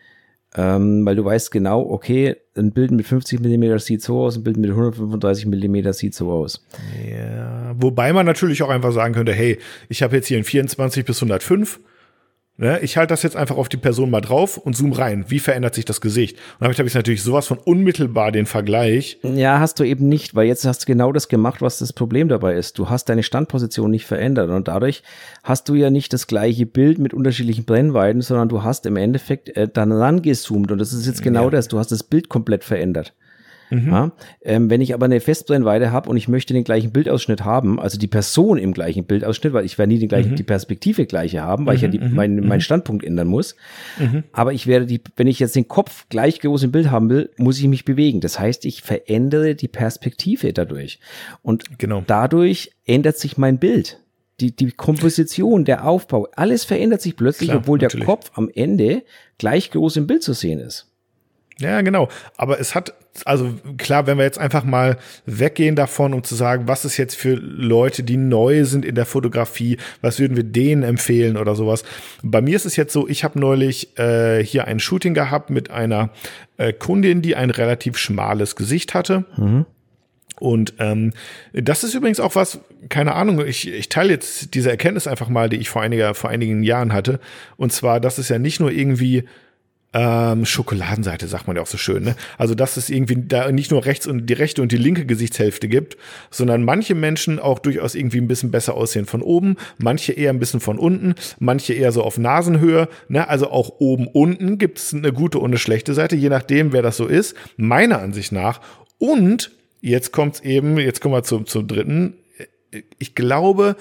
[SPEAKER 2] Ähm, weil du weißt genau, okay, ein Bild mit fünfzig Millimeter sieht so aus, ein Bild mit hundertfünfunddreißig Millimeter sieht so aus.
[SPEAKER 3] Ja, wobei man natürlich auch einfach sagen könnte, hey, ich habe jetzt hier ein vierundzwanzig bis hundertfünf, ne? Ich halte das jetzt einfach auf die Person mal drauf und zoom rein. Wie verändert sich das Gesicht? Und damit habe ich natürlich sowas von unmittelbar den Vergleich.
[SPEAKER 2] Ja, hast du eben nicht, weil jetzt hast du genau das gemacht, was das Problem dabei ist. Du hast deine Standposition nicht verändert und dadurch hast du ja nicht das gleiche Bild mit unterschiedlichen Brennweiten, sondern du hast im Endeffekt äh, dann rangezoomt und das ist jetzt genau ja. das. Du hast das Bild komplett verändert. Mhm. Ja, ähm, wenn ich aber eine Festbrennweite habe und ich möchte den gleichen Bildausschnitt haben, also die Person im gleichen Bildausschnitt, weil ich werde nie den gleichen, mhm. die Perspektive gleiche haben, weil mhm. ich ja die, mhm. meinen mein Standpunkt ändern muss. Mhm. Aber ich werde die, wenn ich jetzt den Kopf gleich groß im Bild haben will, muss ich mich bewegen. Das heißt, ich verändere die Perspektive dadurch. Und
[SPEAKER 3] genau.
[SPEAKER 2] dadurch ändert sich mein Bild. Die, die Komposition, der Aufbau, alles verändert sich plötzlich, Klar, obwohl natürlich. der Kopf am Ende gleich groß im Bild zu sehen ist.
[SPEAKER 3] Ja, genau. Aber es hat, also klar, wenn wir jetzt einfach mal weggehen davon, um zu sagen, was ist jetzt für Leute, die neu sind in der Fotografie, was würden wir denen empfehlen oder sowas. Bei mir ist es jetzt so, ich habe neulich äh, hier ein Shooting gehabt mit einer äh, Kundin, die ein relativ schmales Gesicht hatte. Mhm. Und ähm, das ist übrigens auch was, keine Ahnung, ich, ich teile jetzt diese Erkenntnis einfach mal, die ich vor einiger, vor einigen Jahren hatte. Und zwar, dass es ja nicht nur irgendwie Ähm, Schokoladenseite, sagt man ja auch so schön, ne? Also, dass es irgendwie da nicht nur rechts und die rechte und die linke Gesichtshälfte gibt, sondern manche Menschen auch durchaus irgendwie ein bisschen besser aussehen von oben, manche eher ein bisschen von unten, manche eher so auf Nasenhöhe, ne? Also auch oben, unten gibt es eine gute und eine schlechte Seite, je nachdem, wer das so ist, meiner Ansicht nach. Und jetzt kommt's eben, jetzt kommen wir zum, zum dritten. Ich glaube,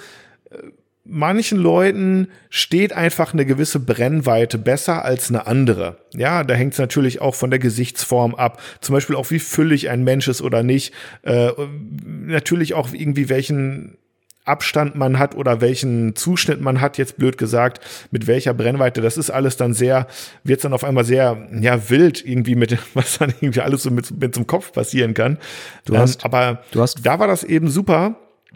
[SPEAKER 3] manchen Leuten steht einfach eine gewisse Brennweite besser als eine andere. Ja, da hängt es natürlich auch von der Gesichtsform ab. Zum Beispiel auch, wie füllig ein Mensch ist oder nicht. Äh, natürlich auch irgendwie, welchen Abstand man hat oder welchen Zuschnitt man hat, jetzt blöd gesagt, mit welcher Brennweite. Das ist alles dann sehr, wird dann auf einmal sehr, ja, wild irgendwie mit, was dann irgendwie alles so mit, mit zum Kopf passieren kann.
[SPEAKER 2] Du hast,
[SPEAKER 3] ähm, aber
[SPEAKER 2] du hast
[SPEAKER 3] da war das eben super.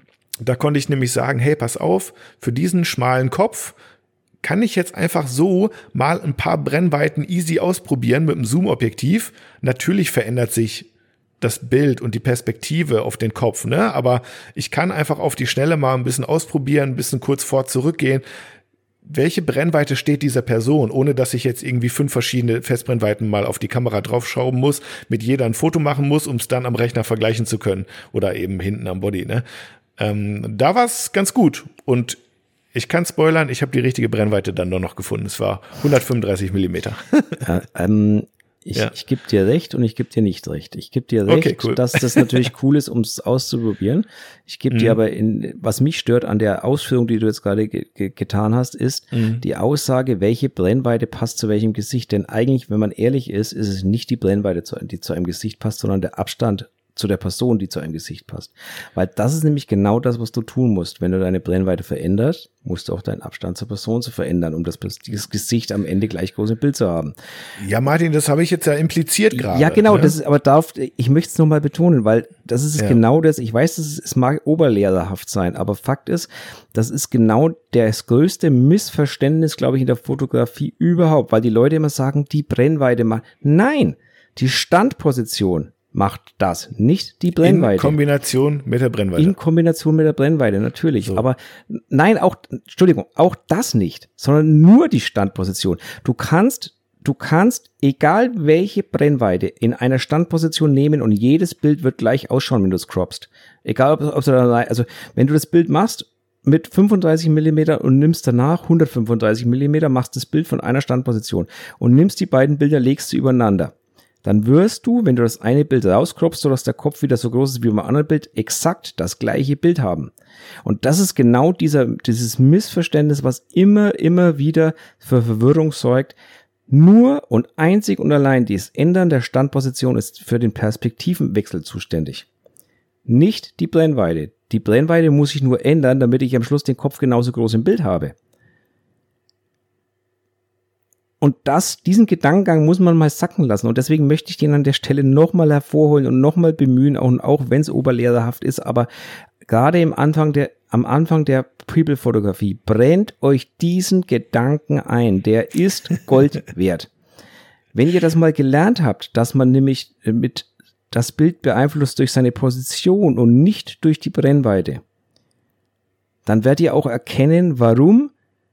[SPEAKER 3] Da konnte ich nämlich sagen, hey, pass auf, für diesen schmalen Kopf kann ich jetzt einfach so mal ein paar Brennweiten easy ausprobieren mit dem Zoom-Objektiv. Natürlich verändert sich das Bild und die Perspektive auf den Kopf, ne? Aber ich kann einfach auf die Schnelle mal ein bisschen ausprobieren, ein bisschen kurz vor zurückgehen. Welche Brennweite steht dieser Person, ohne dass ich jetzt irgendwie fünf verschiedene Festbrennweiten mal auf die Kamera draufschrauben muss, mit jeder ein Foto machen muss, um es dann am Rechner vergleichen zu können oder eben hinten am Body, ne? Ähm, da war es ganz gut und ich kann spoilern, ich habe die richtige Brennweite dann doch noch gefunden. Es war hundertfünfunddreißig Millimeter.
[SPEAKER 2] ja, ähm, ich ja. ich gebe dir recht und ich gebe dir nicht recht. Ich gebe dir recht, okay, cool. dass das natürlich cool ist, um es auszuprobieren. Ich gebe mhm. dir aber, in, was mich stört an der Ausführung, die du jetzt gerade ge- ge- getan hast, ist mhm. die Aussage, welche Brennweite passt zu welchem Gesicht. Denn eigentlich, wenn man ehrlich ist, ist es nicht die Brennweite, die zu einem Gesicht passt, sondern der Abstand zu der Person, die zu einem Gesicht passt. Weil das ist nämlich genau das, was du tun musst. Wenn du deine Brennweite veränderst, musst du auch deinen Abstand zur Person zu verändern, um das, das Gesicht am Ende gleich groß im Bild zu haben.
[SPEAKER 3] Ja, Martin, das habe ich jetzt ja impliziert gerade.
[SPEAKER 2] Ja, genau,
[SPEAKER 3] ne?
[SPEAKER 2] das ist, aber darf, ich möchte es nochmal betonen, weil das ist ja. genau das, ich weiß, es, es mag oberlehrerhaft sein, aber Fakt ist, das ist genau das größte Missverständnis, glaube ich, in der Fotografie überhaupt, weil die Leute immer sagen, die Brennweite macht. Nein, die Standposition macht das, nicht die Brennweite.
[SPEAKER 3] In Kombination mit der Brennweite.
[SPEAKER 2] In Kombination mit der Brennweite, natürlich.
[SPEAKER 3] So.
[SPEAKER 2] Aber nein, auch, Entschuldigung, auch das nicht, sondern nur die Standposition. Du kannst, du kannst, egal welche Brennweite, in einer Standposition nehmen und jedes Bild wird gleich ausschauen, wenn du es croppst. Egal, ob, ob du da, also, wenn du das Bild machst mit fünfunddreißig Millimeter und nimmst danach hundertfünfunddreißig Millimeter, machst das Bild von einer Standposition und nimmst die beiden Bilder, legst sie übereinander. Dann wirst du, wenn du das eine Bild rauskroppst, sodass der Kopf wieder so groß ist wie beim anderen Bild, exakt das gleiche Bild haben. Und das ist genau dieser, dieses Missverständnis, was immer, immer wieder für Verwirrung sorgt. Nur und einzig und allein das Ändern der Standposition ist für den Perspektivenwechsel zuständig. Nicht die Brennweite. Die Brennweite muss ich nur ändern, damit ich am Schluss den Kopf genauso groß im Bild habe. Und das, diesen Gedankengang muss man mal sacken lassen. Und deswegen möchte ich den an der Stelle nochmal hervorholen und nochmal bemühen, auch, auch wenn es oberlehrerhaft ist, aber gerade im Anfang der, am Anfang der People-Fotografie, brennt euch diesen Gedanken ein. Der ist Gold wert. Wenn ihr das mal gelernt habt, dass man nämlich mit das Bild beeinflusst durch seine Position und nicht durch die Brennweite, dann werdet ihr auch erkennen, warum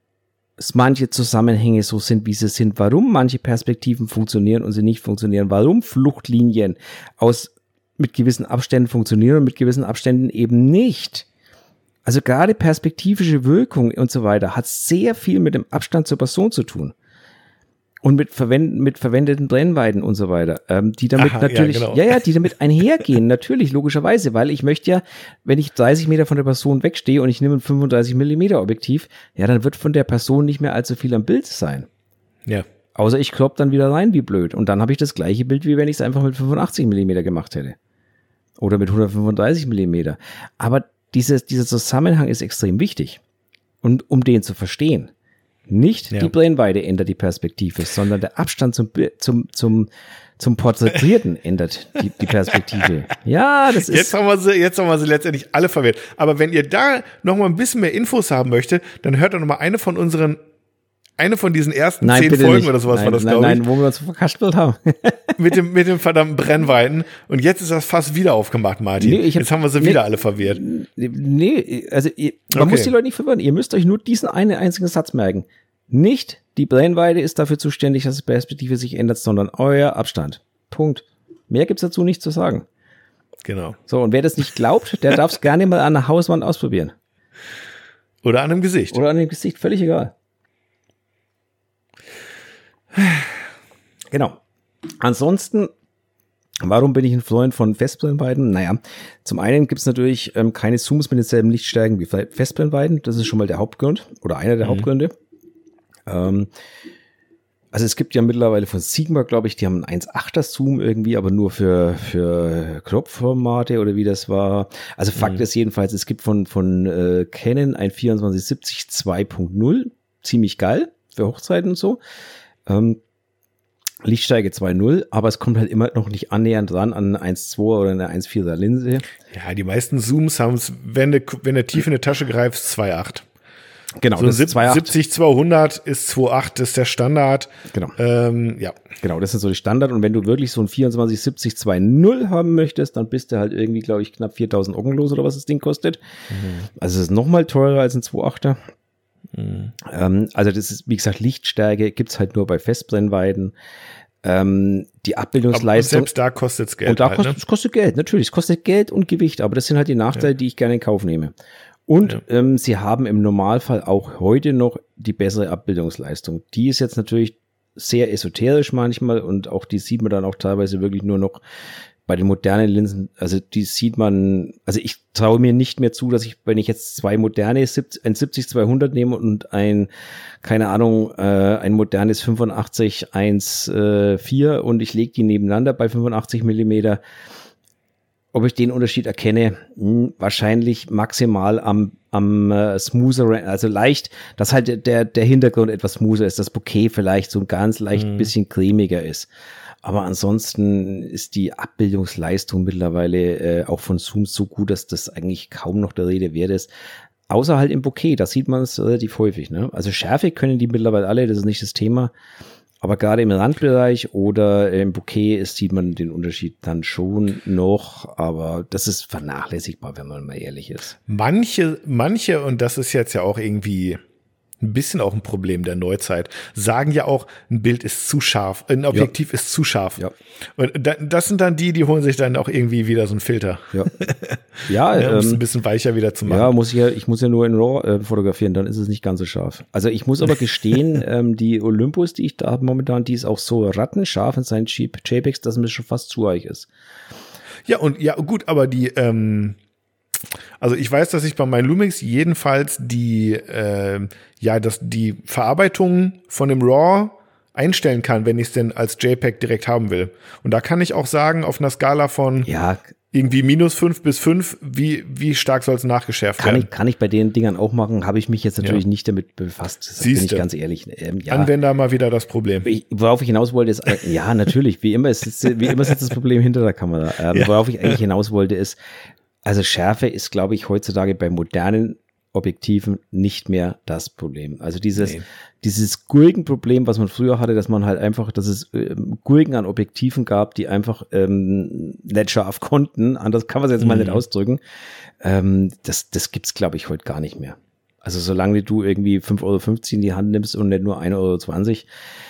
[SPEAKER 2] es manche Zusammenhänge so sind, wie sie sind, warum manche Perspektiven funktionieren und sie nicht funktionieren, warum Fluchtlinien aus mit gewissen Abständen funktionieren und mit gewissen Abständen eben nicht. Also gerade perspektivische Wirkung und so weiter hat sehr viel mit dem Abstand zur Person zu tun. Und mit, verwend, mit verwendeten Brennweiten und so weiter, ähm, die damit Aha, natürlich, ja, genau. ja, ja, die damit einhergehen, natürlich, logischerweise, weil ich möchte ja, wenn ich dreißig Meter von der Person wegstehe und ich nehme ein fünfunddreißig Millimeter Objektiv, ja, dann wird von der Person nicht mehr allzu viel am Bild sein.
[SPEAKER 3] Ja.
[SPEAKER 2] Außer ich klopp dann wieder rein, wie blöd. Und dann habe ich das gleiche Bild, wie wenn ich es einfach mit fünfundachtzig Millimeter gemacht hätte. Oder mit hundertfünfunddreißig Millimeter. Aber dieses, dieser Zusammenhang ist extrem wichtig. Und um den zu verstehen, nicht ja. die Brennweite ändert die Perspektive, sondern der Abstand zum, zum, zum, zum Porträtierten ändert die, die Perspektive. Ja, das ist.
[SPEAKER 3] Jetzt haben wir sie, jetzt haben wir sie letztendlich alle verwirrt. Aber wenn ihr da noch mal ein bisschen mehr Infos haben möchtet, dann hört doch noch mal eine von unseren, eine von diesen ersten
[SPEAKER 2] nein,
[SPEAKER 3] zehn Folgen
[SPEAKER 2] nicht.
[SPEAKER 3] oder sowas
[SPEAKER 2] nein,
[SPEAKER 3] war das,
[SPEAKER 2] glaube ich. Nein, wo wir uns verkaspelt haben.
[SPEAKER 3] mit dem, mit dem verdammten Brennweiten. Und jetzt ist das fast wieder aufgemacht, Martin. Nee, hab, jetzt haben wir sie nee, wieder alle verwirrt.
[SPEAKER 2] Nee, also ihr, man okay. muss die Leute nicht verwirren. Ihr müsst euch nur diesen einen einzigen Satz merken. Nicht die Brennweite ist dafür zuständig, dass die Perspektive sich ändert, sondern euer Abstand. Punkt. Mehr gibt's dazu nicht zu sagen.
[SPEAKER 3] Genau.
[SPEAKER 2] So, und wer das nicht glaubt, der darf es gerne mal an der Hauswand ausprobieren.
[SPEAKER 3] Oder an einem Gesicht.
[SPEAKER 2] Oder an dem Gesicht, völlig egal. Genau. Ansonsten, warum bin ich ein Freund von Festbrennweiten? Naja, zum einen gibt es natürlich ähm, keine Zooms mit denselben Lichtstärken wie Festbrennweiten. Das ist schon mal der Hauptgrund oder einer der mhm. Hauptgründe. Ähm, also es gibt ja mittlerweile von Sigma, glaube ich, die haben einen eins Komma achter Zoom irgendwie, aber nur für, für Crop-Formate oder wie das war. Also Fakt mhm. ist jedenfalls, es gibt von, von äh, Canon ein vierundzwanzig siebzig zwei Punkt null. Ziemlich geil für Hochzeiten und so. Ähm, Lichtstärke zwei Komma null, aber es kommt halt immer noch nicht annähernd ran an eine eins Komma zwei oder eine eins Komma vierer Linse.
[SPEAKER 3] Ja, die meisten Zooms haben es, wenn du, wenn du tief in die Tasche greifst, zwei Komma acht.
[SPEAKER 2] Genau,
[SPEAKER 3] so
[SPEAKER 2] das ist zwei Komma acht.
[SPEAKER 3] siebzig zweihundert ist zwei Komma acht, das ist der Standard.
[SPEAKER 2] Genau.
[SPEAKER 3] Ähm, ja.
[SPEAKER 2] Genau, das ist so die Standard. Und wenn du wirklich so ein vierundzwanzig siebzig zwei Punkt null haben möchtest, dann bist du halt irgendwie, glaube ich, knapp viertausend Ocken los oder was das Ding kostet. Mhm. Also es ist nochmal teurer als ein zwei Komma achter. Mhm. Ähm, also das ist, wie gesagt, Lichtstärke gibt's halt nur bei Festbrennweiten. Ähm, die Abbildungsleistung.
[SPEAKER 3] Aber selbst da kostet es Geld.
[SPEAKER 2] Und da
[SPEAKER 3] halt,
[SPEAKER 2] kostet,
[SPEAKER 3] ne?
[SPEAKER 2] es kostet Geld, natürlich. Es kostet Geld und Gewicht, aber das sind halt die Nachteile, ja. die ich gerne in Kauf nehme. Und ja. ähm, sie haben im Normalfall auch heute noch die bessere Abbildungsleistung. Die ist jetzt natürlich sehr esoterisch manchmal und auch die sieht man dann auch teilweise wirklich nur noch bei den modernen Linsen. Also die sieht man, also ich traue mir nicht mehr zu, dass ich, wenn ich jetzt zwei moderne, ein siebzig zweihundert nehme und ein, keine Ahnung, äh, ein modernes fünfundachtzig eins Komma vier und ich lege die nebeneinander bei fünfundachtzig Millimeter, ob ich den Unterschied erkenne, hm, wahrscheinlich maximal am, am äh, smoother, also leicht, dass halt der, der Hintergrund etwas smoother ist, das Bouquet vielleicht so ein ganz leicht ein mhm. bisschen cremiger ist. Aber ansonsten ist die Abbildungsleistung mittlerweile äh, auch von Zooms so gut, dass das eigentlich kaum noch der Rede wert ist. Außer halt im Bouquet, da sieht man es relativ häufig. Ne? Also Schärfe können die mittlerweile alle, das ist nicht das Thema. Aber gerade im Randbereich oder im Bouquet ist, sieht man den Unterschied dann schon noch, aber das ist vernachlässigbar, wenn man mal ehrlich ist.
[SPEAKER 3] Manche, manche, und das ist jetzt ja auch irgendwie ein bisschen auch ein Problem der Neuzeit, sagen ja auch, ein Bild ist zu scharf, ein Objektiv ja. ist zu scharf. Ja. Und das sind dann die, die holen sich dann auch irgendwie wieder so einen Filter.
[SPEAKER 2] Ja, ja,
[SPEAKER 3] ja um es
[SPEAKER 2] ähm,
[SPEAKER 3] ein bisschen weicher wieder zu machen.
[SPEAKER 2] Ja, muss ich ja, ich muss ja nur in RAW äh, fotografieren, dann ist es nicht ganz so scharf. Also ich muss aber gestehen, ähm, die Olympus, die ich da habe momentan, die ist auch so rattenscharf in seinen JPEGs, dass mir schon fast zu weich ist.
[SPEAKER 3] Ja, und ja, gut, aber die, ähm, also ich weiß, dass ich bei meinen Lumix jedenfalls die, äh, ja, dass die Verarbeitung von dem RAW einstellen kann, wenn ich es denn als JPEG direkt haben will. Und da kann ich auch sagen, auf einer Skala von
[SPEAKER 2] ja,
[SPEAKER 3] irgendwie minus fünf bis fünf, wie, wie stark soll es nachgeschärft
[SPEAKER 2] kann
[SPEAKER 3] werden?
[SPEAKER 2] Ich, kann ich bei den Dingern auch machen, habe ich mich jetzt natürlich
[SPEAKER 3] Ja.
[SPEAKER 2] nicht damit befasst. Das
[SPEAKER 3] Siehste.
[SPEAKER 2] bin ich ganz ehrlich. Ähm, ja.
[SPEAKER 3] Anwender mal wieder das Problem.
[SPEAKER 2] Ich, worauf ich hinaus wollte, ist, ja, natürlich, wie immer ist, wie immer sitzt das Problem hinter der Kamera. Ähm,
[SPEAKER 3] Ja.
[SPEAKER 2] Worauf ich eigentlich hinaus wollte, ist, also Schärfe ist, glaube ich, heutzutage bei modernen Objektiven nicht mehr das Problem. Also dieses,
[SPEAKER 3] Nee.
[SPEAKER 2] dieses Gurkenproblem, was man früher hatte, dass man halt einfach, dass es ähm, Gurken an Objektiven gab, die einfach ähm, nicht scharf konnten, anders kann man es jetzt mal
[SPEAKER 3] Mhm.
[SPEAKER 2] nicht ausdrücken, ähm, das, das gibt's, glaube ich, heute gar nicht mehr. Also solange du irgendwie fünf Euro fünfzig in die Hand nimmst und nicht nur ein Euro zwanzig,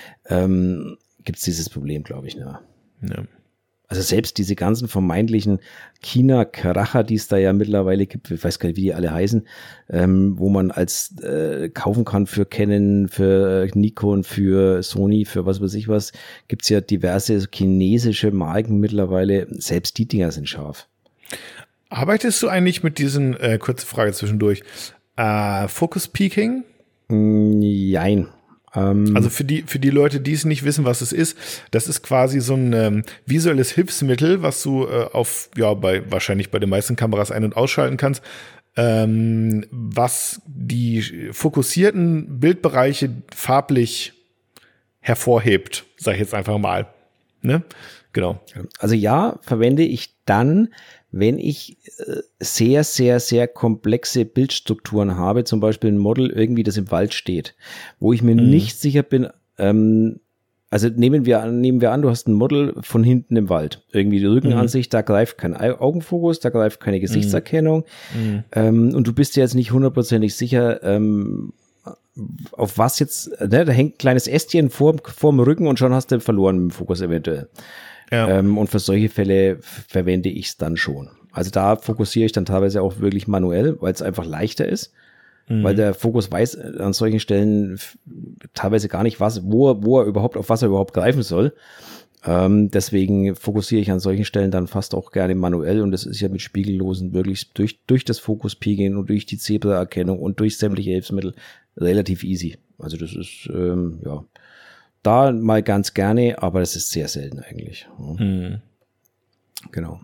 [SPEAKER 2] ähm, gibt's dieses Problem, glaube ich, nicht mehr.
[SPEAKER 3] Ja.
[SPEAKER 2] Also selbst diese ganzen vermeintlichen China-Kracher, die es da ja mittlerweile gibt, ich weiß gar nicht, wie die alle heißen, ähm, wo man als äh, kaufen kann für Canon, für Nikon, für Sony, für was weiß ich was, gibt's ja diverse chinesische Marken mittlerweile. Selbst die Dinger sind scharf.
[SPEAKER 3] Arbeitest du eigentlich mit diesen, äh, kurze Frage zwischendurch, äh, Focus Peaking?
[SPEAKER 2] Mm, Jein. Ähm,
[SPEAKER 3] Also für die, für die Leute, die es nicht wissen, was es ist, das ist quasi so ein ähm, visuelles Hilfsmittel, was du äh, auf, ja, bei wahrscheinlich bei den meisten Kameras ein- und ausschalten kannst, ähm, was die fokussierten Bildbereiche farblich hervorhebt, sag ich jetzt einfach mal. Ne? Genau.
[SPEAKER 2] Also ja, verwende ich dann, wenn ich äh, sehr, sehr, sehr komplexe Bildstrukturen habe, zum Beispiel ein Model irgendwie, das im Wald steht, wo ich mir
[SPEAKER 3] Mhm.
[SPEAKER 2] nicht sicher bin, ähm, also nehmen wir an, nehmen wir an, du hast ein Model von hinten im Wald, irgendwie die Rückenansicht, da greift kein Au- Augenfokus, da greift keine Gesichtserkennung,
[SPEAKER 3] Mhm.
[SPEAKER 2] ähm, und du bist dir jetzt nicht hundertprozentig sicher, ähm, auf was jetzt, ne, da hängt ein kleines Ästchen vor, vorm Rücken und schon hast du verloren mit dem Fokus eventuell.
[SPEAKER 3] Ja.
[SPEAKER 2] Ähm, und für solche Fälle f- verwende ich es dann schon. Also da fokussiere ich dann teilweise auch wirklich manuell, weil es einfach leichter ist.
[SPEAKER 3] Mhm.
[SPEAKER 2] Weil der Fokus weiß an solchen Stellen f- teilweise gar nicht, was, wo er, wo er überhaupt, auf was er überhaupt greifen soll. Ähm, deswegen fokussiere ich an solchen Stellen dann fast auch gerne manuell, und das ist ja mit Spiegellosen wirklich durch, durch das Fokus-Peaking und durch die Zebra-Erkennung und durch sämtliche Hilfsmittel relativ easy. Also das ist, ähm, ja, da mal ganz gerne, aber das ist sehr selten eigentlich. Ja.
[SPEAKER 3] Mhm.
[SPEAKER 2] Genau.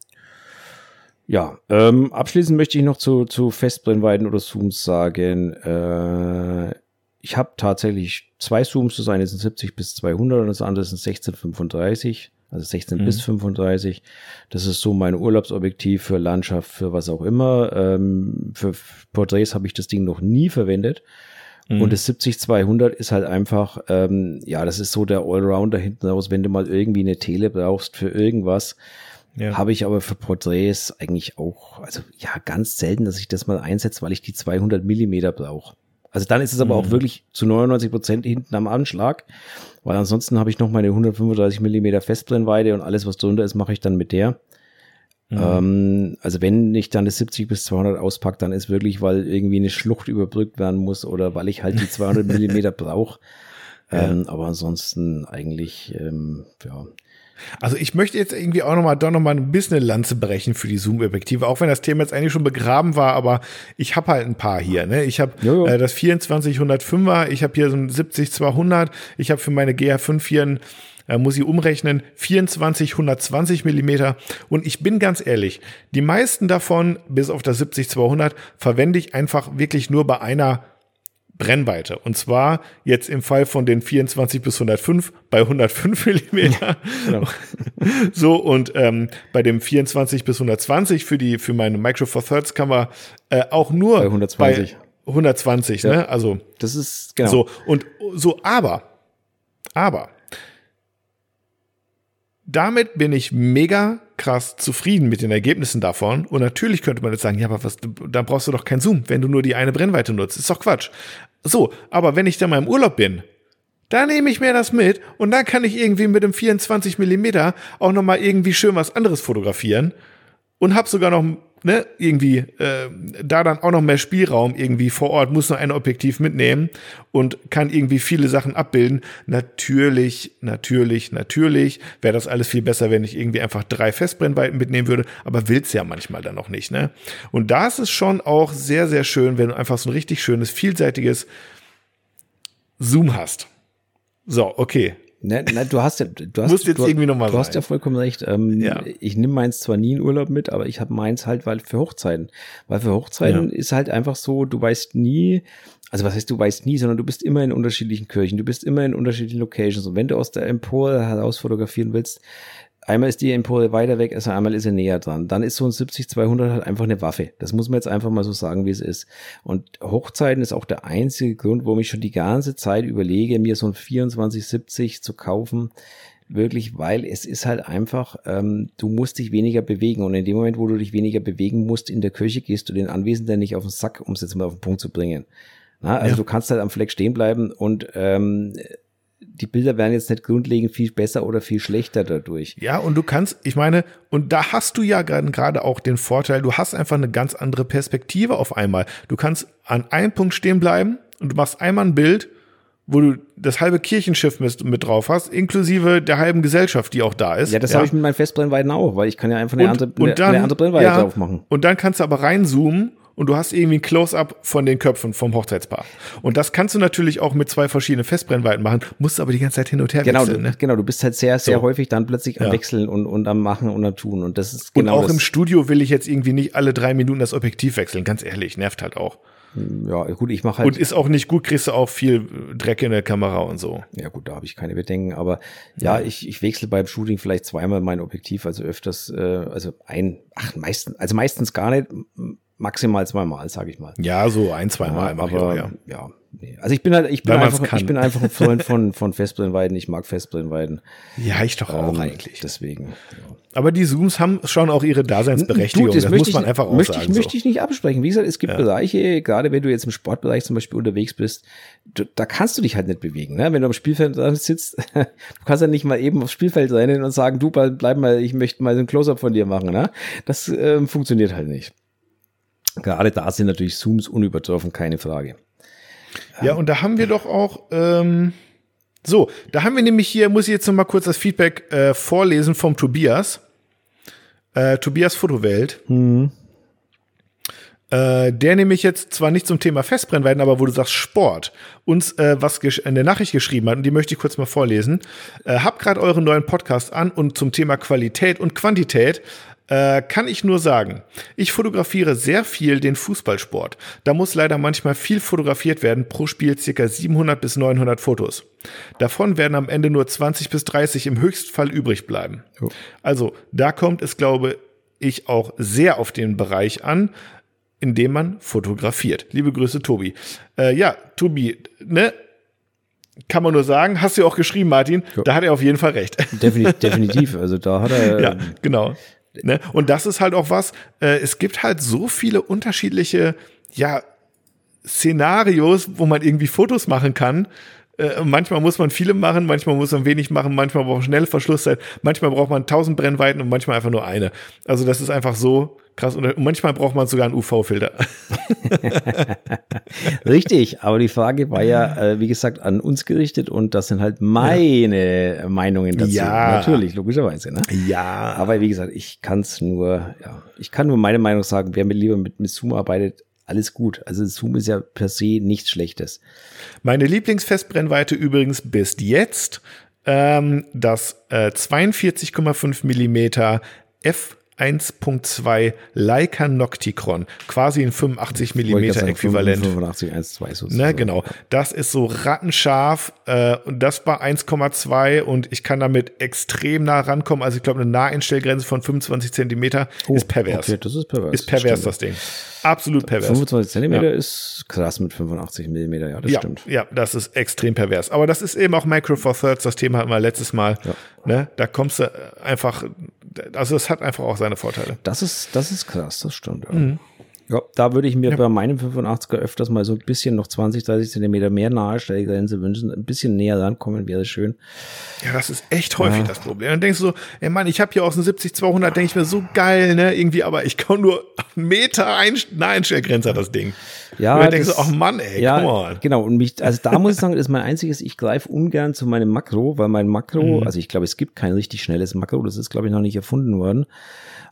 [SPEAKER 2] Ja, ähm, abschließend möchte ich noch zu, zu Festbrennweiten oder Zooms sagen, äh, ich habe tatsächlich zwei Zooms, das eine ist ein siebzig bis zweihundert und das andere ist ein sechzehn fünfunddreißig, also sechzehn
[SPEAKER 3] Mhm.
[SPEAKER 2] bis fünfunddreißig. Das ist so mein Urlaubsobjektiv für Landschaft, für was auch immer. Ähm, für Porträts habe ich das Ding noch nie verwendet.
[SPEAKER 3] Mhm.
[SPEAKER 2] Und das siebzig zweihundert ist halt einfach, ähm, ja, das ist so der Allrounder hinten raus, wenn du mal irgendwie eine Tele brauchst für irgendwas.
[SPEAKER 3] Ja.
[SPEAKER 2] Habe ich aber für Porträts eigentlich auch, also ja, ganz selten, dass ich das mal einsetze, weil ich die zweihundert Millimeter brauche. Also dann ist es aber
[SPEAKER 3] Mhm.
[SPEAKER 2] auch wirklich zu neunundneunzig Prozent hinten am Anschlag, weil ansonsten habe ich noch meine hundertfünfunddreißig Millimeter Festbrennweite und alles, was drunter ist, mache ich dann mit der.
[SPEAKER 3] Mhm.
[SPEAKER 2] Ähm, also wenn ich dann das siebzig bis zweihundert auspacke, dann ist wirklich, weil irgendwie eine Schlucht überbrückt werden muss oder weil ich halt die zweihundert Millimeter brauche. Ähm, aber ansonsten eigentlich, ähm, ja.
[SPEAKER 3] Also ich möchte jetzt irgendwie auch nochmal doch nochmal ein bisschen eine Lanze brechen für die Zoom-Objektive, auch wenn das Thema jetzt eigentlich schon begraben war, aber ich habe halt ein paar hier. Ne? Ich habe
[SPEAKER 2] Jojo.
[SPEAKER 3] äh, das vierundzwanzig hundertfünfer, ich habe hier so ein siebzig zweihundert, ich habe für meine G H fünf hier, äh, muss ich umrechnen, vierundzwanzig hundertzwanzig Millimeter, und ich bin ganz ehrlich, die meisten davon, bis auf das siebzig zweihundert, verwende ich einfach wirklich nur bei einer Brennweite. Und zwar jetzt im Fall von den vierundzwanzig bis hundertfünf bei hundertfünf Millimeter.
[SPEAKER 2] Genau.
[SPEAKER 3] So, und ähm, bei dem vierundzwanzig bis hundertzwanzig für die für meine Micro Four Thirds Kamera äh, auch nur
[SPEAKER 2] Bei hundertzwanzig.
[SPEAKER 3] bei hundertzwanzig,
[SPEAKER 2] Ja.
[SPEAKER 3] ne? Also
[SPEAKER 2] Das ist, genau.
[SPEAKER 3] so, und so, aber, aber, damit bin ich mega krass zufrieden mit den Ergebnissen davon. Und natürlich könnte man jetzt sagen, ja, aber was, da brauchst du doch keinen Zoom, wenn du nur die eine Brennweite nutzt. Ist doch Quatsch. So, aber wenn ich dann mal im Urlaub bin, da nehme ich mir das mit und dann kann ich irgendwie mit dem vierundzwanzig Millimeter auch noch mal irgendwie schön was anderes fotografieren und hab sogar noch, ne, irgendwie äh, da dann auch noch mehr Spielraum irgendwie vor Ort, muss nur ein Objektiv mitnehmen und kann irgendwie viele Sachen abbilden. Natürlich, natürlich, natürlich wäre das alles viel besser, wenn ich irgendwie einfach drei Festbrennweiten mitnehmen würde, aber will's ja manchmal dann noch nicht, ne? Und da ist es schon auch sehr, sehr schön, wenn du einfach so ein richtig schönes, vielseitiges Zoom hast. So, okay.
[SPEAKER 2] Nein, nein, du hast ja, du hast,
[SPEAKER 3] Muss jetzt
[SPEAKER 2] du,
[SPEAKER 3] irgendwie noch mal
[SPEAKER 2] du hast
[SPEAKER 3] sein.
[SPEAKER 2] ja vollkommen recht. Ähm,
[SPEAKER 3] Ja.
[SPEAKER 2] Ich nehme meins zwar nie in Urlaub mit, aber ich habe meins halt, weil für Hochzeiten. Weil für Hochzeiten
[SPEAKER 3] Ja.
[SPEAKER 2] ist halt einfach so, du weißt nie, also was heißt du weißt nie, sondern du bist immer in unterschiedlichen Kirchen, du bist immer in unterschiedlichen Locations. Und wenn du aus der Empore heraus fotografieren willst, einmal ist die Empore weiter weg, also einmal ist er näher dran. Dann ist so ein siebzig zweihundert halt einfach eine Waffe. Das muss man jetzt einfach mal so sagen, wie es ist. Und Hochzeiten ist auch der einzige Grund, warum ich schon die ganze Zeit überlege, mir so ein vierundzwanzig siebzig zu kaufen. Wirklich, weil es ist halt einfach, ähm, du musst dich weniger bewegen. Und in dem Moment, wo du dich weniger bewegen musst, in der Kirche gehst du den Anwesenden nicht auf den Sack, um es jetzt mal auf den Punkt zu bringen. Na, also
[SPEAKER 3] Ja.
[SPEAKER 2] du kannst halt am Fleck stehen bleiben und ähm, die Bilder werden jetzt nicht grundlegend viel besser oder viel schlechter dadurch.
[SPEAKER 3] Ja, und du kannst, ich meine, und da hast du ja gerade auch den Vorteil, du hast einfach eine ganz andere Perspektive auf einmal. Du kannst an einem Punkt stehen bleiben und du machst einmal ein Bild, wo du das halbe Kirchenschiff mit, mit drauf hast, inklusive der halben Gesellschaft, die auch da ist.
[SPEAKER 2] Ja, das habe ich mit meinen Festbrennweiten auch, weil ich kann ja einfach eine,
[SPEAKER 3] Und-
[SPEAKER 2] andere,
[SPEAKER 3] und
[SPEAKER 2] eine,
[SPEAKER 3] dann-
[SPEAKER 2] eine andere Brennweite
[SPEAKER 3] ja,
[SPEAKER 2] drauf machen.
[SPEAKER 3] Und dann kannst du aber reinzoomen und du hast irgendwie ein Close-up von den Köpfen vom Hochzeitspaar. Und das kannst du natürlich auch mit zwei verschiedenen Festbrennweiten machen, musst aber die ganze Zeit hin und her
[SPEAKER 2] Genau,
[SPEAKER 3] wechseln.
[SPEAKER 2] du,
[SPEAKER 3] Ne?
[SPEAKER 2] genau, du bist halt sehr, sehr
[SPEAKER 3] So.
[SPEAKER 2] häufig dann plötzlich am
[SPEAKER 3] Ja.
[SPEAKER 2] Wechseln und, und am Machen und am Tun. Und das ist
[SPEAKER 3] Und
[SPEAKER 2] genau
[SPEAKER 3] auch
[SPEAKER 2] das.
[SPEAKER 3] im Studio will ich jetzt irgendwie nicht alle drei Minuten das Objektiv wechseln, ganz ehrlich, nervt halt auch.
[SPEAKER 2] Ja, gut, ich mache halt.
[SPEAKER 3] Und ist auch nicht gut, kriegst du auch viel Dreck in der Kamera und so.
[SPEAKER 2] Ja gut, da habe ich keine Bedenken, aber ja,
[SPEAKER 3] Ja.
[SPEAKER 2] ich, ich wechsle beim Shooting vielleicht zweimal mein Objektiv, also öfters, äh, also ein, ach meistens, also meistens gar nicht, m- maximal zweimal, sage ich mal.
[SPEAKER 3] Ja, so ein, zwei Mal
[SPEAKER 2] Ja,
[SPEAKER 3] mach ich
[SPEAKER 2] aber
[SPEAKER 3] auch, ja.
[SPEAKER 2] ja, nee. Also ich bin halt, ich bin
[SPEAKER 3] Wenn man's
[SPEAKER 2] einfach,
[SPEAKER 3] kann.
[SPEAKER 2] ich bin einfach ein Freund von von Festbrennweiten. Ich mag Festbrennweiten.
[SPEAKER 3] Ja, ich doch auch
[SPEAKER 2] Ähm,
[SPEAKER 3] eigentlich.
[SPEAKER 2] Deswegen. Ja.
[SPEAKER 3] Aber die Zooms haben schon auch ihre Daseinsberechtigung.
[SPEAKER 2] Du,
[SPEAKER 3] das
[SPEAKER 2] möchte
[SPEAKER 3] muss man
[SPEAKER 2] ich,
[SPEAKER 3] einfach auch
[SPEAKER 2] möchte
[SPEAKER 3] sagen.
[SPEAKER 2] Ich, möchte
[SPEAKER 3] so.
[SPEAKER 2] ich nicht absprechen. Wie gesagt, es gibt
[SPEAKER 3] Ja.
[SPEAKER 2] Bereiche, gerade wenn du jetzt im Sportbereich zum Beispiel unterwegs bist, du, da kannst du dich halt nicht bewegen. Ne? Wenn du am Spielfeld dran sitzt, du kannst ja nicht mal eben aufs Spielfeld rennen und sagen, du bleib mal, ich möchte mal so ein Close-Up von dir machen. Ne? Das ähm, funktioniert halt nicht. Gerade da sind natürlich Zooms unübertroffen, keine Frage.
[SPEAKER 3] Ja, und da haben wir doch auch, ähm, so, da haben wir nämlich hier, muss ich jetzt noch mal kurz das Feedback äh, vorlesen vom Tobias. Äh, Tobias Fotowelt.
[SPEAKER 2] Mhm.
[SPEAKER 3] Äh, der nämlich jetzt zwar nicht zum Thema Festbrennweiten, aber wo du sagst Sport, uns äh, was gesch- in der Nachricht geschrieben hat, und die möchte ich kurz mal vorlesen. Äh, hab gerade euren neuen Podcast an und zum Thema Qualität und Quantität äh, kann ich nur sagen, ich fotografiere sehr viel den Fußballsport. Da muss leider manchmal viel fotografiert werden, pro Spiel circa siebenhundert bis neunhundert Fotos. Davon werden am Ende nur zwanzig bis dreißig im Höchstfall übrig bleiben.
[SPEAKER 2] Jo.
[SPEAKER 3] Also da kommt es, glaube ich, auch sehr auf den Bereich an, in dem man fotografiert. Liebe Grüße, Tobi. Äh, ja, Tobi, ne? Kann man nur sagen, hast du ja auch geschrieben, Martin,
[SPEAKER 2] Ja.
[SPEAKER 3] da hat er auf jeden Fall recht.
[SPEAKER 2] Definitiv, definitiv. Also da hat er.
[SPEAKER 3] Ja, genau. Ne? Und das ist halt auch was, äh, es gibt halt so viele unterschiedliche, ja, Szenarios, wo man irgendwie Fotos machen kann. Äh, manchmal muss man viele machen, manchmal muss man wenig machen, manchmal braucht man schnelle Verschlusszeit, manchmal braucht man tausend Brennweiten und manchmal einfach nur eine. Also das ist einfach so krass. Und manchmal braucht man sogar einen U V-Filter.
[SPEAKER 2] Richtig, aber die Frage war ja, äh, wie gesagt, an uns gerichtet und das sind halt meine ja. Meinungen dazu.
[SPEAKER 3] Ja.
[SPEAKER 2] Natürlich, logischerweise. Ne?
[SPEAKER 3] Ja.
[SPEAKER 2] Aber wie gesagt, ich kann es nur, ja, ich kann nur meine Meinung sagen, wer mit lieber mit, mit Zoom arbeitet, alles gut. Also Zoom ist ja per se nichts Schlechtes.
[SPEAKER 3] Meine Lieblingsfestbrennweite übrigens bis jetzt ähm, das äh, zweiundvierzig Komma fünf Millimeter F eins Punkt zwei Leica Nocticron, quasi ein fünfundachtzig Millimeter Äquivalent.
[SPEAKER 2] fünfundachtzig eins Komma zwei sozusagen.
[SPEAKER 3] Ne, genau. Das ist so rattenscharf äh, und das war eins Komma zwei und ich kann damit extrem nah rankommen. Also ich glaube, eine Naheinstellgrenze von fünfundzwanzig Zentimeter
[SPEAKER 2] Oh,
[SPEAKER 3] ist pervers.
[SPEAKER 2] Okay, das ist pervers.
[SPEAKER 3] Ist pervers,
[SPEAKER 2] Stimmt.
[SPEAKER 3] das Ding. Absolut pervers.
[SPEAKER 2] fünfundzwanzig Zentimeter
[SPEAKER 3] Ja.
[SPEAKER 2] ist krass mit fünfundachtzig Millimeter, ja, das
[SPEAKER 3] ja,
[SPEAKER 2] stimmt.
[SPEAKER 3] Ja, das ist extrem pervers. Aber das ist eben auch Micro Four Thirds, das Thema hatten wir letztes Mal.
[SPEAKER 2] Ja.
[SPEAKER 3] Ne, da kommst du einfach, also es hat einfach auch seine Vorteile.
[SPEAKER 2] Das ist, das ist krass, das stimmt. Ja,
[SPEAKER 3] Mhm.
[SPEAKER 2] ja da würde ich mir
[SPEAKER 3] Ja.
[SPEAKER 2] bei meinem fünfundachtziger öfters mal so ein bisschen noch zwanzig, dreißig Zentimeter mehr Nahstellgrenze wünschen. Ein bisschen näher rankommen wäre schön.
[SPEAKER 3] Ja, das ist echt häufig
[SPEAKER 2] Ja.
[SPEAKER 3] das Problem. Dann denkst du so, ey Mann, ich habe hier aus dem siebzig zweihundert, denke ich mir, so geil, ne, irgendwie, aber ich komme nur einen Meter ein, Naheinstellgrenze hat das Ding.
[SPEAKER 2] Ja,
[SPEAKER 3] Und dann denkst
[SPEAKER 2] das-
[SPEAKER 3] du, ach Mann, ey,
[SPEAKER 2] ja,
[SPEAKER 3] come on.
[SPEAKER 2] genau. Und mich, also da muss ich sagen, ist mein einziges, ich greife ungern zu meinem Makro, weil mein Makro,
[SPEAKER 3] Mhm.
[SPEAKER 2] also ich glaube, es gibt kein richtig schnelles Makro, das ist, glaube ich, noch nicht erfunden worden.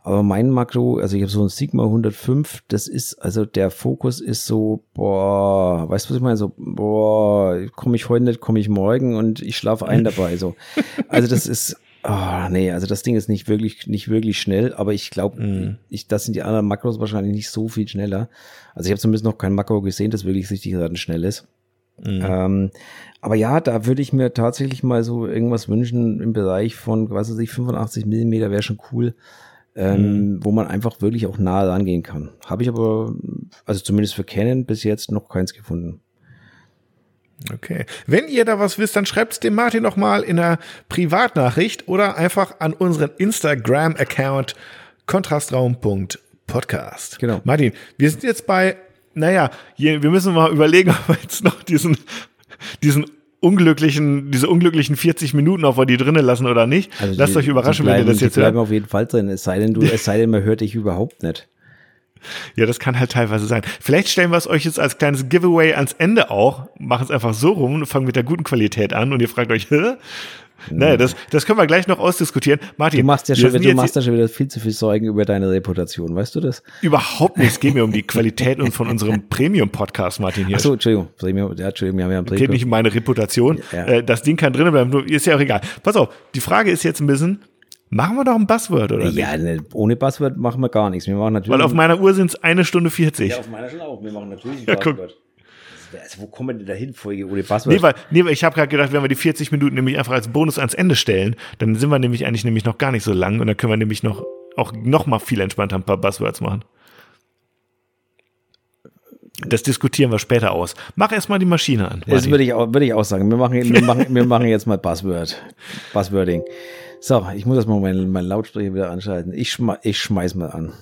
[SPEAKER 2] Aber mein Makro, also ich habe so ein Sigma hundertfünf, das ist, also der Fokus ist so, boah, weißt du, was ich meine? So, boah, komme ich heute nicht, komme ich morgen und ich schlafe ein dabei. So. Also das ist, oh, nee, also das Ding ist nicht wirklich, nicht wirklich schnell, aber ich glaube, mm. ich, das sind die anderen Makros wahrscheinlich nicht so viel schneller. Also ich habe zumindest noch kein Makro gesehen, das wirklich richtig schnell ist. Mm. Ähm, aber ja, da würde ich mir tatsächlich mal so irgendwas wünschen im Bereich von, was weiß ich, fünfundachtzig Millimeter wäre schon cool, ähm, mm. wo man einfach wirklich auch nahe rangehen kann. Habe ich aber, also zumindest für Canon bis jetzt noch keins gefunden.
[SPEAKER 3] Okay. Wenn ihr da was wisst, dann schreibt es dem Martin noch mal in einer Privatnachricht oder einfach an unseren Instagram-Account kontrastraum punkt podcast.
[SPEAKER 2] Genau.
[SPEAKER 3] Martin, wir sind jetzt bei, naja, hier, wir müssen mal überlegen, ob wir jetzt noch diesen, diesen unglücklichen, diese unglücklichen vierzig Minuten, ob wir die drinnen lassen oder nicht.
[SPEAKER 2] Also
[SPEAKER 3] Lasst
[SPEAKER 2] die,
[SPEAKER 3] euch überraschen,
[SPEAKER 2] bleiben,
[SPEAKER 3] wenn ihr das jetzt hört.
[SPEAKER 2] Die bleiben auf jeden Fall drin, es sei denn, du, es sei denn, man hört dich überhaupt nicht.
[SPEAKER 3] Ja, das kann halt teilweise sein. Vielleicht stellen wir es euch jetzt als kleines Giveaway ans Ende auch, machen es einfach so rum und fangen mit der guten Qualität an und ihr fragt euch, hä? Naja, das, das können wir gleich noch ausdiskutieren. Martin,
[SPEAKER 2] du machst ja schon, du machst ja schon wieder viel zu viel Sorgen über deine Reputation, weißt du das?
[SPEAKER 3] Überhaupt nicht. Es geht mir um die Qualität und von unserem Premium-Podcast, Martin Hirsch.
[SPEAKER 2] Ach so, Entschuldigung. Premium, ja, Entschuldigung, wir haben ja ein
[SPEAKER 3] Premium. Geht nicht um meine Reputation. Ja. Das Ding kann drinnen bleiben, ist ja auch egal. Pass auf, die Frage ist jetzt ein bisschen, machen wir doch ein Buzzword, oder
[SPEAKER 2] ja, nicht? Ne, ohne Buzzword machen wir gar nichts. Wir machen natürlich.
[SPEAKER 3] Weil auf meiner Uhr sind es eine Stunde vierzig.
[SPEAKER 2] Ja, auf meiner schon auch. Wir machen natürlich ein
[SPEAKER 3] ja,
[SPEAKER 2] Buzzword. Also, wo kommen wir denn da hin, Folge ohne Buzzword?
[SPEAKER 3] Nee, weil, nee, weil ich habe gerade gedacht, wenn wir die vierzig Minuten nämlich einfach als Bonus ans Ende stellen, dann sind wir nämlich eigentlich nämlich noch gar nicht so lang und dann können wir nämlich noch auch noch mal viel entspannter ein paar Buzzwords machen. Das diskutieren wir später aus. Mach erstmal die Maschine an.
[SPEAKER 2] Das würde ich auch, würde ich auch sagen. Wir machen, wir machen, wir machen jetzt mal Buzzword. Buzzwording. So, ich muss erstmal meinen, meinen Lautsprecher wieder anschalten. Ich, schme, ich schmeiß mal an.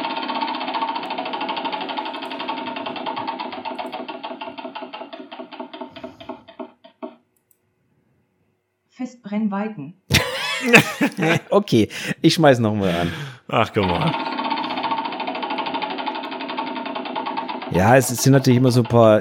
[SPEAKER 4] Festbrennweiten.
[SPEAKER 2] Okay, ich schmeiß nochmal an.
[SPEAKER 3] Ach, komm mal.
[SPEAKER 2] Ja, es sind natürlich immer so ein paar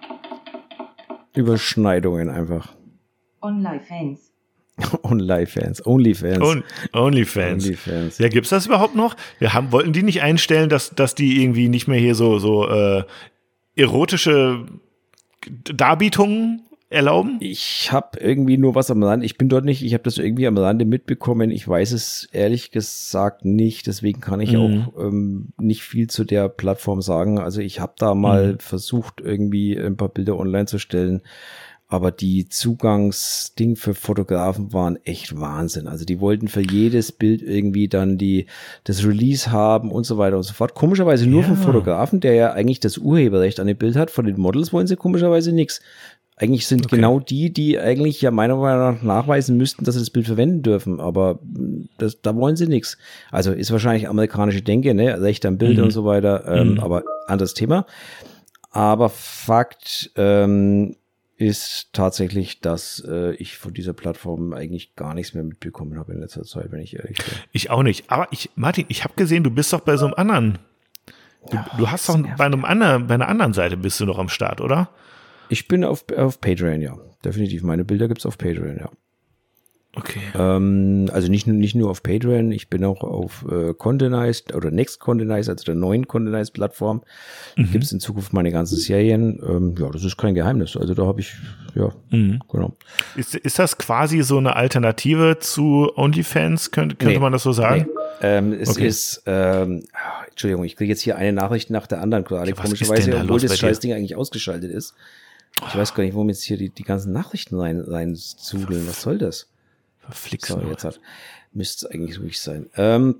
[SPEAKER 2] Überschneidungen einfach.
[SPEAKER 4] Onlyfans.
[SPEAKER 2] Onlyfans, Onlyfans.
[SPEAKER 3] On, Onlyfans. Onlyfans. Ja, gibt's das überhaupt noch? Wir haben, wollten die nicht einstellen, dass, dass die irgendwie nicht mehr hier so, so äh, erotische Darbietungen erlauben?
[SPEAKER 2] Ich habe irgendwie nur was am Rande. Ich bin dort nicht. Ich habe das irgendwie am Rande mitbekommen. Ich weiß es ehrlich gesagt nicht. Deswegen kann ich mhm. auch ähm, nicht viel zu der Plattform sagen. Also ich habe da mal mhm. versucht, irgendwie ein paar Bilder online zu stellen. Aber die Zugangsding für Fotografen waren echt Wahnsinn. Also die wollten für jedes Bild irgendwie dann die das Release haben und so weiter und so fort. Komischerweise nur ja. vom Fotografen, der ja eigentlich das Urheberrecht an dem Bild hat. Von den Models wollen sie komischerweise nichts. Eigentlich sind okay. genau die, die eigentlich ja meiner Meinung nach nachweisen müssten, dass sie das Bild verwenden dürfen, aber das, da wollen sie nichts. Also ist wahrscheinlich amerikanische Denke, ne, Recht am Bild mhm. und so weiter, ähm, mhm. aber anderes Thema. Aber Fakt ähm, ist tatsächlich, dass äh, ich von dieser Plattform eigentlich gar nichts mehr mitbekommen habe in letzter Zeit, wenn ich ehrlich bin.
[SPEAKER 3] Ich auch nicht. Aber ich, Martin, ich habe gesehen, du bist doch bei so einem anderen. Du, ja, du hast doch bei einem anderen, bei einer anderen Seite bist du noch am Start, oder?
[SPEAKER 2] Ich bin auf, auf Patreon, ja. Definitiv. Meine Bilder gibt's auf Patreon, ja.
[SPEAKER 3] Okay.
[SPEAKER 2] Ähm, also nicht, nicht nur auf Patreon, ich bin auch auf äh, Condenized oder Next Condenized, also der neuen Condenized-Plattform. Mhm. Gibt's in Zukunft meine ganzen Serien. Ähm, ja, das ist kein Geheimnis. Also da habe ich, ja, mhm. genau.
[SPEAKER 3] Ist, ist das quasi so eine Alternative zu OnlyFans? Könnte, könnte nee. man das so sagen?
[SPEAKER 2] Nee. Ähm, es okay. ist, ähm, Entschuldigung, ich kriege jetzt hier eine Nachricht nach der anderen gerade. Ja, komischerweise, obwohl das Scheißding eigentlich ausgeschaltet ist. Ich weiß gar nicht, warum jetzt hier die, die ganzen Nachrichten rein, rein zudeln. Was soll das?
[SPEAKER 3] Verflixen.
[SPEAKER 2] So, jetzt hat, müsste es eigentlich ruhig sein. Ähm,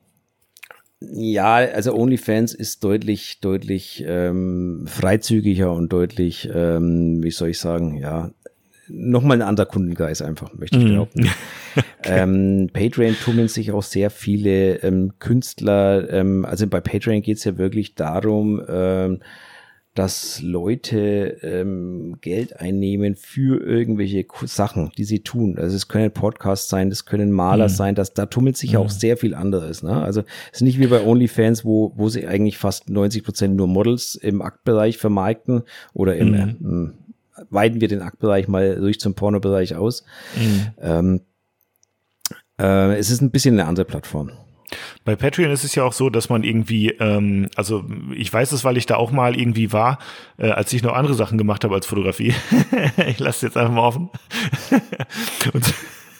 [SPEAKER 2] ja, also OnlyFans ist deutlich, deutlich ähm, freizügiger und deutlich, ähm, wie soll ich sagen, ja, nochmal ein anderer Kundenkreis einfach, möchte ich behaupten. Okay. Ähm, Patreon tummeln sich auch sehr viele ähm, Künstler. Ähm, also bei Patreon geht es ja wirklich darum, ähm, dass Leute ähm, Geld einnehmen für irgendwelche Sachen, die sie tun. Also es können Podcasts sein, das können Maler mhm. sein, das, da tummelt sich mhm. auch sehr viel anderes. Ne? Also es ist nicht wie bei OnlyFans, wo wo sie eigentlich fast neunzig Prozent nur Models im Aktbereich vermarkten oder im mhm. äh, weiten wir den Aktbereich mal durch zum Pornobereich aus. Mhm. Ähm, äh, es ist ein bisschen eine andere Plattform.
[SPEAKER 3] Bei Patreon ist es ja auch so, dass man irgendwie, ähm, also ich weiß es, weil ich da auch mal irgendwie war, äh, als ich noch andere Sachen gemacht habe als Fotografie. Ich lasse es jetzt einfach mal offen. und,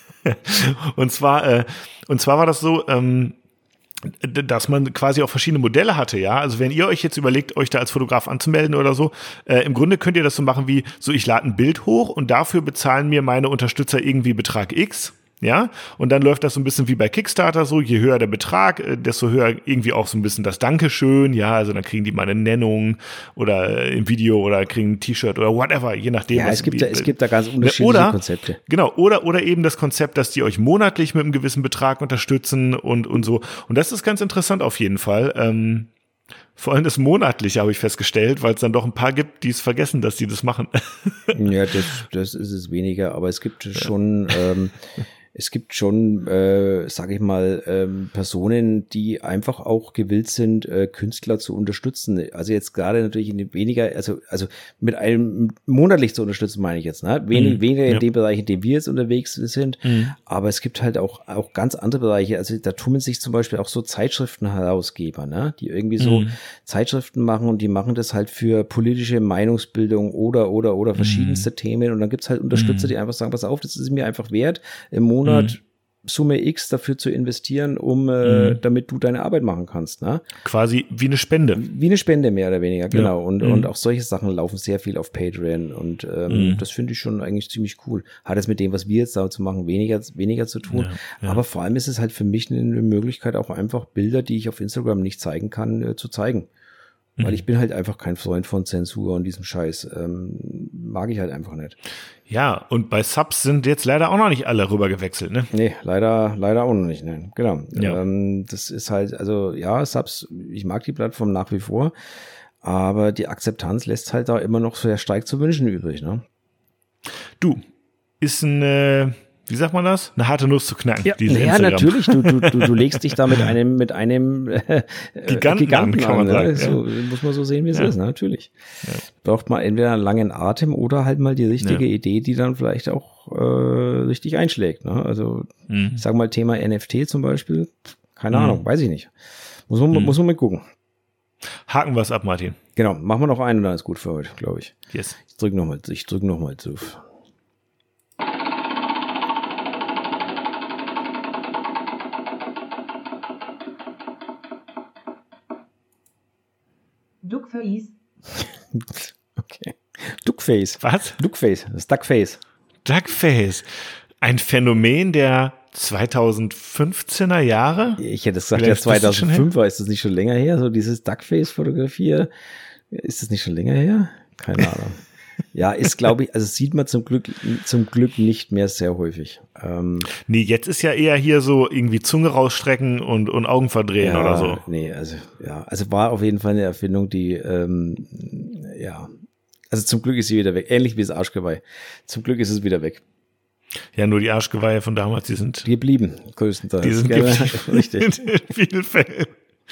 [SPEAKER 3] und zwar, äh, und zwar war das so, ähm, dass man quasi auch verschiedene Modelle hatte, ja. Also wenn ihr euch jetzt überlegt, euch da als Fotograf anzumelden oder so, äh, im Grunde könnt ihr das so machen wie, so ich lade ein Bild hoch und dafür bezahlen mir meine Unterstützer irgendwie Betrag X. Ja, und dann läuft das so ein bisschen wie bei Kickstarter so, je höher der Betrag, desto höher irgendwie auch so ein bisschen das Dankeschön, ja, also dann kriegen die mal eine Nennung oder im Video oder kriegen ein T-Shirt oder whatever, je nachdem.
[SPEAKER 2] Ja,
[SPEAKER 3] was
[SPEAKER 2] es gibt da, es gibt da ganz unterschiedliche
[SPEAKER 3] oder,
[SPEAKER 2] Konzepte.
[SPEAKER 3] Genau, oder, oder eben das Konzept, dass die euch monatlich mit einem gewissen Betrag unterstützen und, und so. Und das ist ganz interessant auf jeden Fall. Ähm, Vor allem das Monatliche habe ich festgestellt, weil es dann doch ein paar gibt, die es vergessen, dass die das machen.
[SPEAKER 2] Ja, das, das ist es weniger, aber es gibt schon, ähm, es gibt schon, äh, sage ich mal, ähm, Personen, die einfach auch gewillt sind, äh, Künstler zu unterstützen. Also jetzt gerade natürlich in weniger, also also mit einem monatlich zu unterstützen, meine ich jetzt, ne? Wenig,
[SPEAKER 3] mhm,
[SPEAKER 2] weniger in
[SPEAKER 3] ja.
[SPEAKER 2] dem Bereich, in dem wir jetzt unterwegs sind,
[SPEAKER 3] Mhm.
[SPEAKER 2] aber es gibt halt auch auch ganz andere Bereiche. Also da tummeln sich zum Beispiel auch so Zeitschriftenherausgeber, ne? Die irgendwie so
[SPEAKER 3] Mhm.
[SPEAKER 2] Zeitschriften machen und die machen das halt für politische Meinungsbildung oder oder oder verschiedenste
[SPEAKER 3] Mhm.
[SPEAKER 2] Themen und dann gibt's halt Unterstützer,
[SPEAKER 3] Mhm.
[SPEAKER 2] die einfach sagen, pass auf, das ist mir einfach wert, im Monat
[SPEAKER 3] Mhm.
[SPEAKER 2] Summe X dafür zu investieren, um äh,
[SPEAKER 3] Mhm.
[SPEAKER 2] damit du deine Arbeit machen kannst, ne?
[SPEAKER 3] Quasi wie eine Spende.
[SPEAKER 2] Wie eine Spende mehr oder weniger, genau.
[SPEAKER 3] Ja.
[SPEAKER 2] Und
[SPEAKER 3] Mhm.
[SPEAKER 2] und auch solche Sachen laufen sehr viel auf Patreon und ähm,
[SPEAKER 3] Mhm.
[SPEAKER 2] das finde ich schon eigentlich ziemlich cool. Hat es mit dem, was wir jetzt da zu machen, weniger weniger zu tun.
[SPEAKER 3] Ja, ja.
[SPEAKER 2] Aber vor allem ist es halt für mich eine Möglichkeit, auch einfach Bilder, die ich auf Instagram nicht zeigen kann, äh, zu zeigen. Weil
[SPEAKER 3] Mhm.
[SPEAKER 2] ich bin halt einfach kein Freund von Zensur und diesem Scheiß. Ähm, mag ich halt einfach nicht.
[SPEAKER 3] Ja, und bei Subs sind jetzt leider auch noch nicht alle rüber gewechselt, ne?
[SPEAKER 2] Nee, leider, leider auch noch nicht. Ne? Genau.
[SPEAKER 3] Ja.
[SPEAKER 2] Ähm, das ist halt, also ja, Subs, ich mag die Plattform nach wie vor, aber die Akzeptanz lässt halt da immer noch sehr stark zu wünschen übrig, ne?
[SPEAKER 3] Du, ist eine, wie sagt man das? Eine harte Nuss zu knacken. diese
[SPEAKER 2] ja
[SPEAKER 3] Instagram.
[SPEAKER 2] natürlich, du, du, du, du legst dich da mit einem, mit einem äh,
[SPEAKER 3] Giganten
[SPEAKER 2] Giganten
[SPEAKER 3] an, kann man
[SPEAKER 2] an, ne?
[SPEAKER 3] sagen,
[SPEAKER 2] So, muss man so sehen, wie es
[SPEAKER 3] Ja.
[SPEAKER 2] ist, ne? Natürlich. Braucht man entweder einen langen Atem oder halt mal die richtige
[SPEAKER 3] Ja.
[SPEAKER 2] Idee, die dann vielleicht auch äh, richtig einschlägt, ne? Also
[SPEAKER 3] Mhm.
[SPEAKER 2] ich sag mal Thema N F T zum Beispiel, keine
[SPEAKER 3] Mhm.
[SPEAKER 2] Ahnung, weiß ich nicht. Muss man,
[SPEAKER 3] Mhm.
[SPEAKER 2] muss man mal gucken.
[SPEAKER 3] Haken wir es ab, Martin.
[SPEAKER 2] Genau, machen wir noch einen und dann ist gut für heute, glaube ich.
[SPEAKER 3] Yes.
[SPEAKER 2] Ich drücke nochmal, ich drücke nochmal zu.
[SPEAKER 4] Duckface.
[SPEAKER 2] Okay. Duckface.
[SPEAKER 3] Was?
[SPEAKER 2] Duckface, das Duckface.
[SPEAKER 3] Duckface. Ein Phänomen der zweitausendfünfzehner Jahre?
[SPEAKER 2] Ich hätte gesagt,
[SPEAKER 3] Vielleicht
[SPEAKER 2] ja
[SPEAKER 3] ist das schon
[SPEAKER 2] zweitausendfünf war, ist das nicht schon länger her? So dieses Duckface-Fotografie, ist das nicht schon länger her? Keine Ahnung. Ja, ist, glaube ich, also sieht man zum Glück, zum Glück nicht mehr sehr häufig. Ähm,
[SPEAKER 3] Nee, jetzt ist ja eher hier so irgendwie Zunge rausstrecken und, und Augen verdrehen
[SPEAKER 2] ja,
[SPEAKER 3] oder so.
[SPEAKER 2] Nee, also, ja, also war auf jeden Fall eine Erfindung, die, ähm, ja, also zum Glück ist sie wieder weg. Ähnlich wie das Arschgeweih. Zum Glück ist es wieder weg.
[SPEAKER 3] Ja, nur die Arschgeweihe von damals, die sind,
[SPEAKER 2] Geblieben, größtenteils.
[SPEAKER 3] die sind
[SPEAKER 2] Gell?
[SPEAKER 3] giftig.
[SPEAKER 2] Richtig.
[SPEAKER 3] In vielen Fällen.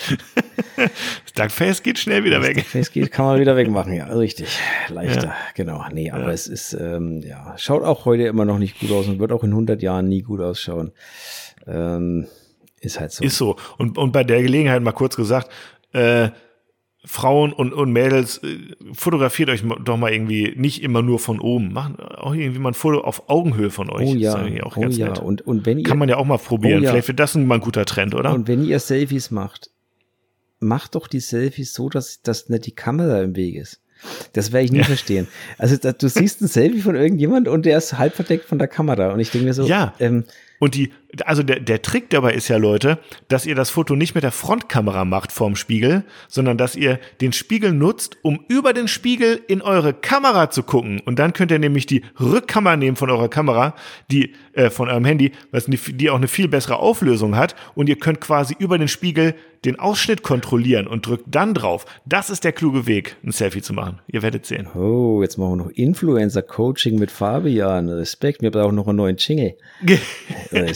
[SPEAKER 3] Das Duckface geht schnell wieder weg.
[SPEAKER 2] Face geht, kann man wieder wegmachen, ja, richtig. Leichter,
[SPEAKER 3] Ja.
[SPEAKER 2] genau. Nee, aber
[SPEAKER 3] Ja.
[SPEAKER 2] es ist, ähm, ja, schaut auch heute immer noch nicht gut aus und wird auch in hundert Jahren nie gut ausschauen. Ähm, ist halt so.
[SPEAKER 3] Ist so. Und, und bei der Gelegenheit mal kurz gesagt, äh, Frauen und, und Mädels, äh, fotografiert euch doch mal irgendwie nicht immer nur von oben. Macht auch irgendwie mal ein Foto auf Augenhöhe von euch.
[SPEAKER 2] Oh
[SPEAKER 3] Das
[SPEAKER 2] ja,
[SPEAKER 3] ist eigentlich auch
[SPEAKER 2] oh
[SPEAKER 3] ganz
[SPEAKER 2] ja.
[SPEAKER 3] nett.
[SPEAKER 2] Und, und wenn ihr,
[SPEAKER 3] Kann man ja auch mal probieren.
[SPEAKER 2] Oh ja.
[SPEAKER 3] Vielleicht wird das mal ein guter Trend, oder?
[SPEAKER 2] und wenn ihr Selfies macht, macht doch die Selfies so, dass, dass nicht die Kamera im Weg ist. Das werde ich nie
[SPEAKER 3] Ja.
[SPEAKER 2] verstehen. Also da, du siehst ein Selfie von irgendjemand und der ist halb verdeckt von der Kamera und ich denke mir so,
[SPEAKER 3] Ja.
[SPEAKER 2] ähm,
[SPEAKER 3] Und die, also der, der Trick dabei ist ja, Leute, dass ihr das Foto nicht mit der Frontkamera macht vorm Spiegel, sondern dass ihr den Spiegel nutzt, um über den Spiegel in eure Kamera zu gucken. Und dann könnt ihr nämlich die Rückkamera nehmen von eurer Kamera, die, äh, von eurem Handy, was die, die auch eine viel bessere Auflösung hat. Und ihr könnt quasi über den Spiegel den Ausschnitt kontrollieren und drückt dann drauf. Das ist der kluge Weg, ein Selfie zu machen. Ihr werdet sehen.
[SPEAKER 2] oh, jetzt machen wir noch Influencer-Coaching mit Fabian. Respekt, wir brauchen noch einen neuen Jingle.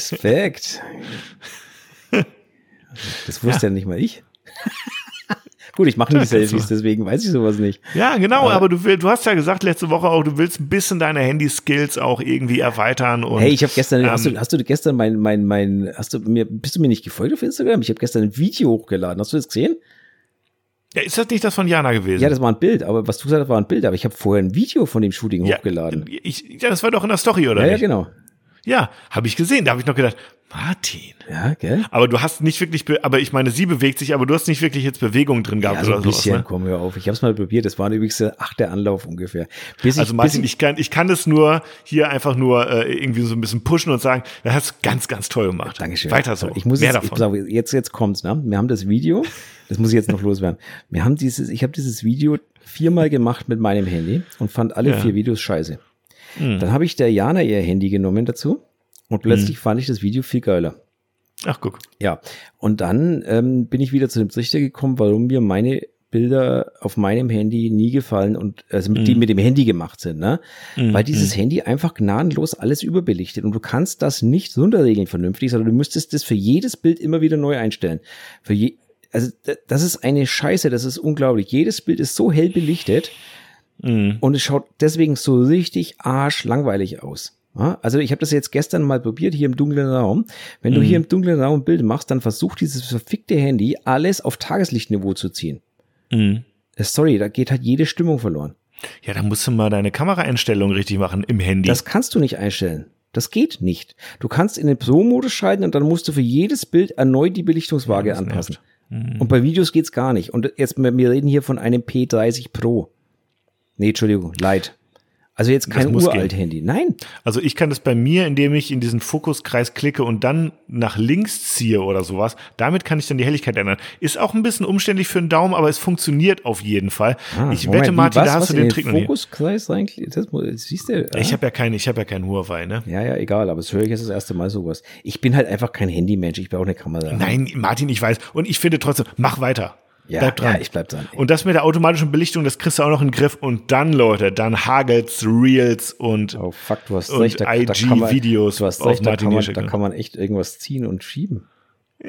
[SPEAKER 2] Respekt. Das wusste ja, nicht mal ich. Gut, ich mache nie Selfies, deswegen weiß ich sowas nicht.
[SPEAKER 3] Ja, genau, aber, aber du, will, du hast ja gesagt letzte Woche auch, du willst ein bisschen deine Handy-Skills auch irgendwie erweitern. Und,
[SPEAKER 2] hey, ich habe gestern,
[SPEAKER 3] ähm,
[SPEAKER 2] hast, du, hast du gestern mein, mein, mein, hast du mir, bist du mir nicht gefolgt auf Instagram? Ich habe gestern ein Video hochgeladen, hast du das gesehen?
[SPEAKER 3] Ja, ist das nicht das von Jana gewesen?
[SPEAKER 2] Ja, das war ein Bild, aber was du gesagt hast, war ein Bild, aber ich habe vorher ein Video von dem Shooting
[SPEAKER 3] ja,
[SPEAKER 2] hochgeladen.
[SPEAKER 3] Ich, ja, das war doch in der Story, oder
[SPEAKER 2] ja,
[SPEAKER 3] nicht?
[SPEAKER 2] Ja, genau.
[SPEAKER 3] Ja, habe ich gesehen. Da habe ich noch gedacht, Martin.
[SPEAKER 2] Ja, gell?
[SPEAKER 3] Aber du hast nicht wirklich, be- aber ich meine, sie bewegt sich, aber du hast nicht wirklich jetzt Bewegung drin gehabt
[SPEAKER 2] ja, so
[SPEAKER 3] oder
[SPEAKER 2] ein bisschen,
[SPEAKER 3] sowas. Ne?
[SPEAKER 2] Komm, hör auf. Ich habe es mal probiert. Das war übrigens der achte Anlauf ungefähr. Bis
[SPEAKER 3] also
[SPEAKER 2] ich,
[SPEAKER 3] Martin,
[SPEAKER 2] bis
[SPEAKER 3] ich kann, ich kann es nur hier einfach nur äh, irgendwie so ein bisschen pushen und sagen, das hast du ganz, ganz toll gemacht.
[SPEAKER 2] Dankeschön.
[SPEAKER 3] Weiter so.
[SPEAKER 2] Ich muss
[SPEAKER 3] Mehr
[SPEAKER 2] jetzt,
[SPEAKER 3] davon.
[SPEAKER 2] Ich, jetzt, jetzt kommt's, ne? Wir haben das Video. Das muss ich jetzt noch loswerden. Wir haben dieses, ich habe dieses Video viermal gemacht mit meinem Handy und fand alle
[SPEAKER 3] Ja.
[SPEAKER 2] vier Videos scheiße.
[SPEAKER 3] Hm.
[SPEAKER 2] Dann habe ich der Jana ihr Handy genommen dazu und plötzlich
[SPEAKER 3] Hm.
[SPEAKER 2] fand ich das Video viel geiler.
[SPEAKER 3] Ach, guck.
[SPEAKER 2] Ja, und dann ähm, bin ich wieder zu dem Trichter gekommen, warum mir meine Bilder auf meinem Handy nie gefallen und also mit,
[SPEAKER 3] Mhm.
[SPEAKER 2] die mit dem Handy gemacht sind, ne?
[SPEAKER 3] Mhm.
[SPEAKER 2] Weil dieses Handy einfach gnadenlos alles überbelichtet und du kannst das nicht runterregeln vernünftig, sondern du müsstest das für jedes Bild immer wieder neu einstellen. Für je, also d- das ist eine Scheiße, das ist unglaublich. Jedes Bild ist so hell belichtet
[SPEAKER 3] Mhm.
[SPEAKER 2] und es schaut deswegen so richtig arschlangweilig aus. Ja, also ich habe das jetzt gestern mal probiert, hier im dunklen Raum. Wenn du
[SPEAKER 3] Mhm.
[SPEAKER 2] hier im dunklen Raum ein Bild machst, dann versucht dieses verfickte Handy alles auf Tageslichtniveau zu ziehen.
[SPEAKER 3] Mhm.
[SPEAKER 2] Äh, Sorry, da geht halt jede Stimmung verloren.
[SPEAKER 3] Ja, dann musst du mal deine Kameraeinstellung richtig machen im Handy.
[SPEAKER 2] Das kannst du nicht einstellen. Das geht nicht. Du kannst in den Pro-Modus schalten und dann musst du für jedes Bild erneut die Belichtungswaage
[SPEAKER 3] Ja, das
[SPEAKER 2] anpassen.
[SPEAKER 3] nervt. Mhm.
[SPEAKER 2] Und bei Videos geht's gar nicht. Und jetzt, wir reden hier von einem P dreißig Pro. Nee, Entschuldigung, Lite. Also jetzt kein
[SPEAKER 3] Das muss
[SPEAKER 2] Uralt-Handy. Nein.
[SPEAKER 3] Also ich kann das bei mir, indem ich in diesen Fokuskreis klicke und dann nach links ziehe oder sowas, damit kann ich dann die Helligkeit ändern. Ist auch ein bisschen umständlich für den Daumen, aber es funktioniert auf jeden Fall.
[SPEAKER 2] Ah,
[SPEAKER 3] ich
[SPEAKER 2] Moment,
[SPEAKER 3] wette,
[SPEAKER 2] wie,
[SPEAKER 3] Martin,
[SPEAKER 2] was,
[SPEAKER 3] da hast
[SPEAKER 2] was
[SPEAKER 3] du
[SPEAKER 2] in
[SPEAKER 3] den
[SPEAKER 2] den
[SPEAKER 3] Trick noch nicht.
[SPEAKER 2] Fokuskreis eigentlich? Das, das siehst du.
[SPEAKER 3] Ich
[SPEAKER 2] ah.
[SPEAKER 3] habe ja keinen, ich habe ja keinen Huawei, ne?
[SPEAKER 2] Ja, ja, egal, aber das höre ich jetzt das erste Mal sowas. Ich bin halt einfach kein Handymensch, ich brauche eine Kamera.
[SPEAKER 3] Nein, Martin, ich weiß. Und ich finde trotzdem, mach weiter.
[SPEAKER 2] Ja,
[SPEAKER 3] bleib dran.
[SPEAKER 2] ja, ich bleib dran.
[SPEAKER 3] Und das mit der automatischen Belichtung, das kriegst du auch noch in den Griff. Und dann, Leute, dann hagelt's Reels und,
[SPEAKER 2] Oh fuck, du hast
[SPEAKER 3] und
[SPEAKER 2] recht, da, da kann man,
[SPEAKER 3] I G-Videos
[SPEAKER 2] du hast
[SPEAKER 3] auf
[SPEAKER 2] recht, da
[SPEAKER 3] Martin
[SPEAKER 2] kann, man,
[SPEAKER 3] Gierschek,
[SPEAKER 2] da
[SPEAKER 3] ne?
[SPEAKER 2] kann man echt irgendwas ziehen und schieben.
[SPEAKER 3] Ja, ja,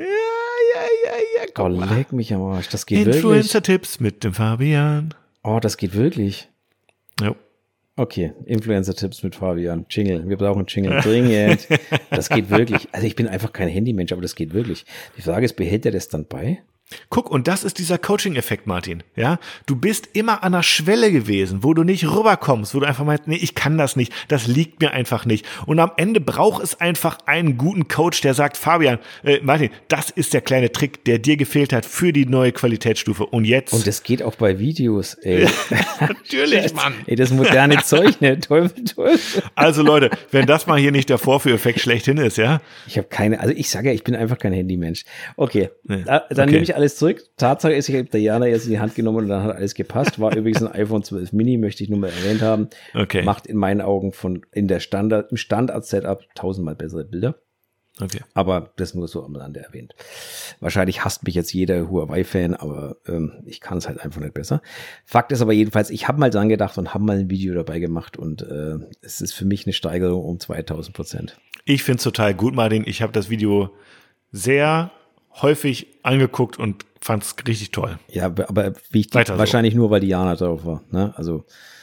[SPEAKER 3] ja, ja,
[SPEAKER 2] Oh,
[SPEAKER 3] komm mal.
[SPEAKER 2] leck mich am Arsch, das geht wirklich.
[SPEAKER 3] Influencer-Tipps mit dem Fabian.
[SPEAKER 2] Oh, das geht wirklich.
[SPEAKER 3] Ja.
[SPEAKER 2] Okay, Influencer-Tipps mit Fabian. Jingle, wir brauchen Jingle dringend. Das geht wirklich. Also ich bin einfach kein Handymensch, aber das geht wirklich. Die Frage ist, behält er das dann bei?
[SPEAKER 3] Guck, und das ist dieser Coaching-Effekt, Martin. Ja, du bist immer an der Schwelle gewesen, wo du nicht rüberkommst, wo du einfach meinst, nee, ich kann das nicht, das liegt mir einfach nicht. Und am Ende braucht es einfach einen guten Coach, der sagt, Fabian, äh, Martin, das ist der kleine Trick, der dir gefehlt hat für die neue Qualitätsstufe. Und jetzt.
[SPEAKER 2] Und das geht auch bei Videos, ey.
[SPEAKER 3] Natürlich, Mann.
[SPEAKER 2] Ey, das moderne Zeug, ne? Teufel, Teufel.
[SPEAKER 3] Also Leute, wenn das mal hier nicht der Vorführeffekt schlechthin ist, ja.
[SPEAKER 2] Ich habe keine, also ich sage ja, ich bin einfach kein Handymensch. Okay,
[SPEAKER 3] Nee.
[SPEAKER 2] da, dann
[SPEAKER 3] Okay.
[SPEAKER 2] nehme ich alles zurück. Tatsache ist, ich habe Diana jetzt in die Hand genommen und dann hat alles gepasst. War übrigens ein iPhone zwölf Mini, möchte ich nur mal erwähnt haben.
[SPEAKER 3] Okay.
[SPEAKER 2] Macht in meinen Augen von in der Standard, im Standard-Setup tausendmal bessere Bilder.
[SPEAKER 3] Okay.
[SPEAKER 2] Aber das nur so am Rande erwähnt. Wahrscheinlich hasst mich jetzt jeder Huawei-Fan, aber ähm, ich kann es halt einfach nicht besser. Fakt ist aber jedenfalls, ich habe mal dran gedacht und habe mal ein Video dabei gemacht und äh, es ist für mich eine Steigerung um zweitausend Prozent.
[SPEAKER 3] Ich finde es total gut, Martin. Ich habe das Video sehr häufig angeguckt und fand es richtig toll.
[SPEAKER 2] Ja, aber wichtig,
[SPEAKER 3] Weiter so.
[SPEAKER 2] wahrscheinlich nur, weil Diana drauf war. Ne? Also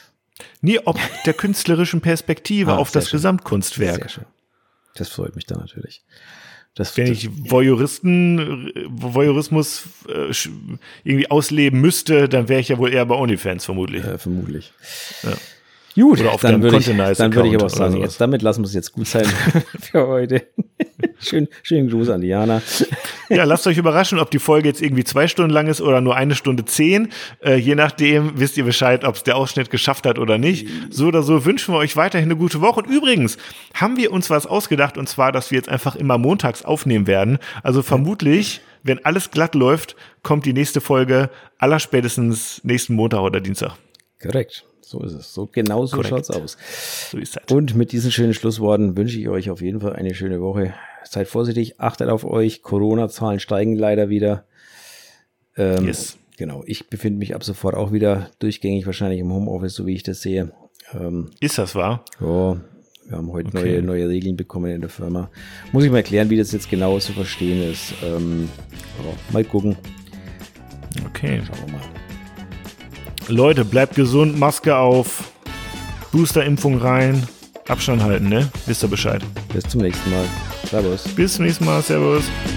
[SPEAKER 3] Nie ob der künstlerischen Perspektive
[SPEAKER 2] Ah,
[SPEAKER 3] auf
[SPEAKER 2] sehr
[SPEAKER 3] das
[SPEAKER 2] schön.
[SPEAKER 3] Gesamtkunstwerk.
[SPEAKER 2] sehr schön. Das freut mich dann natürlich. Das,
[SPEAKER 3] Wenn ich Voyeuristen, Voyeurismus äh, sch- irgendwie ausleben müsste, dann wäre ich ja wohl eher bei OnlyFans vermutlich.
[SPEAKER 2] äh, vermutlich.
[SPEAKER 3] Ja.
[SPEAKER 2] Gut,
[SPEAKER 3] Oder auf
[SPEAKER 2] dann
[SPEAKER 3] deinem
[SPEAKER 2] würde ich,
[SPEAKER 3] Contenize
[SPEAKER 2] dann würde ich aber auch
[SPEAKER 3] Account oder
[SPEAKER 2] sagen,
[SPEAKER 3] sowas.
[SPEAKER 2] jetzt, damit lassen wir es jetzt gut sein für heute. Schön, schönen Gruß an Diana.
[SPEAKER 3] Ja, lasst euch überraschen, ob die Folge jetzt irgendwie zwei Stunden lang ist oder nur eine Stunde zehn. Äh, je nachdem wisst ihr Bescheid, ob es der Ausschnitt geschafft hat oder nicht. So oder so wünschen wir euch weiterhin eine gute Woche. Und übrigens haben wir uns was ausgedacht, und zwar, dass wir jetzt einfach immer montags aufnehmen werden. Also vermutlich, wenn alles glatt läuft, kommt die nächste Folge allerspätestens nächsten Montag oder Dienstag.
[SPEAKER 2] Korrekt. So ist es. So genau so
[SPEAKER 3] Korrekt.
[SPEAKER 2] schaut's aus.
[SPEAKER 3] So ist das.
[SPEAKER 2] Und mit diesen schönen Schlussworten wünsche ich euch auf jeden Fall eine schöne Woche. Seid vorsichtig, achtet auf euch. Corona-Zahlen steigen leider wieder. Ähm,
[SPEAKER 3] Yes.
[SPEAKER 2] Genau. Ich befinde mich ab sofort auch wieder durchgängig wahrscheinlich im Homeoffice, so wie ich das sehe. Ähm,
[SPEAKER 3] Ist das wahr?
[SPEAKER 2] ja, wir haben heute
[SPEAKER 3] Okay.
[SPEAKER 2] neue, neue Regeln bekommen in der Firma. Muss ich mal erklären, wie das jetzt genau zu verstehen ist. Ähm, ja, mal gucken.
[SPEAKER 3] Okay. Okay.
[SPEAKER 2] Schauen wir mal.
[SPEAKER 3] Leute, bleibt gesund, Maske auf, Boosterimpfung rein, Abstand halten, ne? Wisst ihr Bescheid.
[SPEAKER 2] Bis zum nächsten Mal. Servus.
[SPEAKER 3] Bis zum nächsten Mal, servus.